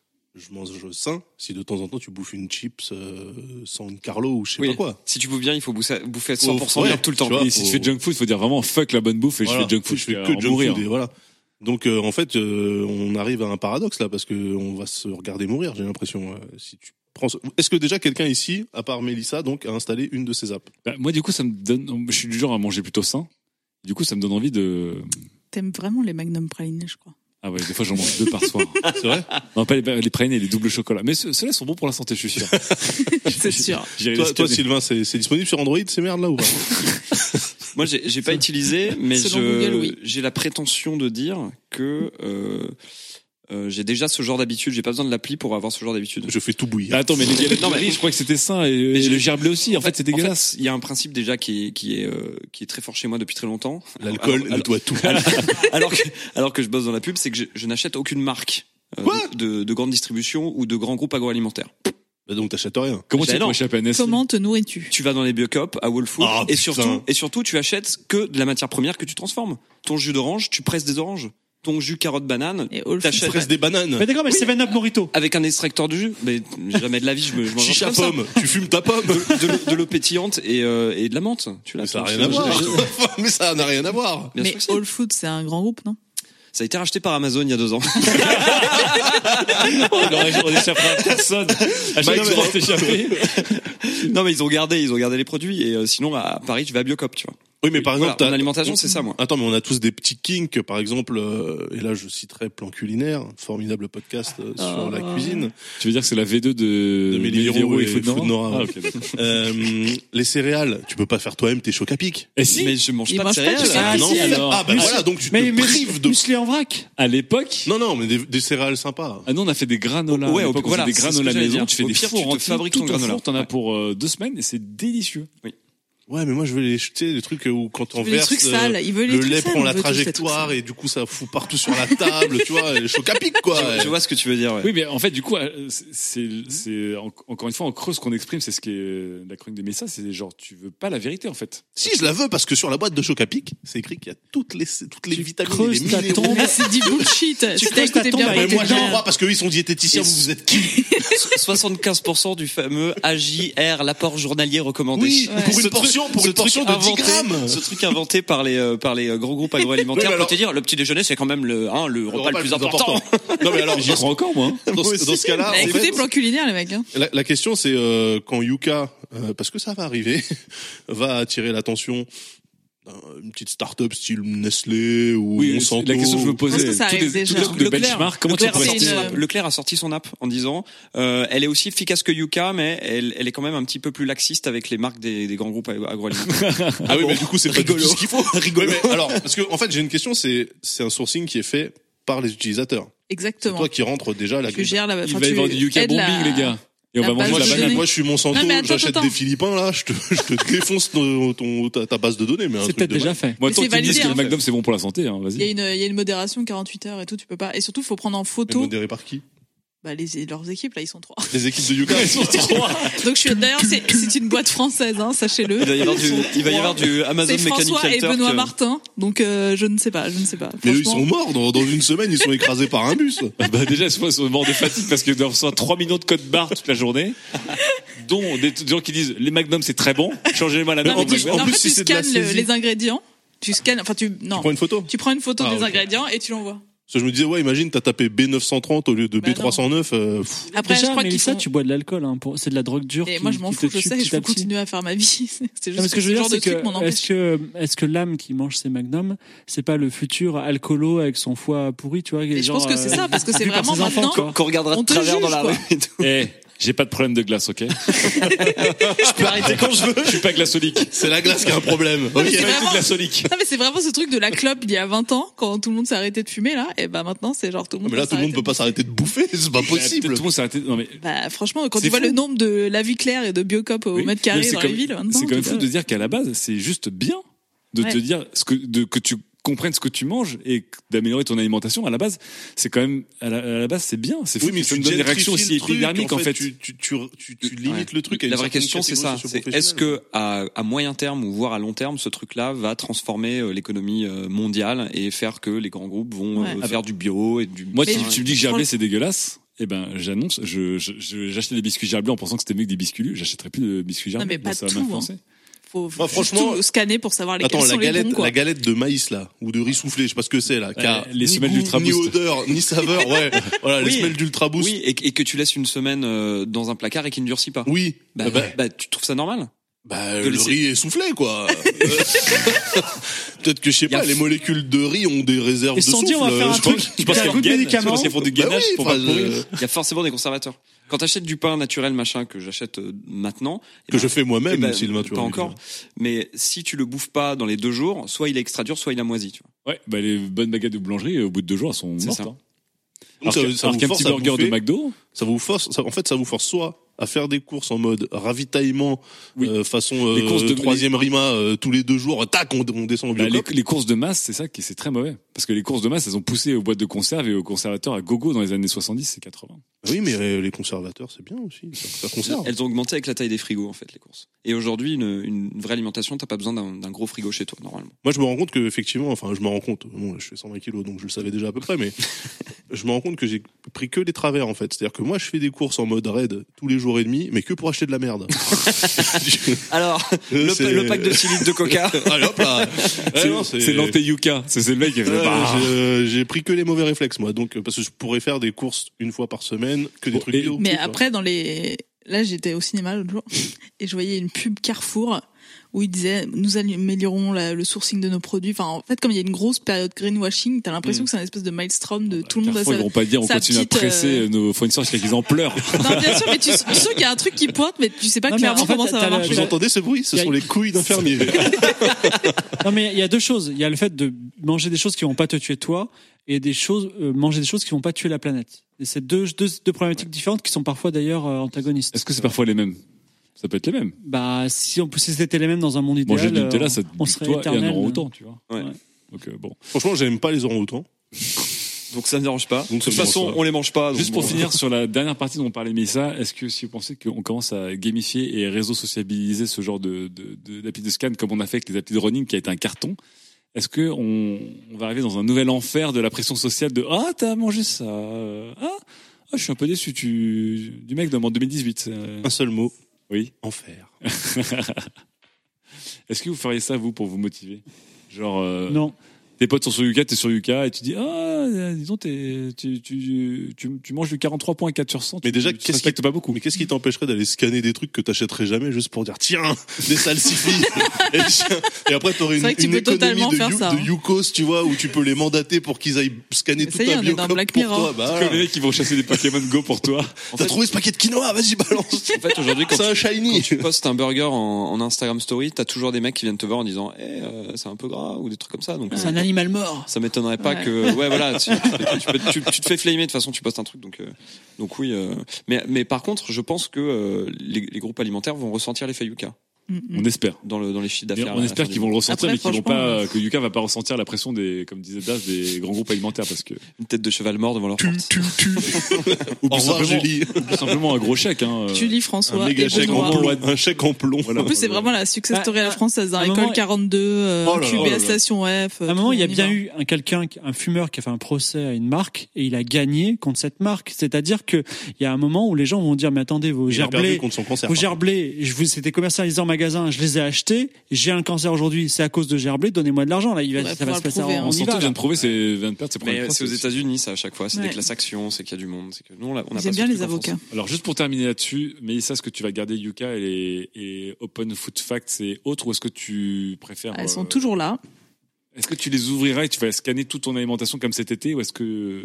je mange sain, si de temps en temps tu bouffes une chips euh, sans une Carlo ou je sais Oui. pas quoi. Si tu bouffes bien, il faut bouffer bouffer cent pour cent Ouais, bien tout le temps. tu vois. Et si tu faut- fais junk food, il faut dire vraiment fuck la bonne bouffe et Voilà. je fais junk food, je fais vais que en junk mourir. food et voilà. Donc euh, en fait, euh, on arrive à un paradoxe là parce que on va se regarder mourir. J'ai l'impression. Euh, si tu prends, est-ce que déjà quelqu'un ici, à part Mélissa, donc a installé une de ces apps? Bah, moi, du coup, ça me donne. Je suis du genre à manger plutôt sain. Du coup, ça me donne envie de. T'aimes vraiment les Magnum pralinés, je crois. Ah ouais, des fois, j'en mange deux par soir. C'est vrai? Non, pas les, les pralinés, les doubles chocolats. Mais ceux- ceux-là sont bons pour la santé, je suis sûr. C'est sûr. J'irai les Toi, toi scanner. Sylvain, c'est c'est disponible sur Android ces merdes là ou pas? Moi, j'ai, j'ai pas utilisé, mais Selon je, Google, oui. j'ai la prétention de dire que euh, euh, j'ai déjà ce genre d'habitude. J'ai pas besoin de l'appli pour avoir ce genre d'habitude. Je fais tout bouillir. Ah, attends, mais les galettes Non, de mais- riz, je crois que c'était sain. Et, Mais et j'ai- le gerblé aussi. En, fait, c'est dégueulasse. Il y a un principe déjà qui est qui est euh, qui est très fort chez moi depuis très longtemps. L'alcool Alors- alors- nettoie tout. alors, alors que alors que je bosse dans la pub, c'est que je, je n'achète aucune marque euh, Quoi de, de grande distribution ou de grands groupes agroalimentaires. Bah donc t'achètes rien. Comment Bah tu non. peux échapper à Nestlé? Comment te nourris-tu? Tu vas dans les Biocop, à Whole Foods, Ah, et putain. surtout, et surtout, tu achètes que de la matière première que tu transformes. Ton jus d'orange, tu presses des oranges. Ton jus carotte banane, Et Whole Foods. t'achètes Presse des bananes. Mais d'accord, mais seven up Morito. avec un extracteur de jus. Mais jamais de la vie, je me, je mange Chicha comme ça. pomme. Tu fumes ta pomme. De, l'eau- de l'eau pétillante et, euh, et de la menthe. Tu l'as. Mais ça n'a tu- rien à je- voir. je- Mais ça n'a rien à voir. Bien Mais sûr que si. Whole Foods, c'est un grand groupe, non? Ça a été racheté par Amazon il y a deux ans. On aurait- on échappera à personne. À chaque Mike fois, Drop. on t'échappait. Non, mais ils ont gardé, ils ont gardé les produits. Et euh, sinon, à Paris, tu vas à Biocop, tu vois. Oui, mais par Voilà, exemple, en t'as- alimentation, c'est ça, moi. Attends, mais on a tous des petits kinks, par exemple, euh, et là je citerai Plan Culinaire, formidable podcast euh, sur la cuisine, Tu veux dire que c'est la V deux de, de Mélie Véraud et Food Food Nora. Ah, ok, d'accord. Euh, les céréales, tu peux pas faire toi-même tes chocs à pic. Et si, Mais je mange Ils pas de mangent pas de céréales. céréales. Ah, non, si, alors. ah bah Mais voilà, c'est- donc tu te Mais, mais prives de... muesli en vrac. à l'époque, Non, non, mais des, des céréales sympas. ah, nous, on a fait des granolas. Ouais, à l'époque, on voilà, faisait des c'est ce que granolas j'allais maison. dire. Tu fais Au des pire, fours tu te entiers, fabriques tout ton au granola. four, t'en as Ouais. pour euh, deux semaines et c'est délicieux. Ouais, mais moi je veux les jeter, les trucs où quand on Les verse, trucs sales, il veut les le trucs lait sales, prend on la veut tous ces trucs trajectoire sales. et du coup ça fout partout sur la table, tu vois, les chocs à pic quoi. Je vois ce que tu veux dire, ouais. Oui, mais en fait, du coup, euh, c'est, c'est, c'est en- encore une fois, en creux, ce qu'on exprime, c'est ce qui est euh, la chronique de Messa, c'est genre, tu veux pas la vérité, en fait. Si je la veux parce que sur la boîte de chocs à pic, c'est écrit qu'il y a toutes les toutes les Tu vitamines, et creuses les ta minéraux. tombe. Mais c'est du bullshit. Si t'as creuses ta écouté tombe bien avec Mais Planète moi j'y Terre. crois parce qu'eux ils sont diététiciens, Et- vous vous êtes qui? soixante-quinze pour cent du fameux A J R, l'apport journalier recommandé. Oui, Ouais. pour Ce une portion, truc- pour ce une truc portion de dix inventé- grammes. Ce truc inventé par les euh, par les euh, gros groupes agroalimentaires Oui, mais pour alors- te dire le petit déjeuner c'est quand même le hein, le repas le plus important. Non mais alors, J'y dans, crois encore, moi. hein. dans ce, dans ce cas-là, Bah, en écoutez, fait, plan culinaire, les mecs. Hein. la, la question c'est euh, quand Yuka, euh, parce que ça va arriver, va attirer l'attention d'une petite start-up style Nestlé ou Oui, Monsanto. la question que je me Je pense posais, que ça tous arrive les, déjà. tous les trucs de Leclerc- benchmark, comment tu Leclerc, pourrais a sorti C'est son une- app, Leclerc a sorti son app en disant euh, elle est aussi efficace que Yuka mais elle, elle est quand même un petit peu plus laxiste avec les marques des, des grands groupes agro- agroalimentaires. Ah oui, mais du coup, c'est pas du Rigolo. tout ce qu'il faut. Rigolo. Ouais, mais alors, parce que, en fait, j'ai une question, c'est, c'est un sourcing qui est fait par les utilisateurs. C'est Exactement. toi qui rentre déjà la Tu gères la. Il enfin, va y tu avoir du Yuka aides bombing, la- les gars. Et on la va manger base de la de banane. données. Moi, je suis Monsanto, Non, mais attends, j'achète attends. des Philippins, là, je te, je te défonce ton, ton- ta, ta base de données, mais un C'est truc peut-être de déjà malade. fait. Moi, Mais tant c'est qu'ils disent validé, que le hein. McDo, c'est bon pour la santé, hein, Il y a vas-y. une, il y a une modération quarante-huit heures et tout, tu peux pas. Et surtout, faut prendre en Mais photo. modéré par qui? Bah, les, leurs équipes, là, ils sont trois. Les équipes de Yuka. Donc, je suis, d'ailleurs, c'est, c'est une boîte française, hein, sachez-le. Il va y avoir du il va y avoir du Amazon C'est Mechanical François et Turk. Benoît euh, Martin. Donc, euh, je ne sais pas, je ne sais pas. Mais eux, ils Franchement. sont morts. Dans, dans une semaine, ils sont écrasés par un bus. Bah, déjà, souvent, ils sont morts de fatigue parce qu'ils doivent recevoir trois millions de codes barres toute la journée. Dont des, des gens qui disent, les McDonald's, c'est très bon. Changez-moi la Non, note mais au tu, McDonald's. en plus, fait, si tu c'est de la scannes le- saisie. les ingrédients. Tu scannes, enfin, tu, non. Tu prends une photo? Tu prends une photo Ah, des ok. ingrédients et tu l'envoies. Parce que je me disais, ouais, imagine, t'as tapé B neuf cent trente au lieu de Bah B trois cent neuf. euh, pff. Après, Déjà, je crois qu'ils Mélissa, font. tu bois de l'alcool, hein, pour... c'est de la drogue dure. Et qui- moi, je m'en qui fous, te je tue sais, petit je à veux petit. continuer à faire ma vie. C'est juste Non, mais ce que je ce veux dire, genre de c'est truc m'en que, empêche. est-ce que, est-ce que l'âme qui mange ses magnums, c'est pas le futur alcoolo avec son foie pourri, tu vois? Et je pense que c'est ça, parce que c'est vu par vraiment ses enfants, maintenant. quoi. qu'on regardera On de te travers juge, dans la quoi. rue et tout. Eh, j'ai pas de problème de glace, ok? Je peux arrêter quand je veux. Je suis pas glaçolique. C'est la glace qui a un problème. Ok. C'est Pas vraiment- du glaçolique. Non, mais c'est vraiment ce truc de la clope d'il y a vingt ans, quand tout le monde s'est arrêté de fumer, là. Et bah, maintenant, c'est genre tout le monde. Mais là, va tout le monde peut pas s'arrêter de bouffer. C'est pas Bah, peut-être possible. Tout le monde s'est arrêté. Non, mais. Bah, franchement, quand C'est tu vois fou. le nombre de La Vie Claire et de Biocop au Oui. mètre Mais carré c'est dans comme- les villes, maintenant. C'est quand même tu fou vois. de dire qu'à la base, c'est juste bien de te Ouais. dire ce que, de, que tu comprennes ce que tu manges et d'améliorer ton alimentation. À la base, c'est quand même, à la, à la base, c'est bien. C'est fou. Oui, mais ça tu me donne des réactions gentrifies aussi le truc, épidermiques, en fait. Tu, tu, tu, tu, tu limites Ouais. le truc à une La vraie certaine question, c'est ça. catégorie C'est est-ce socio-professionnelle. que à, à moyen terme ou voire à long terme, ce truc-là va transformer euh, l'économie euh, mondiale et faire que les grands groupes vont Ouais. euh, faire du bio et du. Moi, Mais tu, je- tu me dis que Gerblé, c'est dégueulasse. Eh ben, j'annonce, je, je, je- j'achetais des biscuits Gerblé en pensant que c'était mieux que des biscuits. J'achèterai plus de biscuits Gerblé. Non, mais pas Bon, ça va tout, m'influencer. Faut, faut Moi, franchement- tout scanner pour savoir lesquels Attends, sont la les galette, bons, quoi. la galette de maïs là, ou de riz soufflé, je sais pas ce que c'est là, qui a les ni semelles goût, d'Ultra ni Boost. odeur, ni saveur, ouais. Voilà, les Oui. semelles d'Ultra Boost. Oui, et, et que tu laisses une semaine euh, dans un placard et qui ne durcit pas. Oui. Bah, Bah, bah, bah, tu trouves ça normal? bah, de le laisser- riz est soufflé, quoi. Peut-être que, je sais Y a pas, les molécules de riz ont des réserves Et de sans souffle. dire, on va faire un je truc pense- Tu penses qui a qu'elles un goût de gainent? Tu médicament. penses qu'elles font du Bah gainage oui, pour pas enfin, pourrir? euh, Il y a forcément des conservateurs. Quand tu achètes du pain naturel, machin, que j'achète euh, maintenant. eh que ben, je fais moi-même, eh ben, Sylvain, tu pas vois. encore. Mais si tu le bouffes pas dans les deux jours, soit il est extra dur, soit il a moisi, tu vois. Ouais, bah, les bonnes baguettes de boulangerie, au bout de deux jours, elles sont C'est mortes. ça. hein. Donc, Alors, que- ça, ça alors vous qu'un force petit à burger bouffer, de McDo, ça vous force, ça- en fait, ça vous force soit à faire des courses en mode ravitaillement, Oui. euh, façon Les courses euh, de- troisième Rima, euh, tous les deux jours, tac, on, on descend au Bah, Biocop. les, les courses de masse, c'est ça qui c'est très mauvais. Parce que les courses de masse, elles ont poussé aux boîtes de conserve et aux conservateurs à gogo dans les années soixante-dix et quatre-vingts. Oui, mais euh, les conservateurs, c'est bien aussi, ça, ça conserve. Elles ont augmenté avec la taille des frigos, en fait, les courses. Et aujourd'hui, une, une vraie alimentation, t'as pas besoin d'un, d'un gros frigo chez toi, normalement. Moi, je me rends compte que effectivement, enfin, je me rends compte. Bon, je fais cent vingt kilos, donc je le savais déjà à peu près, mais je me rends compte que j'ai pris que les travers, en fait. C'est-à-dire que moi, je fais des courses en mode raid tous les jours et demi, mais que pour acheter de la merde. Alors, le, C'est- le pack de six litres de coca. Allez, hop là. Ouais, C'est, non, c'est l'anté-Yuka. C'est, c'est le mec qui fait Ouais, bah. j'ai, euh, j'ai pris que les mauvais réflexes, moi. Donc, euh, parce que je pourrais faire des courses une fois par semaine, que des Bon, trucs et- bio. Mais tu vois. après, dans les, là, j'étais au cinéma l'autre jour et je voyais une pub Carrefour où il disait nous améliorons la- le sourcing de nos produits. Enfin, en fait, comme il y a une grosse période greenwashing, t'as l'impression Mm. que c'est un espèce de maelstrom de tout le monde à Carrefour, sa... ils vont pas dire on sa continue petite, à presser euh, nos fournisseurs jusqu'à qu'ils en pleurent. Non, bien sûr, mais tu, tu sens qu'il y a un truc qui pointe, mais tu sais pas Non, mais clairement en fait, comment ça t'as va le- marcher. Vous entendez ce bruit? Ce Il y a- sont les couilles d'un fermier. Non, mais il y a deux choses. Il y a le fait de manger des choses qui vont pas te tuer toi et des choses, euh, manger des choses qui vont pas tuer la planète. Et c'est deux, deux, deux problématiques différentes qui sont parfois d'ailleurs euh, antagonistes. Est-ce que c'est parfois les mêmes? Ça peut être les mêmes. Bah, si on si c'était les mêmes dans un monde idéal, Manger du Nutella, euh, ça te on bute serait toi et un éternel. orang-outan, tu vois. Ouais. Ouais. Donc, euh, bon. Franchement, j'aime pas les orang-outans. Donc ça ne dérange pas. Donc De ça toute me façon, dérange pas. on les mange pas. donc Juste pour bon. finir sur la dernière partie dont on parlait Mélissa, est-ce que si vous pensez qu'on commence à gamifier et réseau sociabiliser ce genre de, de, de, d'appli de scan comme on a fait avec les applis de running qui a été un carton, est-ce que on, on va arriver dans un nouvel enfer de la pression sociale de ah t'as mangé ça euh, ah, ah je suis un peu déçu tu du mec de en deux mille dix-huit euh, Un seul mot. oui. Enfer. Est-ce que vous feriez ça vous pour vous motiver genre euh, Non. tes potes sont sur Yuka, t'es sur Yuka et tu dis ah euh, disons t'es, tu, tu, tu, tu manges du quarante-trois virgule quatre sur cent. Mais tu, déjà, tu qu'est-ce respectes qui- pas beaucoup. Mais qu'est-ce qui t'empêcherait d'aller scanner des trucs que t'achèterais jamais juste pour dire tiens, des salsifis et, tiens. Et après t'aurais C'est une, vrai que tu une peux économie totalement de, faire you- ça, de hein. Yukos, tu vois, où tu peux les mandater pour qu'ils aillent scanner Ça toute y est, ta on est dans biocop Black pour Mirror. toi. Bah, Comme voilà. les mecs qui vont chasser des Pokémon Go pour toi. T'as trouvé ce paquet de quinoa, vas-y balance. En fait, aujourd'hui, quand C'est un tu, shiny. quand tu postes un burger en, en Instagram Story, t'as toujours des mecs qui viennent te voir en disant eh, euh, c'est un peu gras ou des trucs comme ça. Donc C'est un animal mort. ça m'étonnerait pas Ouais. que ouais voilà tu, tu, peux- tu- tu te fais flamer de toute façon tu postes un truc donc euh, donc oui euh, mais mais par contre je pense que euh, les, les groupes alimentaires vont ressentir l'effet Yuka Mm, mm. On espère. dans le dans les chiffres Mais d'affaires. on à espère faire qu'ils des- vont le ressentir, Après, mais qu'ils vont franchement, pas, euh, que Yuka va pas ressentir la pression des, comme disait Daz, des grands groupes alimentaires parce que, une tête de cheval mort devant leur Tu, porte. tu, tu. ou Au plus revoir, simplement, Julie. ou plus simplement un gros chèque, hein. euh, Julie, Un François méga et chèque Benoît. en plomb. Un chèque en plomb. Voilà. En plus, c'est vraiment la success story à la Bah, française, dans à un l'école moment- quarante-deux, euh, Oh là là, Q B oh là là. S Station F. À un moment, il y a bien eu un quelqu'un, qui- un fumeur qui a fait un procès à une marque et il a gagné contre cette marque. C'est-à-dire que il y a un moment où les gens vont dire mais attendez vos Il a perdu gerblés, contre son cancer. vos gerblés, je vous c'était commercialisé en magasin, je les ai achetés, j'ai un cancer aujourd'hui, c'est à cause de gerblés, donnez-moi de l'argent là, il va, Ouais, ça va faut se passer le prouver, en hein. on on y s'entend va. vient là. de prouver, c'est, vient de perdre ses premiers Mais procès c'est aux aussi. États-Unis ça à chaque fois, c'est Ouais. des classes actions, c'est qu'il y a du monde, c'est que nous on a, on a J'aime pas bien ce les truc en avocats. France. Alors juste pour terminer là-dessus, Mélissa, est-ce que tu vas garder Yuka et, les, et Open Food Facts et autres, ou est-ce que tu préfères Elles sont euh, toujours là. Est-ce que tu les ouvriras et tu vas scanner toute ton alimentation comme cet été, ou est-ce que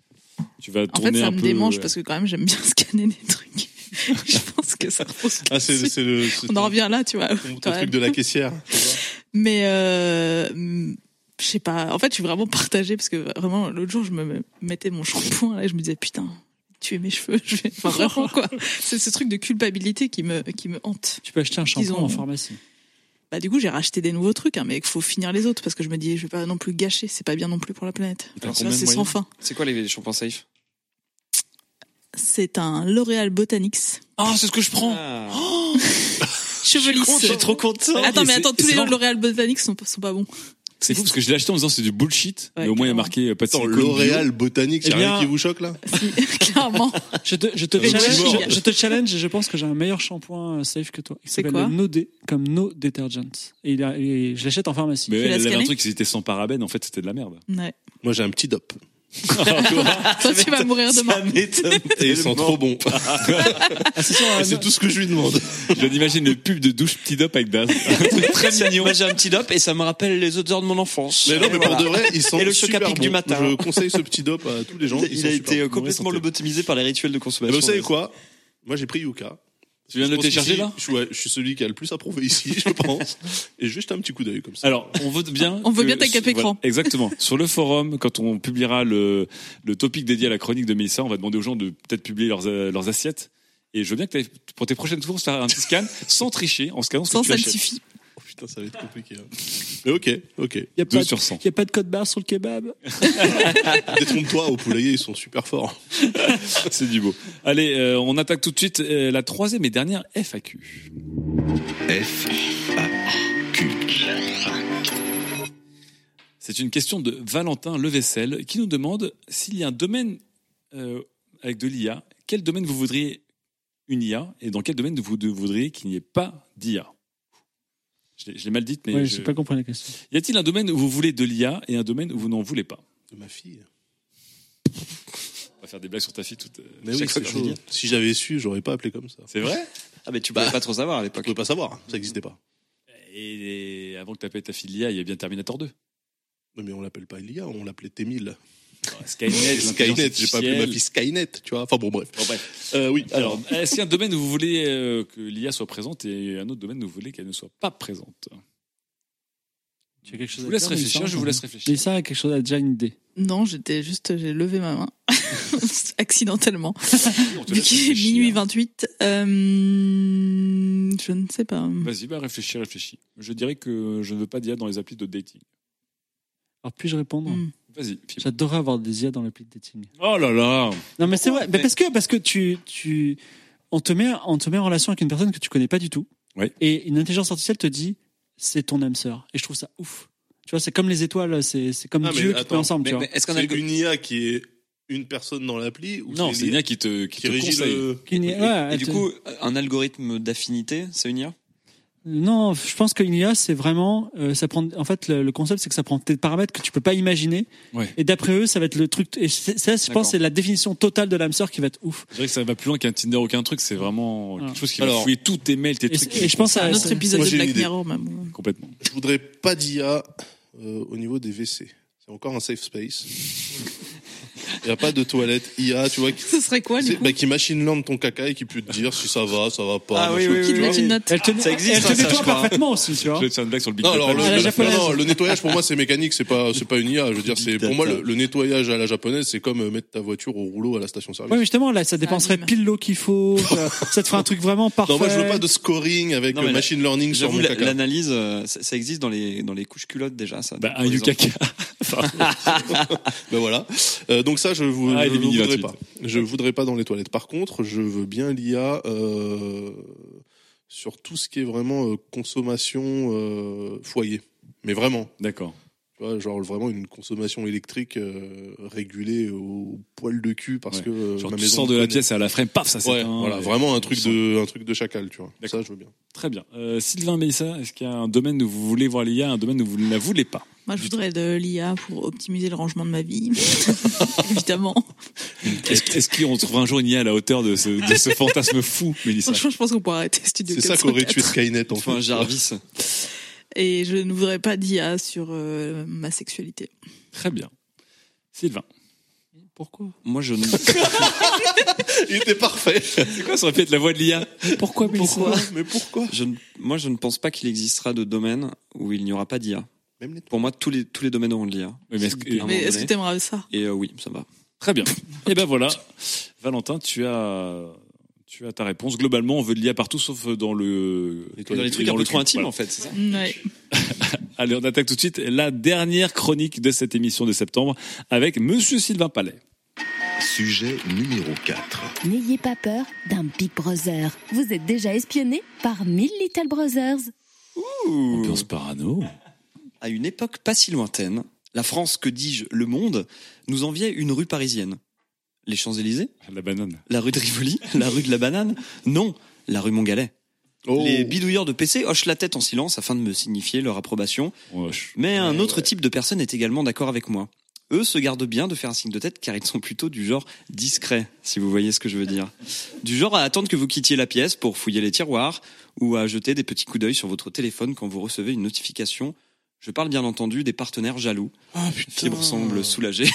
tu vas En tourner fait, ça un me peu démange ouais. parce que quand même, j'aime bien scanner des trucs. Je pense que ça repose. Ah, c'est, là-dessus. c'est le, c'est On en ton- revient là, tu vois. ton- ton quand truc même. de la caissière. tu vois. Mais euh, hum, je sais pas. En fait, je suis vraiment partagée parce que vraiment, l'autre jour, je me mettais mon shampoing là, et je me disais putain, tuer mes cheveux. Je vais... Enfin, vraiment quoi. C'est ce truc de culpabilité qui me qui me hante. Tu peux acheter un shampoing Ils ont- en pharmacie. Bah du coup, j'ai racheté des nouveaux trucs, hein, mais il faut finir les autres parce que je me dis, je vais pas non plus gâcher. C'est pas bien non plus pour la planète. T'as Alors, ça, combien de c'est sans moyens fin. C'est quoi les shampoings safe? C'est un L'Oréal Botanics. Ah, c'est ce que je prends. Ah. Chevelice. Je suis trop content. Attends, Et mais c'est- attends, et tous c'est les marrant. L'Oréal Botanics sont, sont pas bons. C'est fou parce que je l'ai acheté en disant c'est du bullshit, Ouais, mais au moins il y a carrément. marqué euh, pas de Attends, silicone bio. L'Oréal botanique, Eh c'est rien bien- qui vous choque là? Si, clairement. Je te, je te Ah, challenge, mort. je, je te challenge et je pense que j'ai un meilleur shampoing euh, safe que toi. Il C'est s'appelle quoi le No Day, comme No Detergent. Et, il a, et je l'achète en pharmacie. Mais Tu elle l'as avait un scanné truc, c'était sans parabènes, en fait c'était de la merde. Ouais. Moi, j'ai un petit dop. Toi, tu vas mourir demain. Et ils sont trop bons. Ah, c'est sûr, Et euh, c'est tout ce que je lui demande. Je viens d'imaginer le pub de douche petit dop avec Daz. Un truc très mignon. Moi j'ai un petit dop et ça me rappelle les odeurs de mon enfance. Mais non, Et mais voilà. pour de vrai, ils sont Et le super choc à pic bons. du matin. Je conseille ce petit dop à tous les gens. Ils Il sont a super été euh, bons. complètement santé. lobotomisé par les rituels de Eh consommation. ben, vous savez quoi? Moi, j'ai pris Yuka. Tu viens de Je le pense télécharger qu'ici, là je, suis- ouais, je suis celui qui a le plus approuvé ici, je pense. Et juste un petit coup d'œil comme ça. Alors, on veut bien. On veut que- bien ta cap écran. voilà, exactement. Sur le forum, quand on publiera le, le topic dédié à la chronique de Mélissa, on va demander aux gens de peut-être publier leurs, euh, leurs assiettes Et je veux bien que tu pour tes prochaines courses, faire un petit scan sans tricher, en scannant ce Sans que tu achètes. salsifis. Oh putain, ça va être compliqué. Hein. Mais ok, ok. Il y a deux pas sur cent. Il y a pas de code barre sur le kebab. Détrompe-toi, au poulailler, ils sont super forts. C'est du beau. Allez, euh, on attaque tout de suite euh, la troisième et dernière F A Q. F A Q. C'est une question de Valentin Levaisselle qui nous demande s'il y a un domaine euh, avec de l'I A, quel domaine vous voudriez une I A et dans quel domaine vous voudriez qu'il n'y ait pas d'I A. Je l'ai, je l'ai mal dit, mais Ouais, je... j'ai pas compris la question. Y a-t-il un domaine où vous voulez de l'I A et un domaine où vous n'en voulez pas? De ma fille. On va faire des blagues sur ta fille toute. euh, Mais oui, chaque fois c'est que je chaud. dis. Si j'avais su, j'aurais pas appelé comme ça. C'est vrai? Ah, mais tu pouvais Bah, pas trop savoir à Je l'époque. pouvais pas savoir, ça existait pas. Et, et avant que tu appelles ta fille l'I A, il y a bien Terminator deux. Non, mais on l'appelle pas L'I A, on l'appelait T mille. Skynet, Skynet, j'ai pas appelé ma fille Skynet, tu vois. Enfin bon, bref. Bon, bref. Euh, oui, Alors, alors, est-ce qu'il y a un domaine où vous voulez euh, que l'I A soit présente et un autre domaine où vous voulez qu'elle ne soit pas présente? Tu as quelque Je chose vous à laisse dire, réfléchir, Mélissa, je vous laisse réfléchir. Lisa a quelque chose, a déjà une idée. Non, j'étais juste, j'ai levé ma main. Accidentellement. On te Vu laisse qu'il est réfléchir. minuit vingt-huit, euh, je ne sais pas. Vas-y, bah réfléchis, réfléchis. Je dirais que je ne veux pas d'I A dans les applis de dating. Alors, puis-je répondre Hmm. Vas-y, Philippe. J'adorerais avoir des I A dans l'appli de dating. Oh là là. Non, mais c'est vrai. Mais parce que, parce que tu, tu, on te met, on te met en relation avec une personne que tu connais pas du tout. Ouais. Et une intelligence artificielle te dit, c'est ton âme sœur. Et je trouve ça ouf. Tu vois, c'est comme les étoiles, c'est, c'est comme Ah, mais Dieu qui attends, peut ensemble, Mais, tu vois. mais est-ce qu'on a c'est le- une I A qui est une personne dans l'appli ou Non, c'est une I A qui te, qui qui te régit conseille. le... Qu'une- Et, ouais, et elle du te- coup, un algorithme d'affinité, c'est une I A? Non, je pense qu'une I A, c'est vraiment, euh, ça prend, en fait, le, le concept, c'est que ça prend des paramètres que tu peux pas imaginer. Ouais. Et d'après eux, ça va être le truc, et c'est- ça, je D'accord. pense, c'est la définition totale de l'âme sœur qui va être ouf. Je dirais que ça va plus loin qu'un Tinder ou qu'un truc, c'est vraiment Ah. quelque chose qui Alors, va fouiller tous tes mails, tes Et, trucs. et je pense C'est à un autre épisode moi, de j'ai une Black idée. Mirror, mais bon. Complètement. Je voudrais pas d'I A euh, au niveau des W C. C'est encore un safe space. Il n'y a pas de toilette I A, tu vois, qui, Ce serait quoi, du c'est- coup? bah, qui machine learn ton caca et qui peut te dire si ça va, ça va pas. Ah oui, machin, oui, tu Qui oui, te vois. met une note. Elle te, Ça existe, elle te ça, ça, nettoie je crois. parfaitement aussi, tu vois. Je vais te faire une blague sur le Big Non, Data. alors le, À la le- japonaise. non, non, le nettoyage pour moi c'est mécanique, c'est pas c'est pas une I A. Je veux dire, c'est pour moi le, le nettoyage à la japonaise, c'est comme euh, mettre ta voiture au rouleau à la station-service. Ouais, mais justement, là, ça dépenserait anime. pile l'eau qu'il faut. ça, ça te ferait un truc vraiment parfait. Non, moi je veux pas de scoring avec Non, euh, mais la- machine learning sur J'avoue, mon la- caca. l'analyse, euh, ça, ça existe dans les, dans les couches culottes déjà, ça. Bah, pour un les Yukaka. Ben voilà. Euh, donc ça, je vous, Ah, je il est ne mini voudrais vingt-huit. pas. Je voudrais pas dans les toilettes. Par contre, je veux bien l'I A euh, sur tout ce qui est vraiment euh, consommation euh, foyer. Mais vraiment, D'accord. tu vois, genre vraiment une consommation électrique euh, régulée au poil de cul parce Ouais. que euh, Genre, ma tu maison sors de la connaît. pièce et à la frame, paf, ça Ouais, s'éteint. voilà, Et- vraiment un truc tu de un truc de chacal, tu vois. D'accord. Ça, je veux bien. Très bien. Euh, Sylvain, Mélissa, est-ce qu'il y a un domaine où vous voulez voir l'I A, un domaine où vous ne la voulez pas? Moi, je voudrais de l'I A pour optimiser le rangement de ma vie. Évidemment. Est-ce, est-ce qu'on trouvera un jour une I A à la hauteur de ce, de ce fantasme fou, Mélissa? Franchement, je pense qu'on pourrait arrêter Studio C'est ça qu'aurait tué Skynet en Enfin, un fait. Jarvis. Et je ne voudrais pas d'I A sur euh, ma sexualité. Très bien. Sylvain. Pourquoi Moi, je ne. Il était parfait. C'est quoi, ça aurait pu être la voix de l'I A? Pourquoi Pourquoi Mais pourquoi Je ne, moi, je ne pense pas qu'il existera de domaine où il n'y aura pas d'I A. Même les Pour moi, tous les, tous les domaines auront de l'I A. Oui, mais est-ce que- À un moment Mais est-ce que donné. t'aimerais ça? Et euh, oui, ça va. Très bien. Et ben voilà. Valentin, tu as, tu as ta réponse. Globalement, on veut de l'I A partout, sauf dans le, Dans les trucs un dans peu le trop cul. intimes, Voilà. en fait, c'est ça. Ouais. Allez, on attaque tout de suite la dernière chronique de cette émission de septembre avec Monsieur Sylvain Palais. Sujet numéro quatre. N'ayez pas peur d'un Big Brother. Vous êtes déjà espionné par mille Little Brothers. Ambiance parano. À une époque pas si lointaine, la France, que dis-je, le monde, nous enviait une rue parisienne. Les Champs-Élysées? La banane. La rue de Rivoli? La rue de la Banane? Non, la rue Montgalet. Oh. Les bidouilleurs de P C hochent la tête en silence afin de me signifier leur approbation. Oh, je- Mais un Ouais, autre ouais. type de personne est également d'accord avec moi. Eux se gardent bien de faire un signe de tête car ils sont plutôt du genre discret, si vous voyez ce que je veux dire. Du genre à attendre que vous quittiez la pièce pour fouiller les tiroirs ou à jeter des petits coups d'œil sur votre téléphone quand vous recevez une notification. Je parle bien entendu des partenaires jaloux Ah qui putain. me semblent soulagés.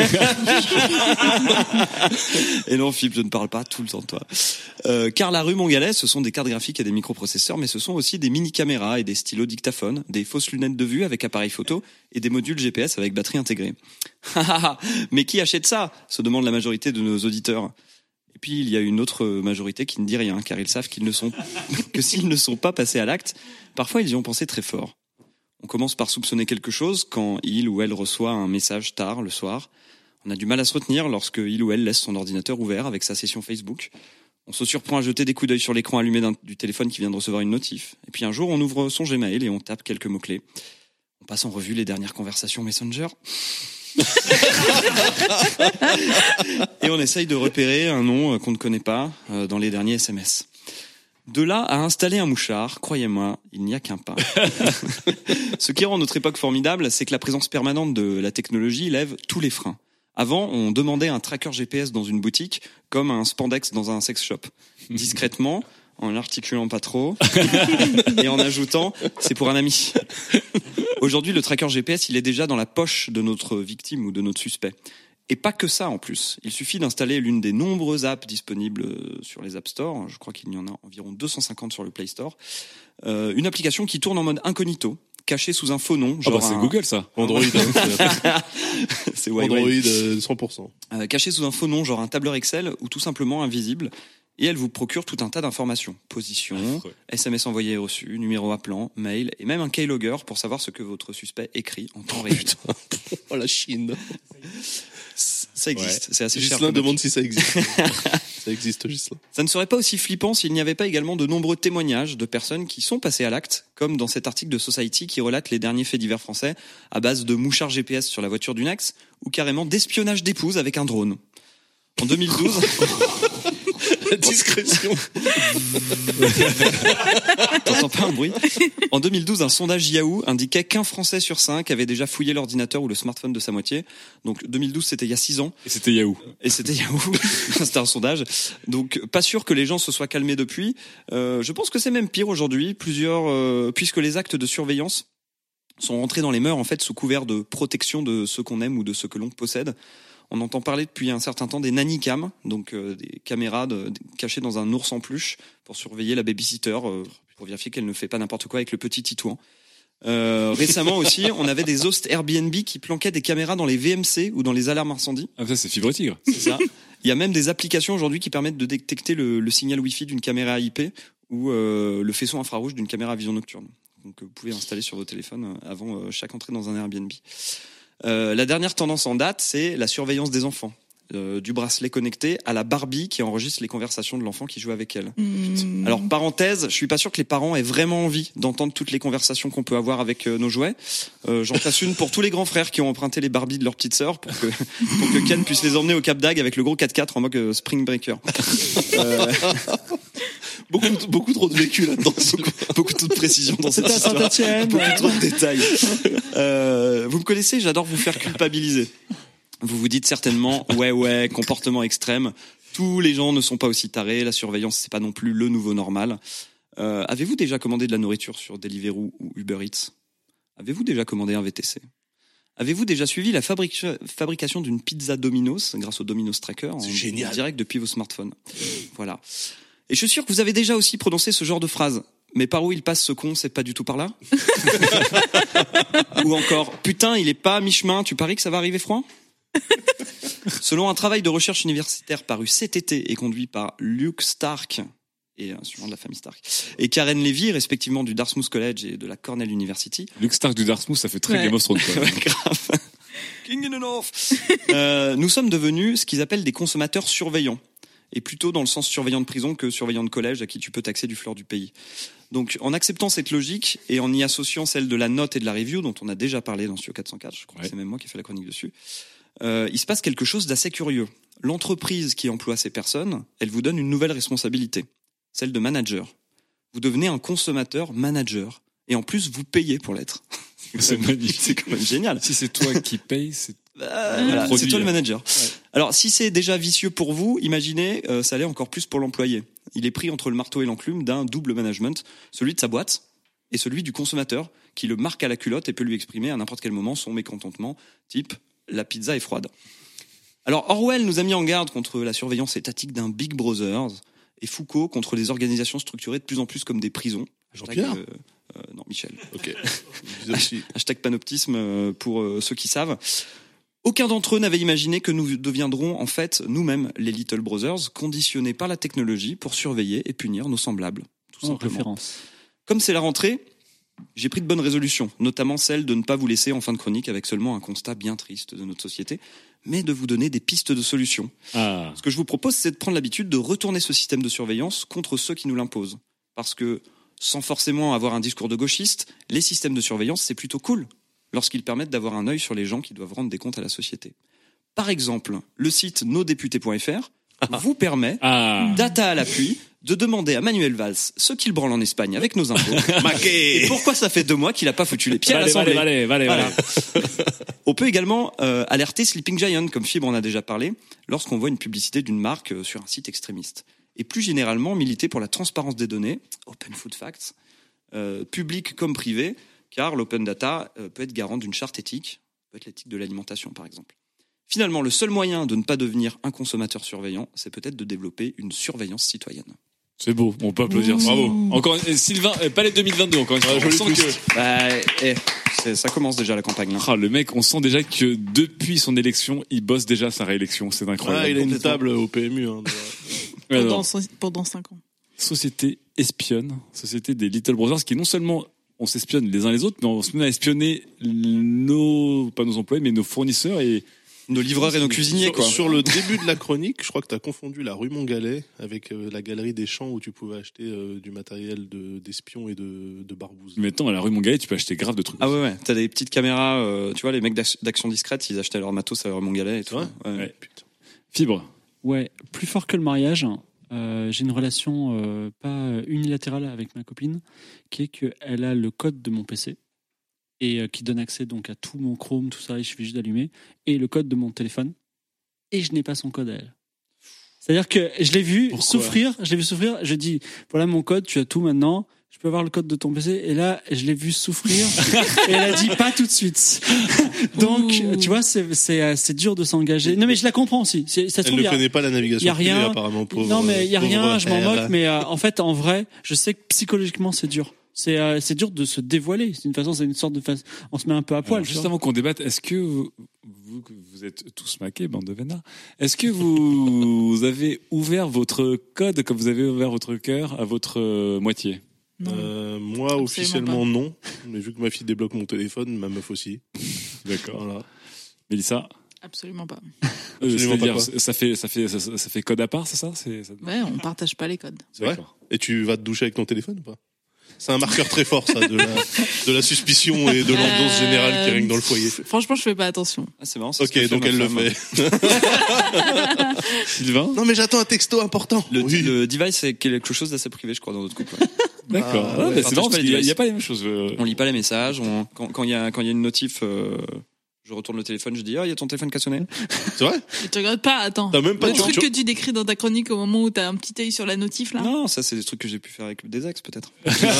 Et non, Philippe, je ne parle pas tout le temps de toi. Euh, car la rue Montgalet, ce sont des cartes graphiques et des microprocesseurs, mais ce sont aussi des mini-caméras et des stylos dictaphones, des fausses lunettes de vue avec appareil photo et des modules G P S avec batterie intégrée. Mais qui achète ça? Se demande la majorité de nos auditeurs. Et Et puis il y a une autre majorité qui ne dit rien, car ils savent qu'ils ne sont que s'ils ne sont pas passés à l'acte, parfois ils y ont pensé très fort. On commence par soupçonner quelque chose quand il ou elle reçoit un message tard le soir. On a du mal à se retenir lorsque il ou elle laisse son ordinateur ouvert avec sa session Facebook. On se surprend à jeter des coups d'œil sur l'écran allumé d'un, du téléphone qui vient de recevoir une notif. Et puis un jour, on ouvre son Gmail et on tape quelques mots-clés. On passe en revue les dernières conversations Messenger. Et on essaye de repérer un nom qu'on ne connaît pas dans les derniers S M S. De là à installer un mouchard, croyez-moi, il n'y a qu'un pas. Ce qui rend notre époque formidable, c'est que la présence permanente de la technologie lève tous les freins. Avant, on demandait un tracker G P S dans une boutique comme un spandex dans un sex shop. Discrètement, en l'articulant pas trop, et en ajoutant « c'est pour un ami ». Aujourd'hui, le tracker G P S, il est déjà dans la poche de notre victime ou de notre suspect. Et pas que ça en plus. Il suffit d'installer l'une des nombreuses apps disponibles sur les App Store. Je crois qu'il y en a environ deux cent cinquante sur le Play Store. Euh, une application qui tourne en mode incognito, cachée sous un faux nom. Genre genre ah bah c'est un... Google ça. Android. hein, c'est Android euh, cent pour cent. Euh, caché sous un faux nom, genre un tableur Excel, ou tout simplement invisible. Et elle vous procure tout un tas d'informations. Position, Affreux. S M S envoyé et reçu, numéro appelant, mail, et même un keylogger pour savoir ce que votre suspect écrit en temps réel. Oh la Chine. Ça existe, Ouais. c'est assez cher. Ghislain demande si ça existe. Ça existe, Ghislain. Ça ne serait pas aussi flippant s'il n'y avait pas également de nombreux témoignages de personnes qui sont passées à l'acte, comme dans cet article de Society qui relate les derniers faits divers français à base de mouchards G P S sur la voiture d'une ex, ou carrément d'espionnage d'épouse avec un drone. En deux mille douze... La discrétion. T'entends pas un bruit? En deux mille douze, un sondage Yahoo indiquait qu'un Français sur cinq avait déjà fouillé l'ordinateur ou le smartphone de sa moitié. Donc deux mille douze, c'était il y a six ans. Et c'était Yahoo. Et c'était Yahoo. C'était un sondage. Donc pas sûr que les gens se soient calmés depuis. Euh, je pense que c'est même pire aujourd'hui. Plusieurs, euh, puisque les actes de surveillance sont rentrés dans les mœurs en fait sous couvert de protection de ceux qu'on aime ou de ceux que l'on possède. On entend parler depuis un certain temps des nanny-cams, donc euh, des caméras de, de, cachées dans un ours en peluche pour surveiller la babysitter, euh, pour vérifier qu'elle ne fait pas n'importe quoi avec le petit titouan. Euh, récemment aussi, on avait des hosts Airbnb qui planquaient des caméras dans les V M C ou dans les alarmes incendies. Ah ça c'est fibre tigre. C'est ça. Il y a même des applications aujourd'hui qui permettent de détecter le, le signal Wi-Fi d'une caméra I P ou euh, le faisceau infrarouge d'une caméra à vision nocturne. Donc vous pouvez installer sur vos téléphones avant euh, chaque entrée dans un Airbnb. Euh, la dernière tendance en date, c'est la surveillance des enfants. Euh, du bracelet connecté à la Barbie qui enregistre les conversations de l'enfant qui joue avec elle. Mmh. Alors, parenthèse, je suis pas sûr que les parents aient vraiment envie d'entendre toutes les conversations qu'on peut avoir avec euh, nos jouets. Euh, j'en place une pour tous les grands frères qui ont emprunté les Barbies de leur petite sœur pour que, pour que Ken puisse les emmener au Cap d'Agde avec le gros quatre-quatre en mode euh, Spring Breaker. Euh... Beaucoup, beaucoup trop de vécu là-dedans. beaucoup, beaucoup trop de précision dans cette histoire. Beaucoup trop de détails. Euh, vous me connaissez, j'adore vous faire culpabiliser. Vous vous dites certainement, ouais, ouais, comportement extrême. Tous les gens ne sont pas aussi tarés. La surveillance, c'est pas non plus le nouveau normal. Euh, avez-vous déjà commandé de la nourriture sur Deliveroo ou Uber Eats? Avez-vous déjà commandé un V T C? Avez-vous déjà suivi la fabric- fabrication d'une pizza Domino's grâce au Domino's Tracker en, en direct depuis vos smartphones? Voilà. Et je suis sûr que vous avez déjà aussi prononcé ce genre de phrase. Mais par où il passe ce con, c'est pas du tout par là? Ou encore, putain, il est pas à mi-chemin, tu paries que ça va arriver froid? Selon un travail de recherche universitaire paru cet été et conduit par Luke Stark, et un suivant de la famille Stark, et Karen Levy, respectivement du Dartmouth College et de la Cornell University. Luke Stark du Dartmouth, ça fait très ouais. Game of Thrones, quoi. Ouais, grave. King in the North. euh, nous sommes devenus ce qu'ils appellent des consommateurs surveillants. Et plutôt dans le sens surveillant de prison que surveillant de collège à qui tu peux taxer du fleur du pays. Donc, en acceptant cette logique et en y associant celle de la note et de la review, dont on a déjà parlé dans Studio quatre cent quatre, je crois ouais. que c'est même moi qui ai fait la chronique dessus, euh, il se passe quelque chose d'assez curieux. L'entreprise qui emploie ces personnes, elle vous donne une nouvelle responsabilité, celle de manager. Vous devenez un consommateur manager. Et en plus, vous payez pour l'être. C'est magnifique. C'est quand même génial. Si c'est toi qui payes, c'est Euh, voilà, c'est toi le manager. Ouais. Alors, si c'est déjà vicieux pour vous, imaginez, euh, ça l'est encore plus pour l'employé. Il est pris entre le marteau et l'enclume d'un double management, celui de sa boîte et celui du consommateur, qui le marque à la culotte et peut lui exprimer à n'importe quel moment son mécontentement, type « la pizza est froide ». Alors, Orwell nous a mis en garde contre la surveillance étatique d'un Big Brother et Foucault contre des organisations structurées de plus en plus comme des prisons. Jean-Pierre euh, euh, Non, Michel. Ok. Hashtag panoptisme euh, pour euh, ceux qui savent. Aucun d'entre eux n'avait imaginé que nous deviendrons en fait nous-mêmes les Little Brothers, conditionnés par la technologie pour surveiller et punir nos semblables. Tout Oh, simplement. référence. Comme c'est la rentrée, j'ai pris de bonnes résolutions, notamment celle de ne pas vous laisser en fin de chronique avec seulement un constat bien triste de notre société, mais de vous donner des pistes de solutions. Ah. Ce que je vous propose, c'est de prendre l'habitude de retourner ce système de surveillance contre ceux qui nous l'imposent. Parce que, sans forcément avoir un discours de gauchiste, les systèmes de surveillance, c'est plutôt cool, lorsqu'ils permettent d'avoir un œil sur les gens qui doivent rendre des comptes à la société. Par exemple, le site nos députés point f r vous permet, Ah. data à l'appui, de demander à Manuel Valls ce qu'il branle en Espagne avec nos impôts. Et pourquoi ça fait deux mois qu'il n'a pas foutu les pieds à Allez, l'Assemblée. allez, allez, allez, Voilà. allez. On peut également euh, alerter Sleeping Giant, comme Fibre en a déjà parlé, lorsqu'on voit une publicité d'une marque euh, sur un site extrémiste. Et plus généralement, militer pour la transparence des données, Open Food Facts, euh, public comme privé, car l'open data euh, peut être garant d'une charte éthique, peut être l'éthique de l'alimentation par exemple. Finalement, le seul moyen de ne pas devenir un consommateur surveillant, c'est peut-être de développer une surveillance citoyenne. C'est beau, on peut applaudir. Bravo. Encore et Sylvain, euh, pas les deux mille vingt-deux encore une fois. Ah, On joli sent twist. que Bah, eh, c'est- ça commence déjà la campagne. Là. Ah, le mec, on sent déjà que depuis son élection, il bosse déjà sa réélection. C'est incroyable. Ah, il a une complètement. table au P M U. Hein, de- Alors, Pendant, cin- pendant cinq ans. société espionne, société des Little Brothers, qui non seulement on s'espionne les uns les autres, mais on se met à espionner nos, pas nos employés, mais nos fournisseurs et Nos livreurs et nos cuisiniers, sur, quoi. sur le début de la chronique, je crois que tu as confondu la rue Montgalet avec euh, la galerie des champs où tu pouvais acheter euh, du matériel de, d'espion et de, de barbouze. maintenant à la rue Montgalet, tu peux acheter grave de trucs. Ah ouais, ouais. T'as des petites caméras, euh, tu vois, les mecs d'ac- d'Action Discrète, ils achetaient leur matos à leur Montgalet et tout. Ouais. Ouais. Ouais. Fibre. Ouais, plus fort que le mariage, euh, j'ai une relation euh, pas unilatérale avec ma copine, qui est qu'elle a le code de mon P C et euh, qui donne accès donc à tout mon Chrome, tout ça, et je suffit juste d'allumer, et le code de mon téléphone, et je n'ai pas son code à elle. C'est-à-dire que je l'ai vu Pourquoi souffrir, je l'ai vu souffrir, je dis, voilà mon code, tu as tout maintenant, je peux avoir le code de ton P C, et là, je l'ai vu souffrir, et elle a dit pas tout de suite. Donc, Ouh. tu vois, c'est, c'est, euh, c'est dur de s'engager. Non, mais je la comprends aussi. C'est, ça se Elle trouve, il ne y a- connaît pas la navigation il y a privée, rien. apparemment, pauvre. non, mais il y a pauvre rien, je m'en R. moque, mais euh, en fait, en vrai, je sais que psychologiquement, c'est dur. C'est, euh, c'est dur de se dévoiler. C'est une façon, c'est une sorte de face. On se met un peu à poil. Alors, tu juste vois. avant qu'on débatte, est-ce que vous, vous, vous êtes tous maqués, bande de vénards, est-ce que vous, vous avez ouvert votre code comme vous avez ouvert votre cœur à votre euh, moitié? Non. Euh, moi, Absolument officiellement, non. Mais vu que ma fille débloque mon téléphone, ma meuf aussi. D'accord. Voilà. Mélissa, Absolument pas. euh, Absolument pas c'est-à-dire, quoi. ça fait, ça fait, ça, ça fait code à part, c'est ça? C'est, ça... Ouais, on partage pas les codes. C'est vrai. D'accord. Et tu vas te doucher avec ton téléphone ou pas? C'est un marqueur très fort, ça, de la, de la suspicion et de l'ambiance Euh, générale qui règne dans le foyer. Franchement, je fais pas attention. Ah, c'est marrant. c'est ce que Ok, fait donc ma elle le femme. fait. Sylvain? Non, mais j'attends un texto important. Le, Oui. le device, c'est quelque chose d'assez privé, je crois, dans notre couple. ouais. D'accord. Ah, Ah, ouais. bah, Partage c'est marrant pas parce les qu'il n'y a, devices. il y a pas les mêmes choses. euh. On lit pas les messages. On, quand quand il y a quand il y a une notif, euh, je retourne le téléphone, je dis ah il y a ton téléphone qui a sonné. C'est vrai? Mais tu regardes pas, attends. T'as même pas Le de truc tu- que tu décris dans ta chronique au moment où t'as un petit œil sur la notif, là. Non, ça c'est des trucs que j'ai pu faire avec des ex peut-être.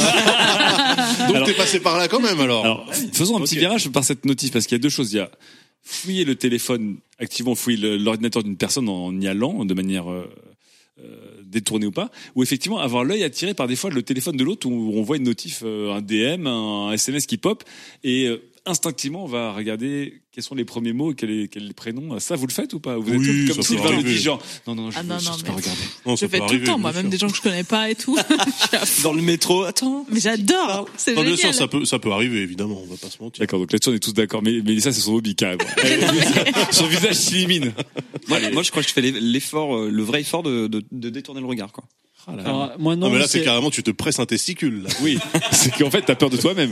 Donc Alors- t'es passé par là quand même, alors. Alors, faisons un petit Ok. virage par cette notif, parce qu'il y a deux choses. Il y a fouiller le téléphone, activement fouiller le- l'ordinateur d'une personne en y allant de manière euh, euh, détournée ou pas, ou effectivement avoir l'œil attiré par des fois le téléphone de l'autre où on voit une notif, euh, un D M, un S M S qui pop, et euh, instinctivement on va regarder quels sont les premiers mots, quel est, quel est le prénom. Ça, vous le faites ou pas? Vous êtes Oui, tous comme ça peut Sylvain le arriver. dit, genre non non, je Ah veux non, juste non, pas mais- regarder. Non, Je ça fais peut tout le arriver, temps, bien moi, même sûr. des gens que je connais pas et tout. Je suis à fond. Dans le métro, attends. Mais j'adore. C'est Non, bien génial. sûr, ça peut, ça peut arriver, évidemment, on va pas se mentir. D'accord, donc là-dessus on est tous d'accord, mais Mélissa c'est son hobby carrément. Son visage s'illumine. Moi, moi, je crois que je fais l'effort, euh, le vrai effort de, de, de détourner le regard quoi. Ah là là. Alors, moi, non, Non, mais là, c'est c'est- carrément, tu te presses un testicule, là. Oui, c'est qu'en fait t'as peur de toi-même.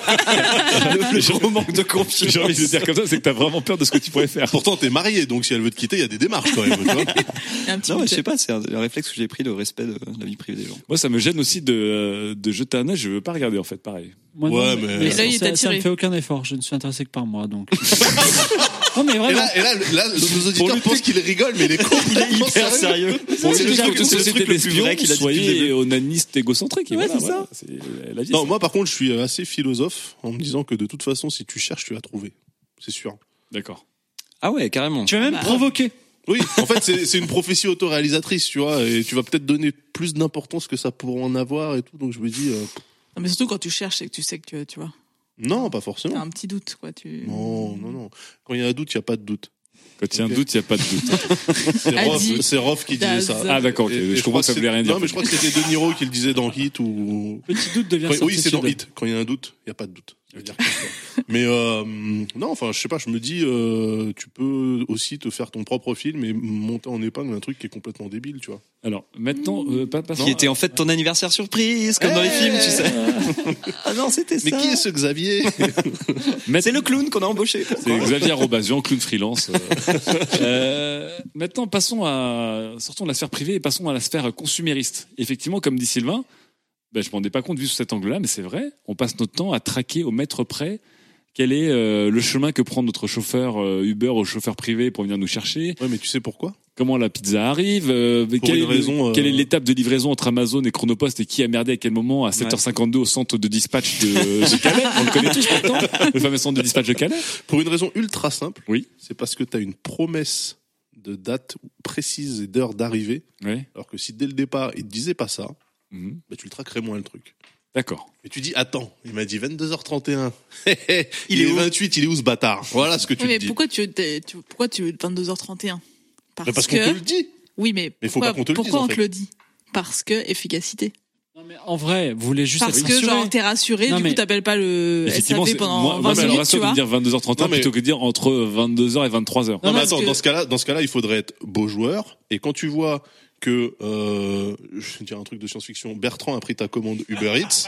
le, le gros manque de confiance. J'ai envie de dire comme ça, c'est que t'as vraiment peur de ce que tu pourrais faire. Pourtant, t'es marié, donc si elle veut te quitter, il y a des démarches quand même, tu vois. Il y a un petit Non, mais je budget. sais pas, c'est un, un réflexe que j'ai pris de respect de, de la vie privée des gens. Moi, ça me gêne aussi de, euh, de jeter un œil. Je veux pas regarder, en fait, pareil. Moi, Ouais, non, mais- Mais l'œil est ça, ça attiré. me fait aucun effort. Je ne suis intéressé que par moi, donc. non, mais Et vraiment. là, et là, là, nos auditeurs pensent qu'il rigole, mais il est complètement Hyper sérieux. sérieux. Pour C'est le déjà truc de c'est le société truc le plus d'espions, vrai qu'il a dit depuis le soyez début. onaniste égocentrique. et Ouais, voilà, c'est voilà. C'est la vie. Non, c'est- moi, par contre, je suis assez philosophe en me disant que de toute façon, si tu cherches, tu vas trouver. C'est sûr. D'accord. Ah ouais, carrément. Tu vas même Bah, provoquer. Oui, en fait, c'est c'est une prophétie autoréalisatrice, tu vois, et tu vas peut-être donner plus d'importance que ça pourrait en avoir et tout, donc je me dis, euh, Non, mais surtout quand tu cherches et que tu sais que tu, tu vois. Non, pas T'as forcément. un petit doute, quoi. Tu... Non, non, non. Quand il y a un doute, il n'y a pas de doute. Quand il y a un Ok. doute, il n'y a pas de doute. C'est A Rof, dit c'est Rof qui disait ça. Daz. Ah d'accord, ok. Et- et je comprends crois que ça que voulait c'est- rien dire. Non, mais je crois que c'était De Niro qui le disait dans Hit ou. Petit doute devient Quand- oui, certitude. c'est dans Hit. Quand il y a un doute, il n'y a pas de doute. Ça veut dire que c'est ça. Mais euh, non, enfin, je sais pas. Je me dis, euh, tu peux aussi te faire ton propre film et monter en épingle un truc qui est complètement débile, tu vois. Alors maintenant, euh, pas, pas Qui était en fait ton anniversaire surprise, comme dans les films, tu sais. Ah non, c'était ça. Mais qui est ce Xavier? C'est le clown qu'on a embauché. C'est Xavier Arobasian, clown freelance. Euh, euh, maintenant, passons à sortons de la sphère privée et passons à la sphère consumériste. Effectivement, comme dit Sylvain, ben, je m'en rendais pas compte vu sous cet angle-là, mais c'est vrai. On passe notre temps à traquer au mètre près quel est euh, le chemin que prend notre chauffeur euh, Uber ou chauffeur privé pour venir nous chercher. Ouais, mais tu sais pourquoi? Comment la pizza arrive, euh, quelle, une est le- raison, euh, quelle est l'étape de livraison entre Amazon et Chronopost et qui a merdé à quel moment à sept heures cinquante-deux au centre de dispatch de, de Calais. On le connaît tous maintenant, le fameux centre de dispatch de Calais. Pour une raison ultra simple. Oui. C'est parce que tu as une promesse de date précise et d'heure d'arrivée. Oui. Alors que si dès le départ, il te disait pas ça, Mhm. bah, tu le traquerais moins le truc. D'accord. Et tu dis, attends, il m'a dit vingt-deux heures trente et un. il, Il est, est où vingt-huit, il est où ce bâtard? Voilà ce que tu Oui, te mais dis. pourquoi tu, t'es- tu, pourquoi tu veux vingt-deux heures trente et un? Parce, Mais parce que. qu'on te le dit. Oui, mais Mais faut pourquoi, pas qu'on te le dise, pourquoi en on fait. te le dit? Parce que efficacité. Non, mais en vrai, vous voulez juste Parce être que rassuré. genre t'es rassuré, Non, du mais- coup t'appelles pas le Effectivement, S A V c'est- pendant moi, moi, vingt ça me minutes, tu rassure de vois. dire vingt-deux heures trente et un Non, mais- plutôt que de dire entre vingt-deux heures et vingt-trois heures. Non, Non, mais parce attends, que- dans ce cas-là, dans ce cas-là, il faudrait être beau joueur. Et quand tu vois que, euh, je vais dire un truc de science-fiction, Bertrand a pris ta commande Uber Eats,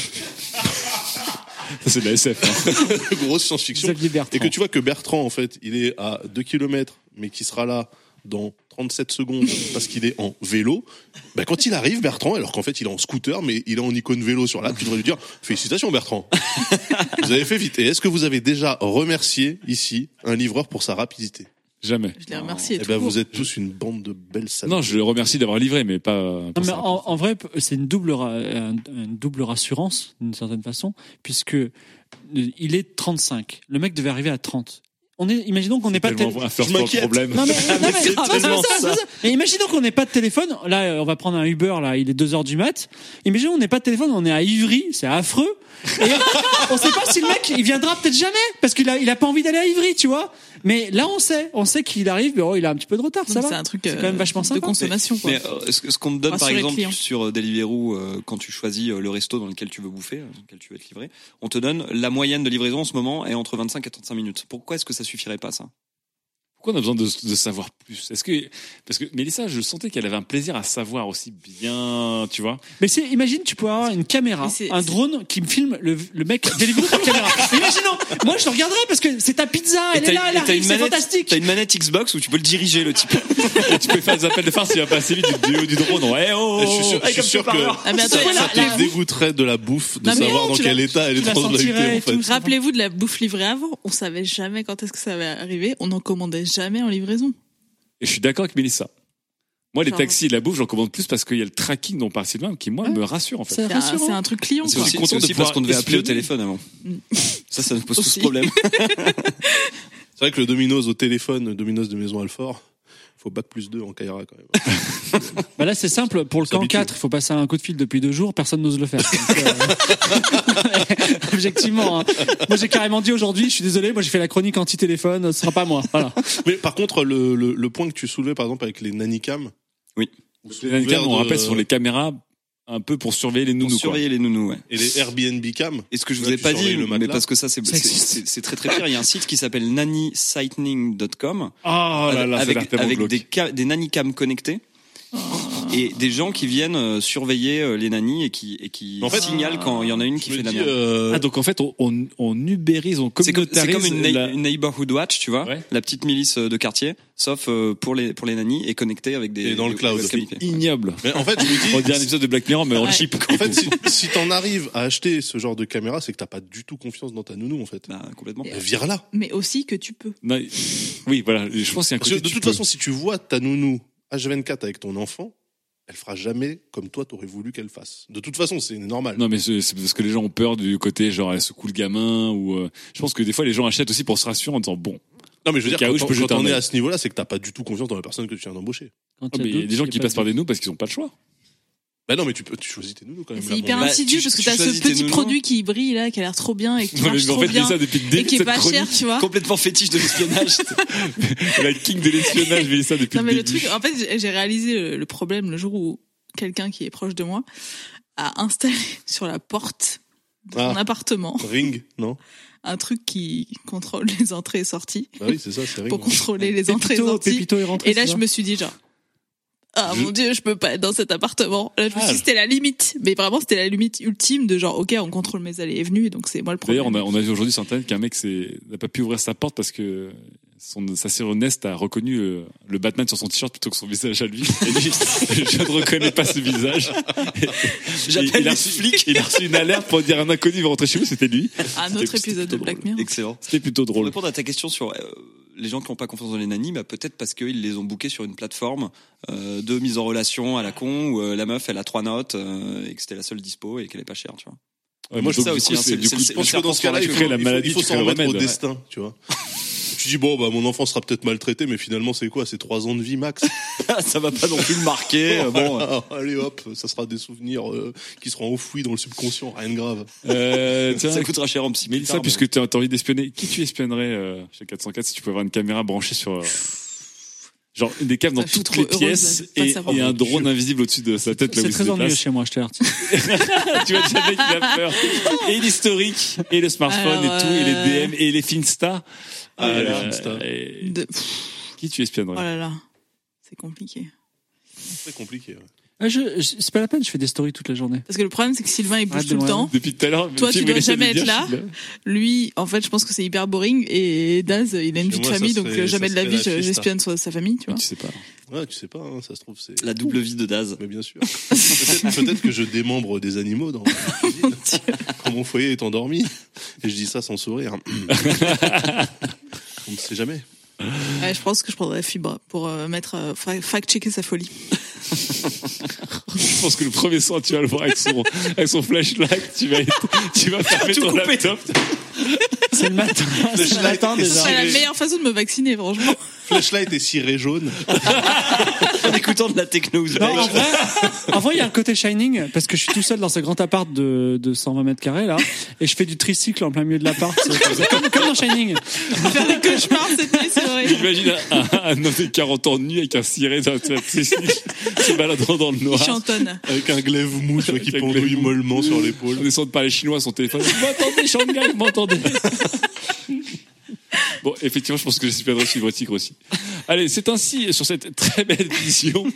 Ça, c'est de la S F. Hein. grosse science-fiction, Xavier Bertrand. et que tu vois que Bertrand, en fait, il est à deux kilomètres, mais qui sera là dans trente-sept secondes parce qu'il est en vélo, bah, quand il arrive, Bertrand, alors qu'en fait, il est en scooter, mais il est en icône vélo sur l'app, tu devrais lui dire, félicitations, Bertrand. Vous avez fait vite. Et est-ce que vous avez déjà remercié, ici, un livreur pour sa rapidité? Jamais. Je l'ai remercié. Eh tout ben, court. vous êtes tous une bande de belles salades. Non, je le remercie d'avoir livré, mais pas. Non, pour mais ça. en, en vrai, c'est une double, ra- un- une double rassurance, d'une certaine façon, puisque euh, il est trente-cinq. Le mec devait arriver à trente. On est, imaginons qu'on n'ait pas de Tellement téléphone. un first Je world m'inquiète. problème. Non mais, non, mais c'est ah, tellement c'est ça, ça. c'est ça. Mais imaginons qu'on n'ait pas de téléphone. Là, euh, on va prendre un Uber. Là, il est deux heures du mat. Imaginons qu'on n'ait pas de téléphone. On est à Ivry. C'est affreux. Et on sait pas si le mec il viendra peut-être jamais parce qu'il a il a pas envie d'aller à Ivry, tu vois. Mais là, on sait, on sait qu'il arrive. Mais oh, il a un petit peu de retard. Ça Donc, va. c'est un truc C'est euh, quand même vachement de sympa. consommation, quoi. Mais euh, ce, ce qu'on te donne par Rassurer le exemple client. sur euh, Deliveroo, euh, quand tu choisis euh, le resto dans lequel tu veux bouffer, euh, dans lequel tu veux être livré, on te donne la moyenne de livraison en ce moment est entre vingt-cinq et trente-cinq minutes. Pourquoi est-ce que ça suffirait pas ça? Pourquoi on a besoin de, de savoir plus? Est-ce que parce que Mélissa, je sentais qu'elle avait un plaisir à savoir aussi bien, tu vois. Mais c'est, imagine, tu peux avoir une caméra, Mais c'est- un c'est- drone qui me filme le, le mec Deliveroo par caméra. Imaginons, moi je le regarderais parce que c'est ta pizza, elle Et est là, t'as- elle et t'as arrive, une c'est manette- fantastique. T'as une manette Xbox où tu peux le diriger le type. Et tu peux faire des appels de phare s'il va pas assez vite du, du, du drone. Ouais, oh, Et je suis sûr, oh, je suis sûr que Ah, mais ça, attends, ça la- te la- dégoûterait de la bouffe, de Non, mais savoir non, dans tu quel la- état elle est tu la translocutée, sentirais en et fait. tout. Rappelez-vous de la bouffe livrée avant. On savait jamais quand est-ce que ça va arriver. On n'en commandait jamais en livraison. Et je suis d'accord avec Mélissa. Moi, les Genre- taxis et la bouffe, j'en commande plus parce qu'il y a le tracking dont parle Sylvain qui, moi, Ouais. me rassure, en fait. C'est C'est un, rassurant. c'est un truc client, C'est quoi. aussi, content c'est de aussi parce pouvoir qu'on devait appeler au espionner. téléphone avant. Ça, ça nous pose tout Aussi. ce problème. C'est vrai que le Domino's au téléphone, Domino's de Maison Alfort, faut bac plus deux en Kaira quand même. Bah là, c'est simple. Pour le camp S'habitue. quatre, il faut passer un coup de fil depuis deux jours. Personne n'ose le faire. Donc, euh, Objectivement. Hein. Moi, j'ai carrément dit aujourd'hui, je suis désolé, moi j'ai fait la chronique anti-téléphone, ce sera pas moi. Voilà. Mais par contre, le, le, le point que tu soulevais, par exemple, avec les nannycams. Oui. ou sous Les nannycams, couvert on de- rappelle, sur les caméras, un peu pour surveiller les Pour nounous, quoi. surveiller les nounous, ouais. Et les Airbnb cam. Et ce que je Là, vous ai tu pas surveilles dit, le mais matelas. parce que ça, c'est, Ça c'est, existe. c'est, c'est très très pire. Il y a un site qui s'appelle nanny sightening dot com. Oh là là, ça a l'air avec tellement avec glauque. des, ca- des nannycams connectés et des gens qui viennent euh, surveiller euh, les nannies et qui et qui En fait, signalent quand il y en a une qui Je me fait de la dis, merde. euh, Ah, donc en fait, on, on, on ubérise, on C'est comme, c'est communautarise comme une, nei- la- une neighborhood watch, tu vois, Ouais. la petite milice euh, de quartier, sauf euh, pour les pour les nannies et connectée avec des Et dans le des cloud. webcams I P. ignoble. mais en fait, je me On dis, dirait un épisode de Black Mirror, mais en Ouais. cheap. en fait, si, si t'en arrives à acheter ce genre de caméra, c'est que t'as pas du tout confiance dans ta nounou, en fait. Bah, complètement. Euh, Vire-la. Mais aussi que tu peux. Non, oui, voilà. Je pense qu'il y a un Parce côté que de tu toute peux. façon, si tu vois ta nounou H vingt-quatre avec ton enfant, elle fera jamais comme toi t'aurais voulu qu'elle fasse. De toute façon, c'est normal. Non, mais c'est c'est parce que les gens ont peur du côté genre elle secoue le gamin ou euh, je pense que des fois les gens achètent aussi pour se rassurer en disant bon. Non, mais je veux Au dire, cas où, quand, je peux quand jeter un on est œil. à ce niveau-là, c'est que t'as pas du tout confiance dans la personne que tu viens d'embaucher. Quand Ah, mais il y a des gens qui passent par des nous parce qu'ils ont pas le choix. Bah non, mais tu peux, tu choisis tes nounous quand même. C'est là, hyper bon. insidieux tu- parce que tu t'as ce choisis tes petit nounous. produit qui brille là, qui a l'air trop bien et qui Non, mais marche en trop fait, bien ça depuis le début et qui est de pas cette cher, chronique. tu vois. Complètement fétiche de l'espionnage. La king de l'espionnage, mais ça depuis Non mais le le début. truc, en fait, j'ai- j'ai réalisé le, le problème le jour où quelqu'un qui est proche de moi a installé sur la porte de son Ah. appartement Ring, non? un truc qui contrôle les entrées et sorties Bah oui, c'est ça, c'est Ring. pour contrôler les entrées et Pépito, sorties. Pépito est rentré. Et là, c'est je ça me suis dit genre, ah Je- mon dieu, je peux pas être dans cet appartement. Là, je me suis Ah. dit c'était la limite, mais vraiment c'était la limite ultime de genre, ok, on contrôle mes allées et venues, et donc c'est moi le problème. D'ailleurs, on a, on a vu aujourd'hui sur Internet qu'un mec s'est- n'a pas pu ouvrir sa porte parce que son, sa sœur Nest a reconnu euh, le Batman sur son t-shirt plutôt que son visage à lui. Et lui, je ne reconnais pas ce visage. Et- J'appelle il a les reçu- flics. Il a reçu une alerte pour dire un inconnu va rentrer chez vous, c'était lui. Un C'était- autre épisode de c'était Black drôle. Mirror. Excellent. C'était plutôt Pour drôle. répondre à ta question sur euh, les gens qui n'ont pas confiance dans les nannies, bah peut-être parce qu'ils les ont bookés sur une plateforme euh, de mise en relation à la con où euh, la meuf elle a trois notes euh, et que c'était la seule dispo et qu'elle est pas chère, tu vois. Ouais, moi, mais donc, ça du aussi, coup, hein, c'est- c'est- du c'est coup, le- Je pense le que dans ce cas-là, il tu faut, crées la il faut- maladie, il faut tu s'en crées le remettre au remède. destin, tu vois. Tu dis bon bah mon enfant sera peut-être maltraité, mais finalement c'est quoi? C'est trois ans de vie max. Ça va pas non plus le marquer. euh, bon, euh, Voilà, allez hop, ça sera des souvenirs euh, qui seront enfouis dans le subconscient, rien de grave. Euh, tiens, ça coûtera cher en psy. Mélissa, puisque tu as envie d'espionner, qui tu espionnerais euh, chez quatre cent quatre si tu pouvais avoir une caméra branchée sur... euh, genre des câbles dans Ça, je suis toutes trop les heureuse, pièces là, de pas et, savoir. et un drone invisible au-dessus de sa tête là où C'est il se très ennuyeux déplace. chez moi, je t'avertis. Tu vois déjà le mec qui a peur. Et l'historique, et le smartphone Alors, et tout, et les euh, D M, et les Finsta. Ah, Et, les euh, Finsta. et- De- Qui tu Oh espionnerais? là là, c'est compliqué. C'est très compliqué. Ouais. Ah, je, je- c'est pas la peine, je fais des stories toute la journée. Parce que le problème, c'est que Sylvain, il bouge Arrête tout de le me temps. Depuis tout à l'heure, Toi, tu Fibre, dois il essaie de jamais dire, être là. je suis Lui, en fait, je pense que c'est hyper boring. Et Daz, il a une Chez vie de moi, ça famille, donc serait- euh, jamais ça de la serait vie, la je- fiesta. j'espionne sa, sa famille, tu Mais vois. tu sais pas. Ouais, tu sais pas, hein, ça se trouve c'est. La double vie de Daz. Mais bien sûr. Peut-être peut-être que je démembre des animaux dans ma cuisine quand mon foyer est endormi. Et je dis ça sans sourire. On ne sait jamais. Ouais, je pense que je prendrais Fibre pour euh, mettre euh, fa- fact-checker sa folie. Je pense que le premier soir, tu vas le voir avec son, avec son flashlight, tu vas être, tu vas fermer Tout ton couper. laptop. C'est le matin. C'est le matin est déjà. C'est la Ciré- meilleure façon de me vacciner, franchement. Flashlight et ciré jaune. En écoutant de la techno Non, en vrai, en vrai, il y a un côté Shining parce que je suis tout seul dans ce grand appart de, de cent vingt mètres carrés là, et je fais du tricycle en plein milieu de l'appart, c'est comme, comme dans Shining. Faire des cauchemars cette nuit, c'est vrai. J'imagine un, un, un homme de quarante ans nu avec un ciré dans sa piscine, se baladant dans le Il noir. chantonne. Avec un glaive mou, tu vois, qui Avec un pendouille glaive mou. mollement sur l'épaule. On descend de parler chinois à son téléphone. Vous m'entendez, Shanghai, vous m'entendez? Bon, effectivement, je pense que j'espérerais suivre Tigre aussi. Allez, c'est ainsi, sur cette très belle vision,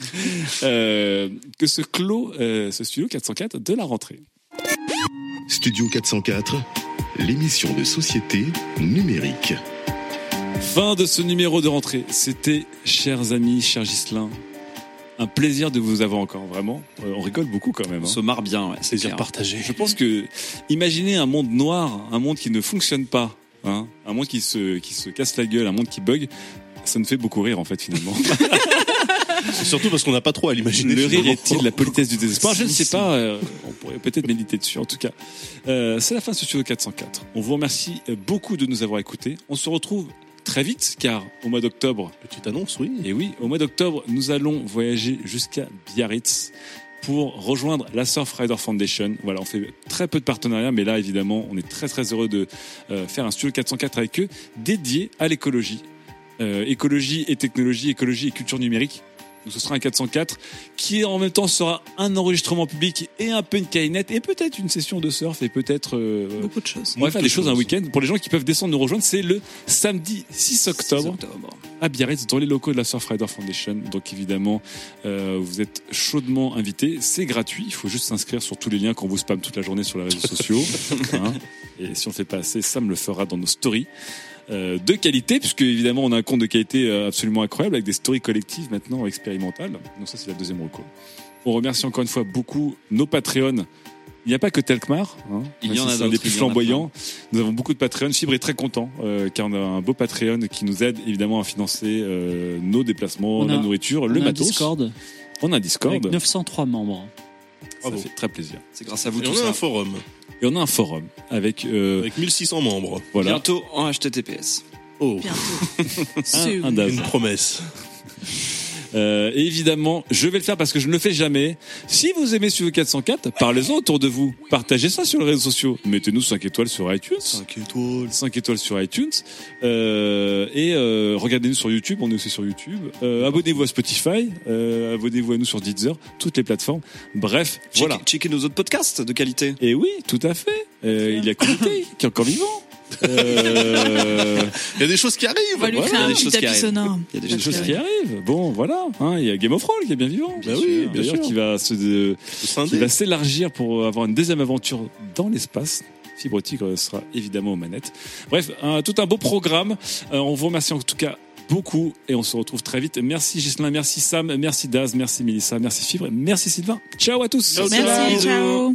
euh, que se clôt euh, ce studio quatre cent quatre de la rentrée. Studio quatre cent quatre, l'émission de société numérique. Fin de ce numéro de rentrée. C'était, chers amis, cher Ghislain, un plaisir de vous avoir encore, vraiment. Euh, on rigole beaucoup quand même. On Hein. se marre bien, ouais, c'est Plaisir clair. partagé. Je pense que, imaginez un monde noir, un monde qui ne fonctionne pas, hein, un monde qui se, qui se casse la gueule, un monde qui bug, ça me fait beaucoup rire en fait finalement. Et surtout parce qu'on n'a pas trop à l'imaginer. Le rire finalement. est-il la politesse du désespoir? Je ne sais pas, euh, on pourrait peut-être méditer dessus. En tout cas, euh, c'est la fin de ce studio quatre cent quatre. On vous remercie beaucoup de nous avoir écoutés. On se retrouve très vite car au mois d'octobre, Petite annonce, oui. et oui, au mois d'octobre, nous allons voyager jusqu'à Biarritz pour rejoindre la Surf Rider Foundation. Voilà, on fait très peu de partenariats, mais là, évidemment, on est très très heureux de euh, faire un studio quatre cent quatre avec eux, dédié à l'écologie. Euh, écologie et technologie, écologie et culture numérique. Donc ce sera un quatre cent quatre qui en même temps sera un enregistrement public et un peu une caïnette et peut-être une session de surf et peut-être... Euh, Beaucoup de choses. on va faire des de choses un choses. week-end. Pour les gens qui peuvent descendre nous rejoindre, c'est le samedi six octobre à Biarritz, dans les locaux de la Surf Rider Foundation. Donc évidemment, euh, vous êtes chaudement invités. C'est gratuit. Il faut juste s'inscrire sur tous les liens qu'on vous spamme toute la journée sur les réseaux sociaux. Hein. Et si on ne fait pas assez, Sam le fera dans nos stories. Euh, de qualité, puisque évidemment on a un compte de qualité euh, absolument incroyable avec des stories collectives maintenant expérimentales. Donc ça c'est la deuxième reco. On remercie encore une fois beaucoup nos Patreons. Il n'y a pas que Telkmar, hein, Il même y en si a c'est un des d'autres, plus il y en a flamboyants. Nous avons beaucoup de Patreons. Fibre est très content euh, car on a un beau Patreon qui nous aide évidemment à financer euh, nos déplacements, On a- la nourriture, On le a un matos. Discord On a un Discord. avec neuf cent trois membres. Ça Bravo. fait très plaisir. C'est grâce à vous Et tout on a ça. un forum Et on a un forum avec, euh, avec mille six cents membres. voilà, Bientôt en H T T P S. Oh, Bientôt. un, C'est- un D A S. une promesse. Euh, et évidemment, je vais le faire parce que je ne le fais jamais. Si vous aimez Studio quatre cent quatre, parlez-en autour de vous. Partagez ça sur les réseaux sociaux. Mettez-nous cinq étoiles sur iTunes. cinq étoiles. cinq étoiles sur iTunes. Euh, et euh, regardez-nous sur YouTube. On est aussi sur YouTube. Euh, abonnez-vous à Spotify. Euh, abonnez-vous à nous sur Deezer. Toutes les plateformes. Bref, Check- voilà. Checkez nos autres podcasts de qualité. Et oui, tout à fait. Euh, il y a Comité qui est encore vivant. Euh, Il y a des choses qui arrivent. On va lui Voilà, créer il y a un des petit choses qui tapis arrivent. sonore. Il y a des des choses choses qui arrivent. Bon, voilà. Hein, il y a Game of Thrones qui est bien vivant. Bah oui, bien D'ailleurs, sûr. qui va se, de- qui Scindé. va s'élargir pour avoir une deuxième aventure dans l'espace. Fibre Tigre sera évidemment aux manettes. Bref, un- tout un beau programme. Euh, on vous remercie en tout cas beaucoup et on se retrouve très vite. Merci Ghislain, merci Sam, merci Daz, merci Mélissa, merci Fibre, merci Sylvain. Ciao à tous. Ciao, Merci, ciao.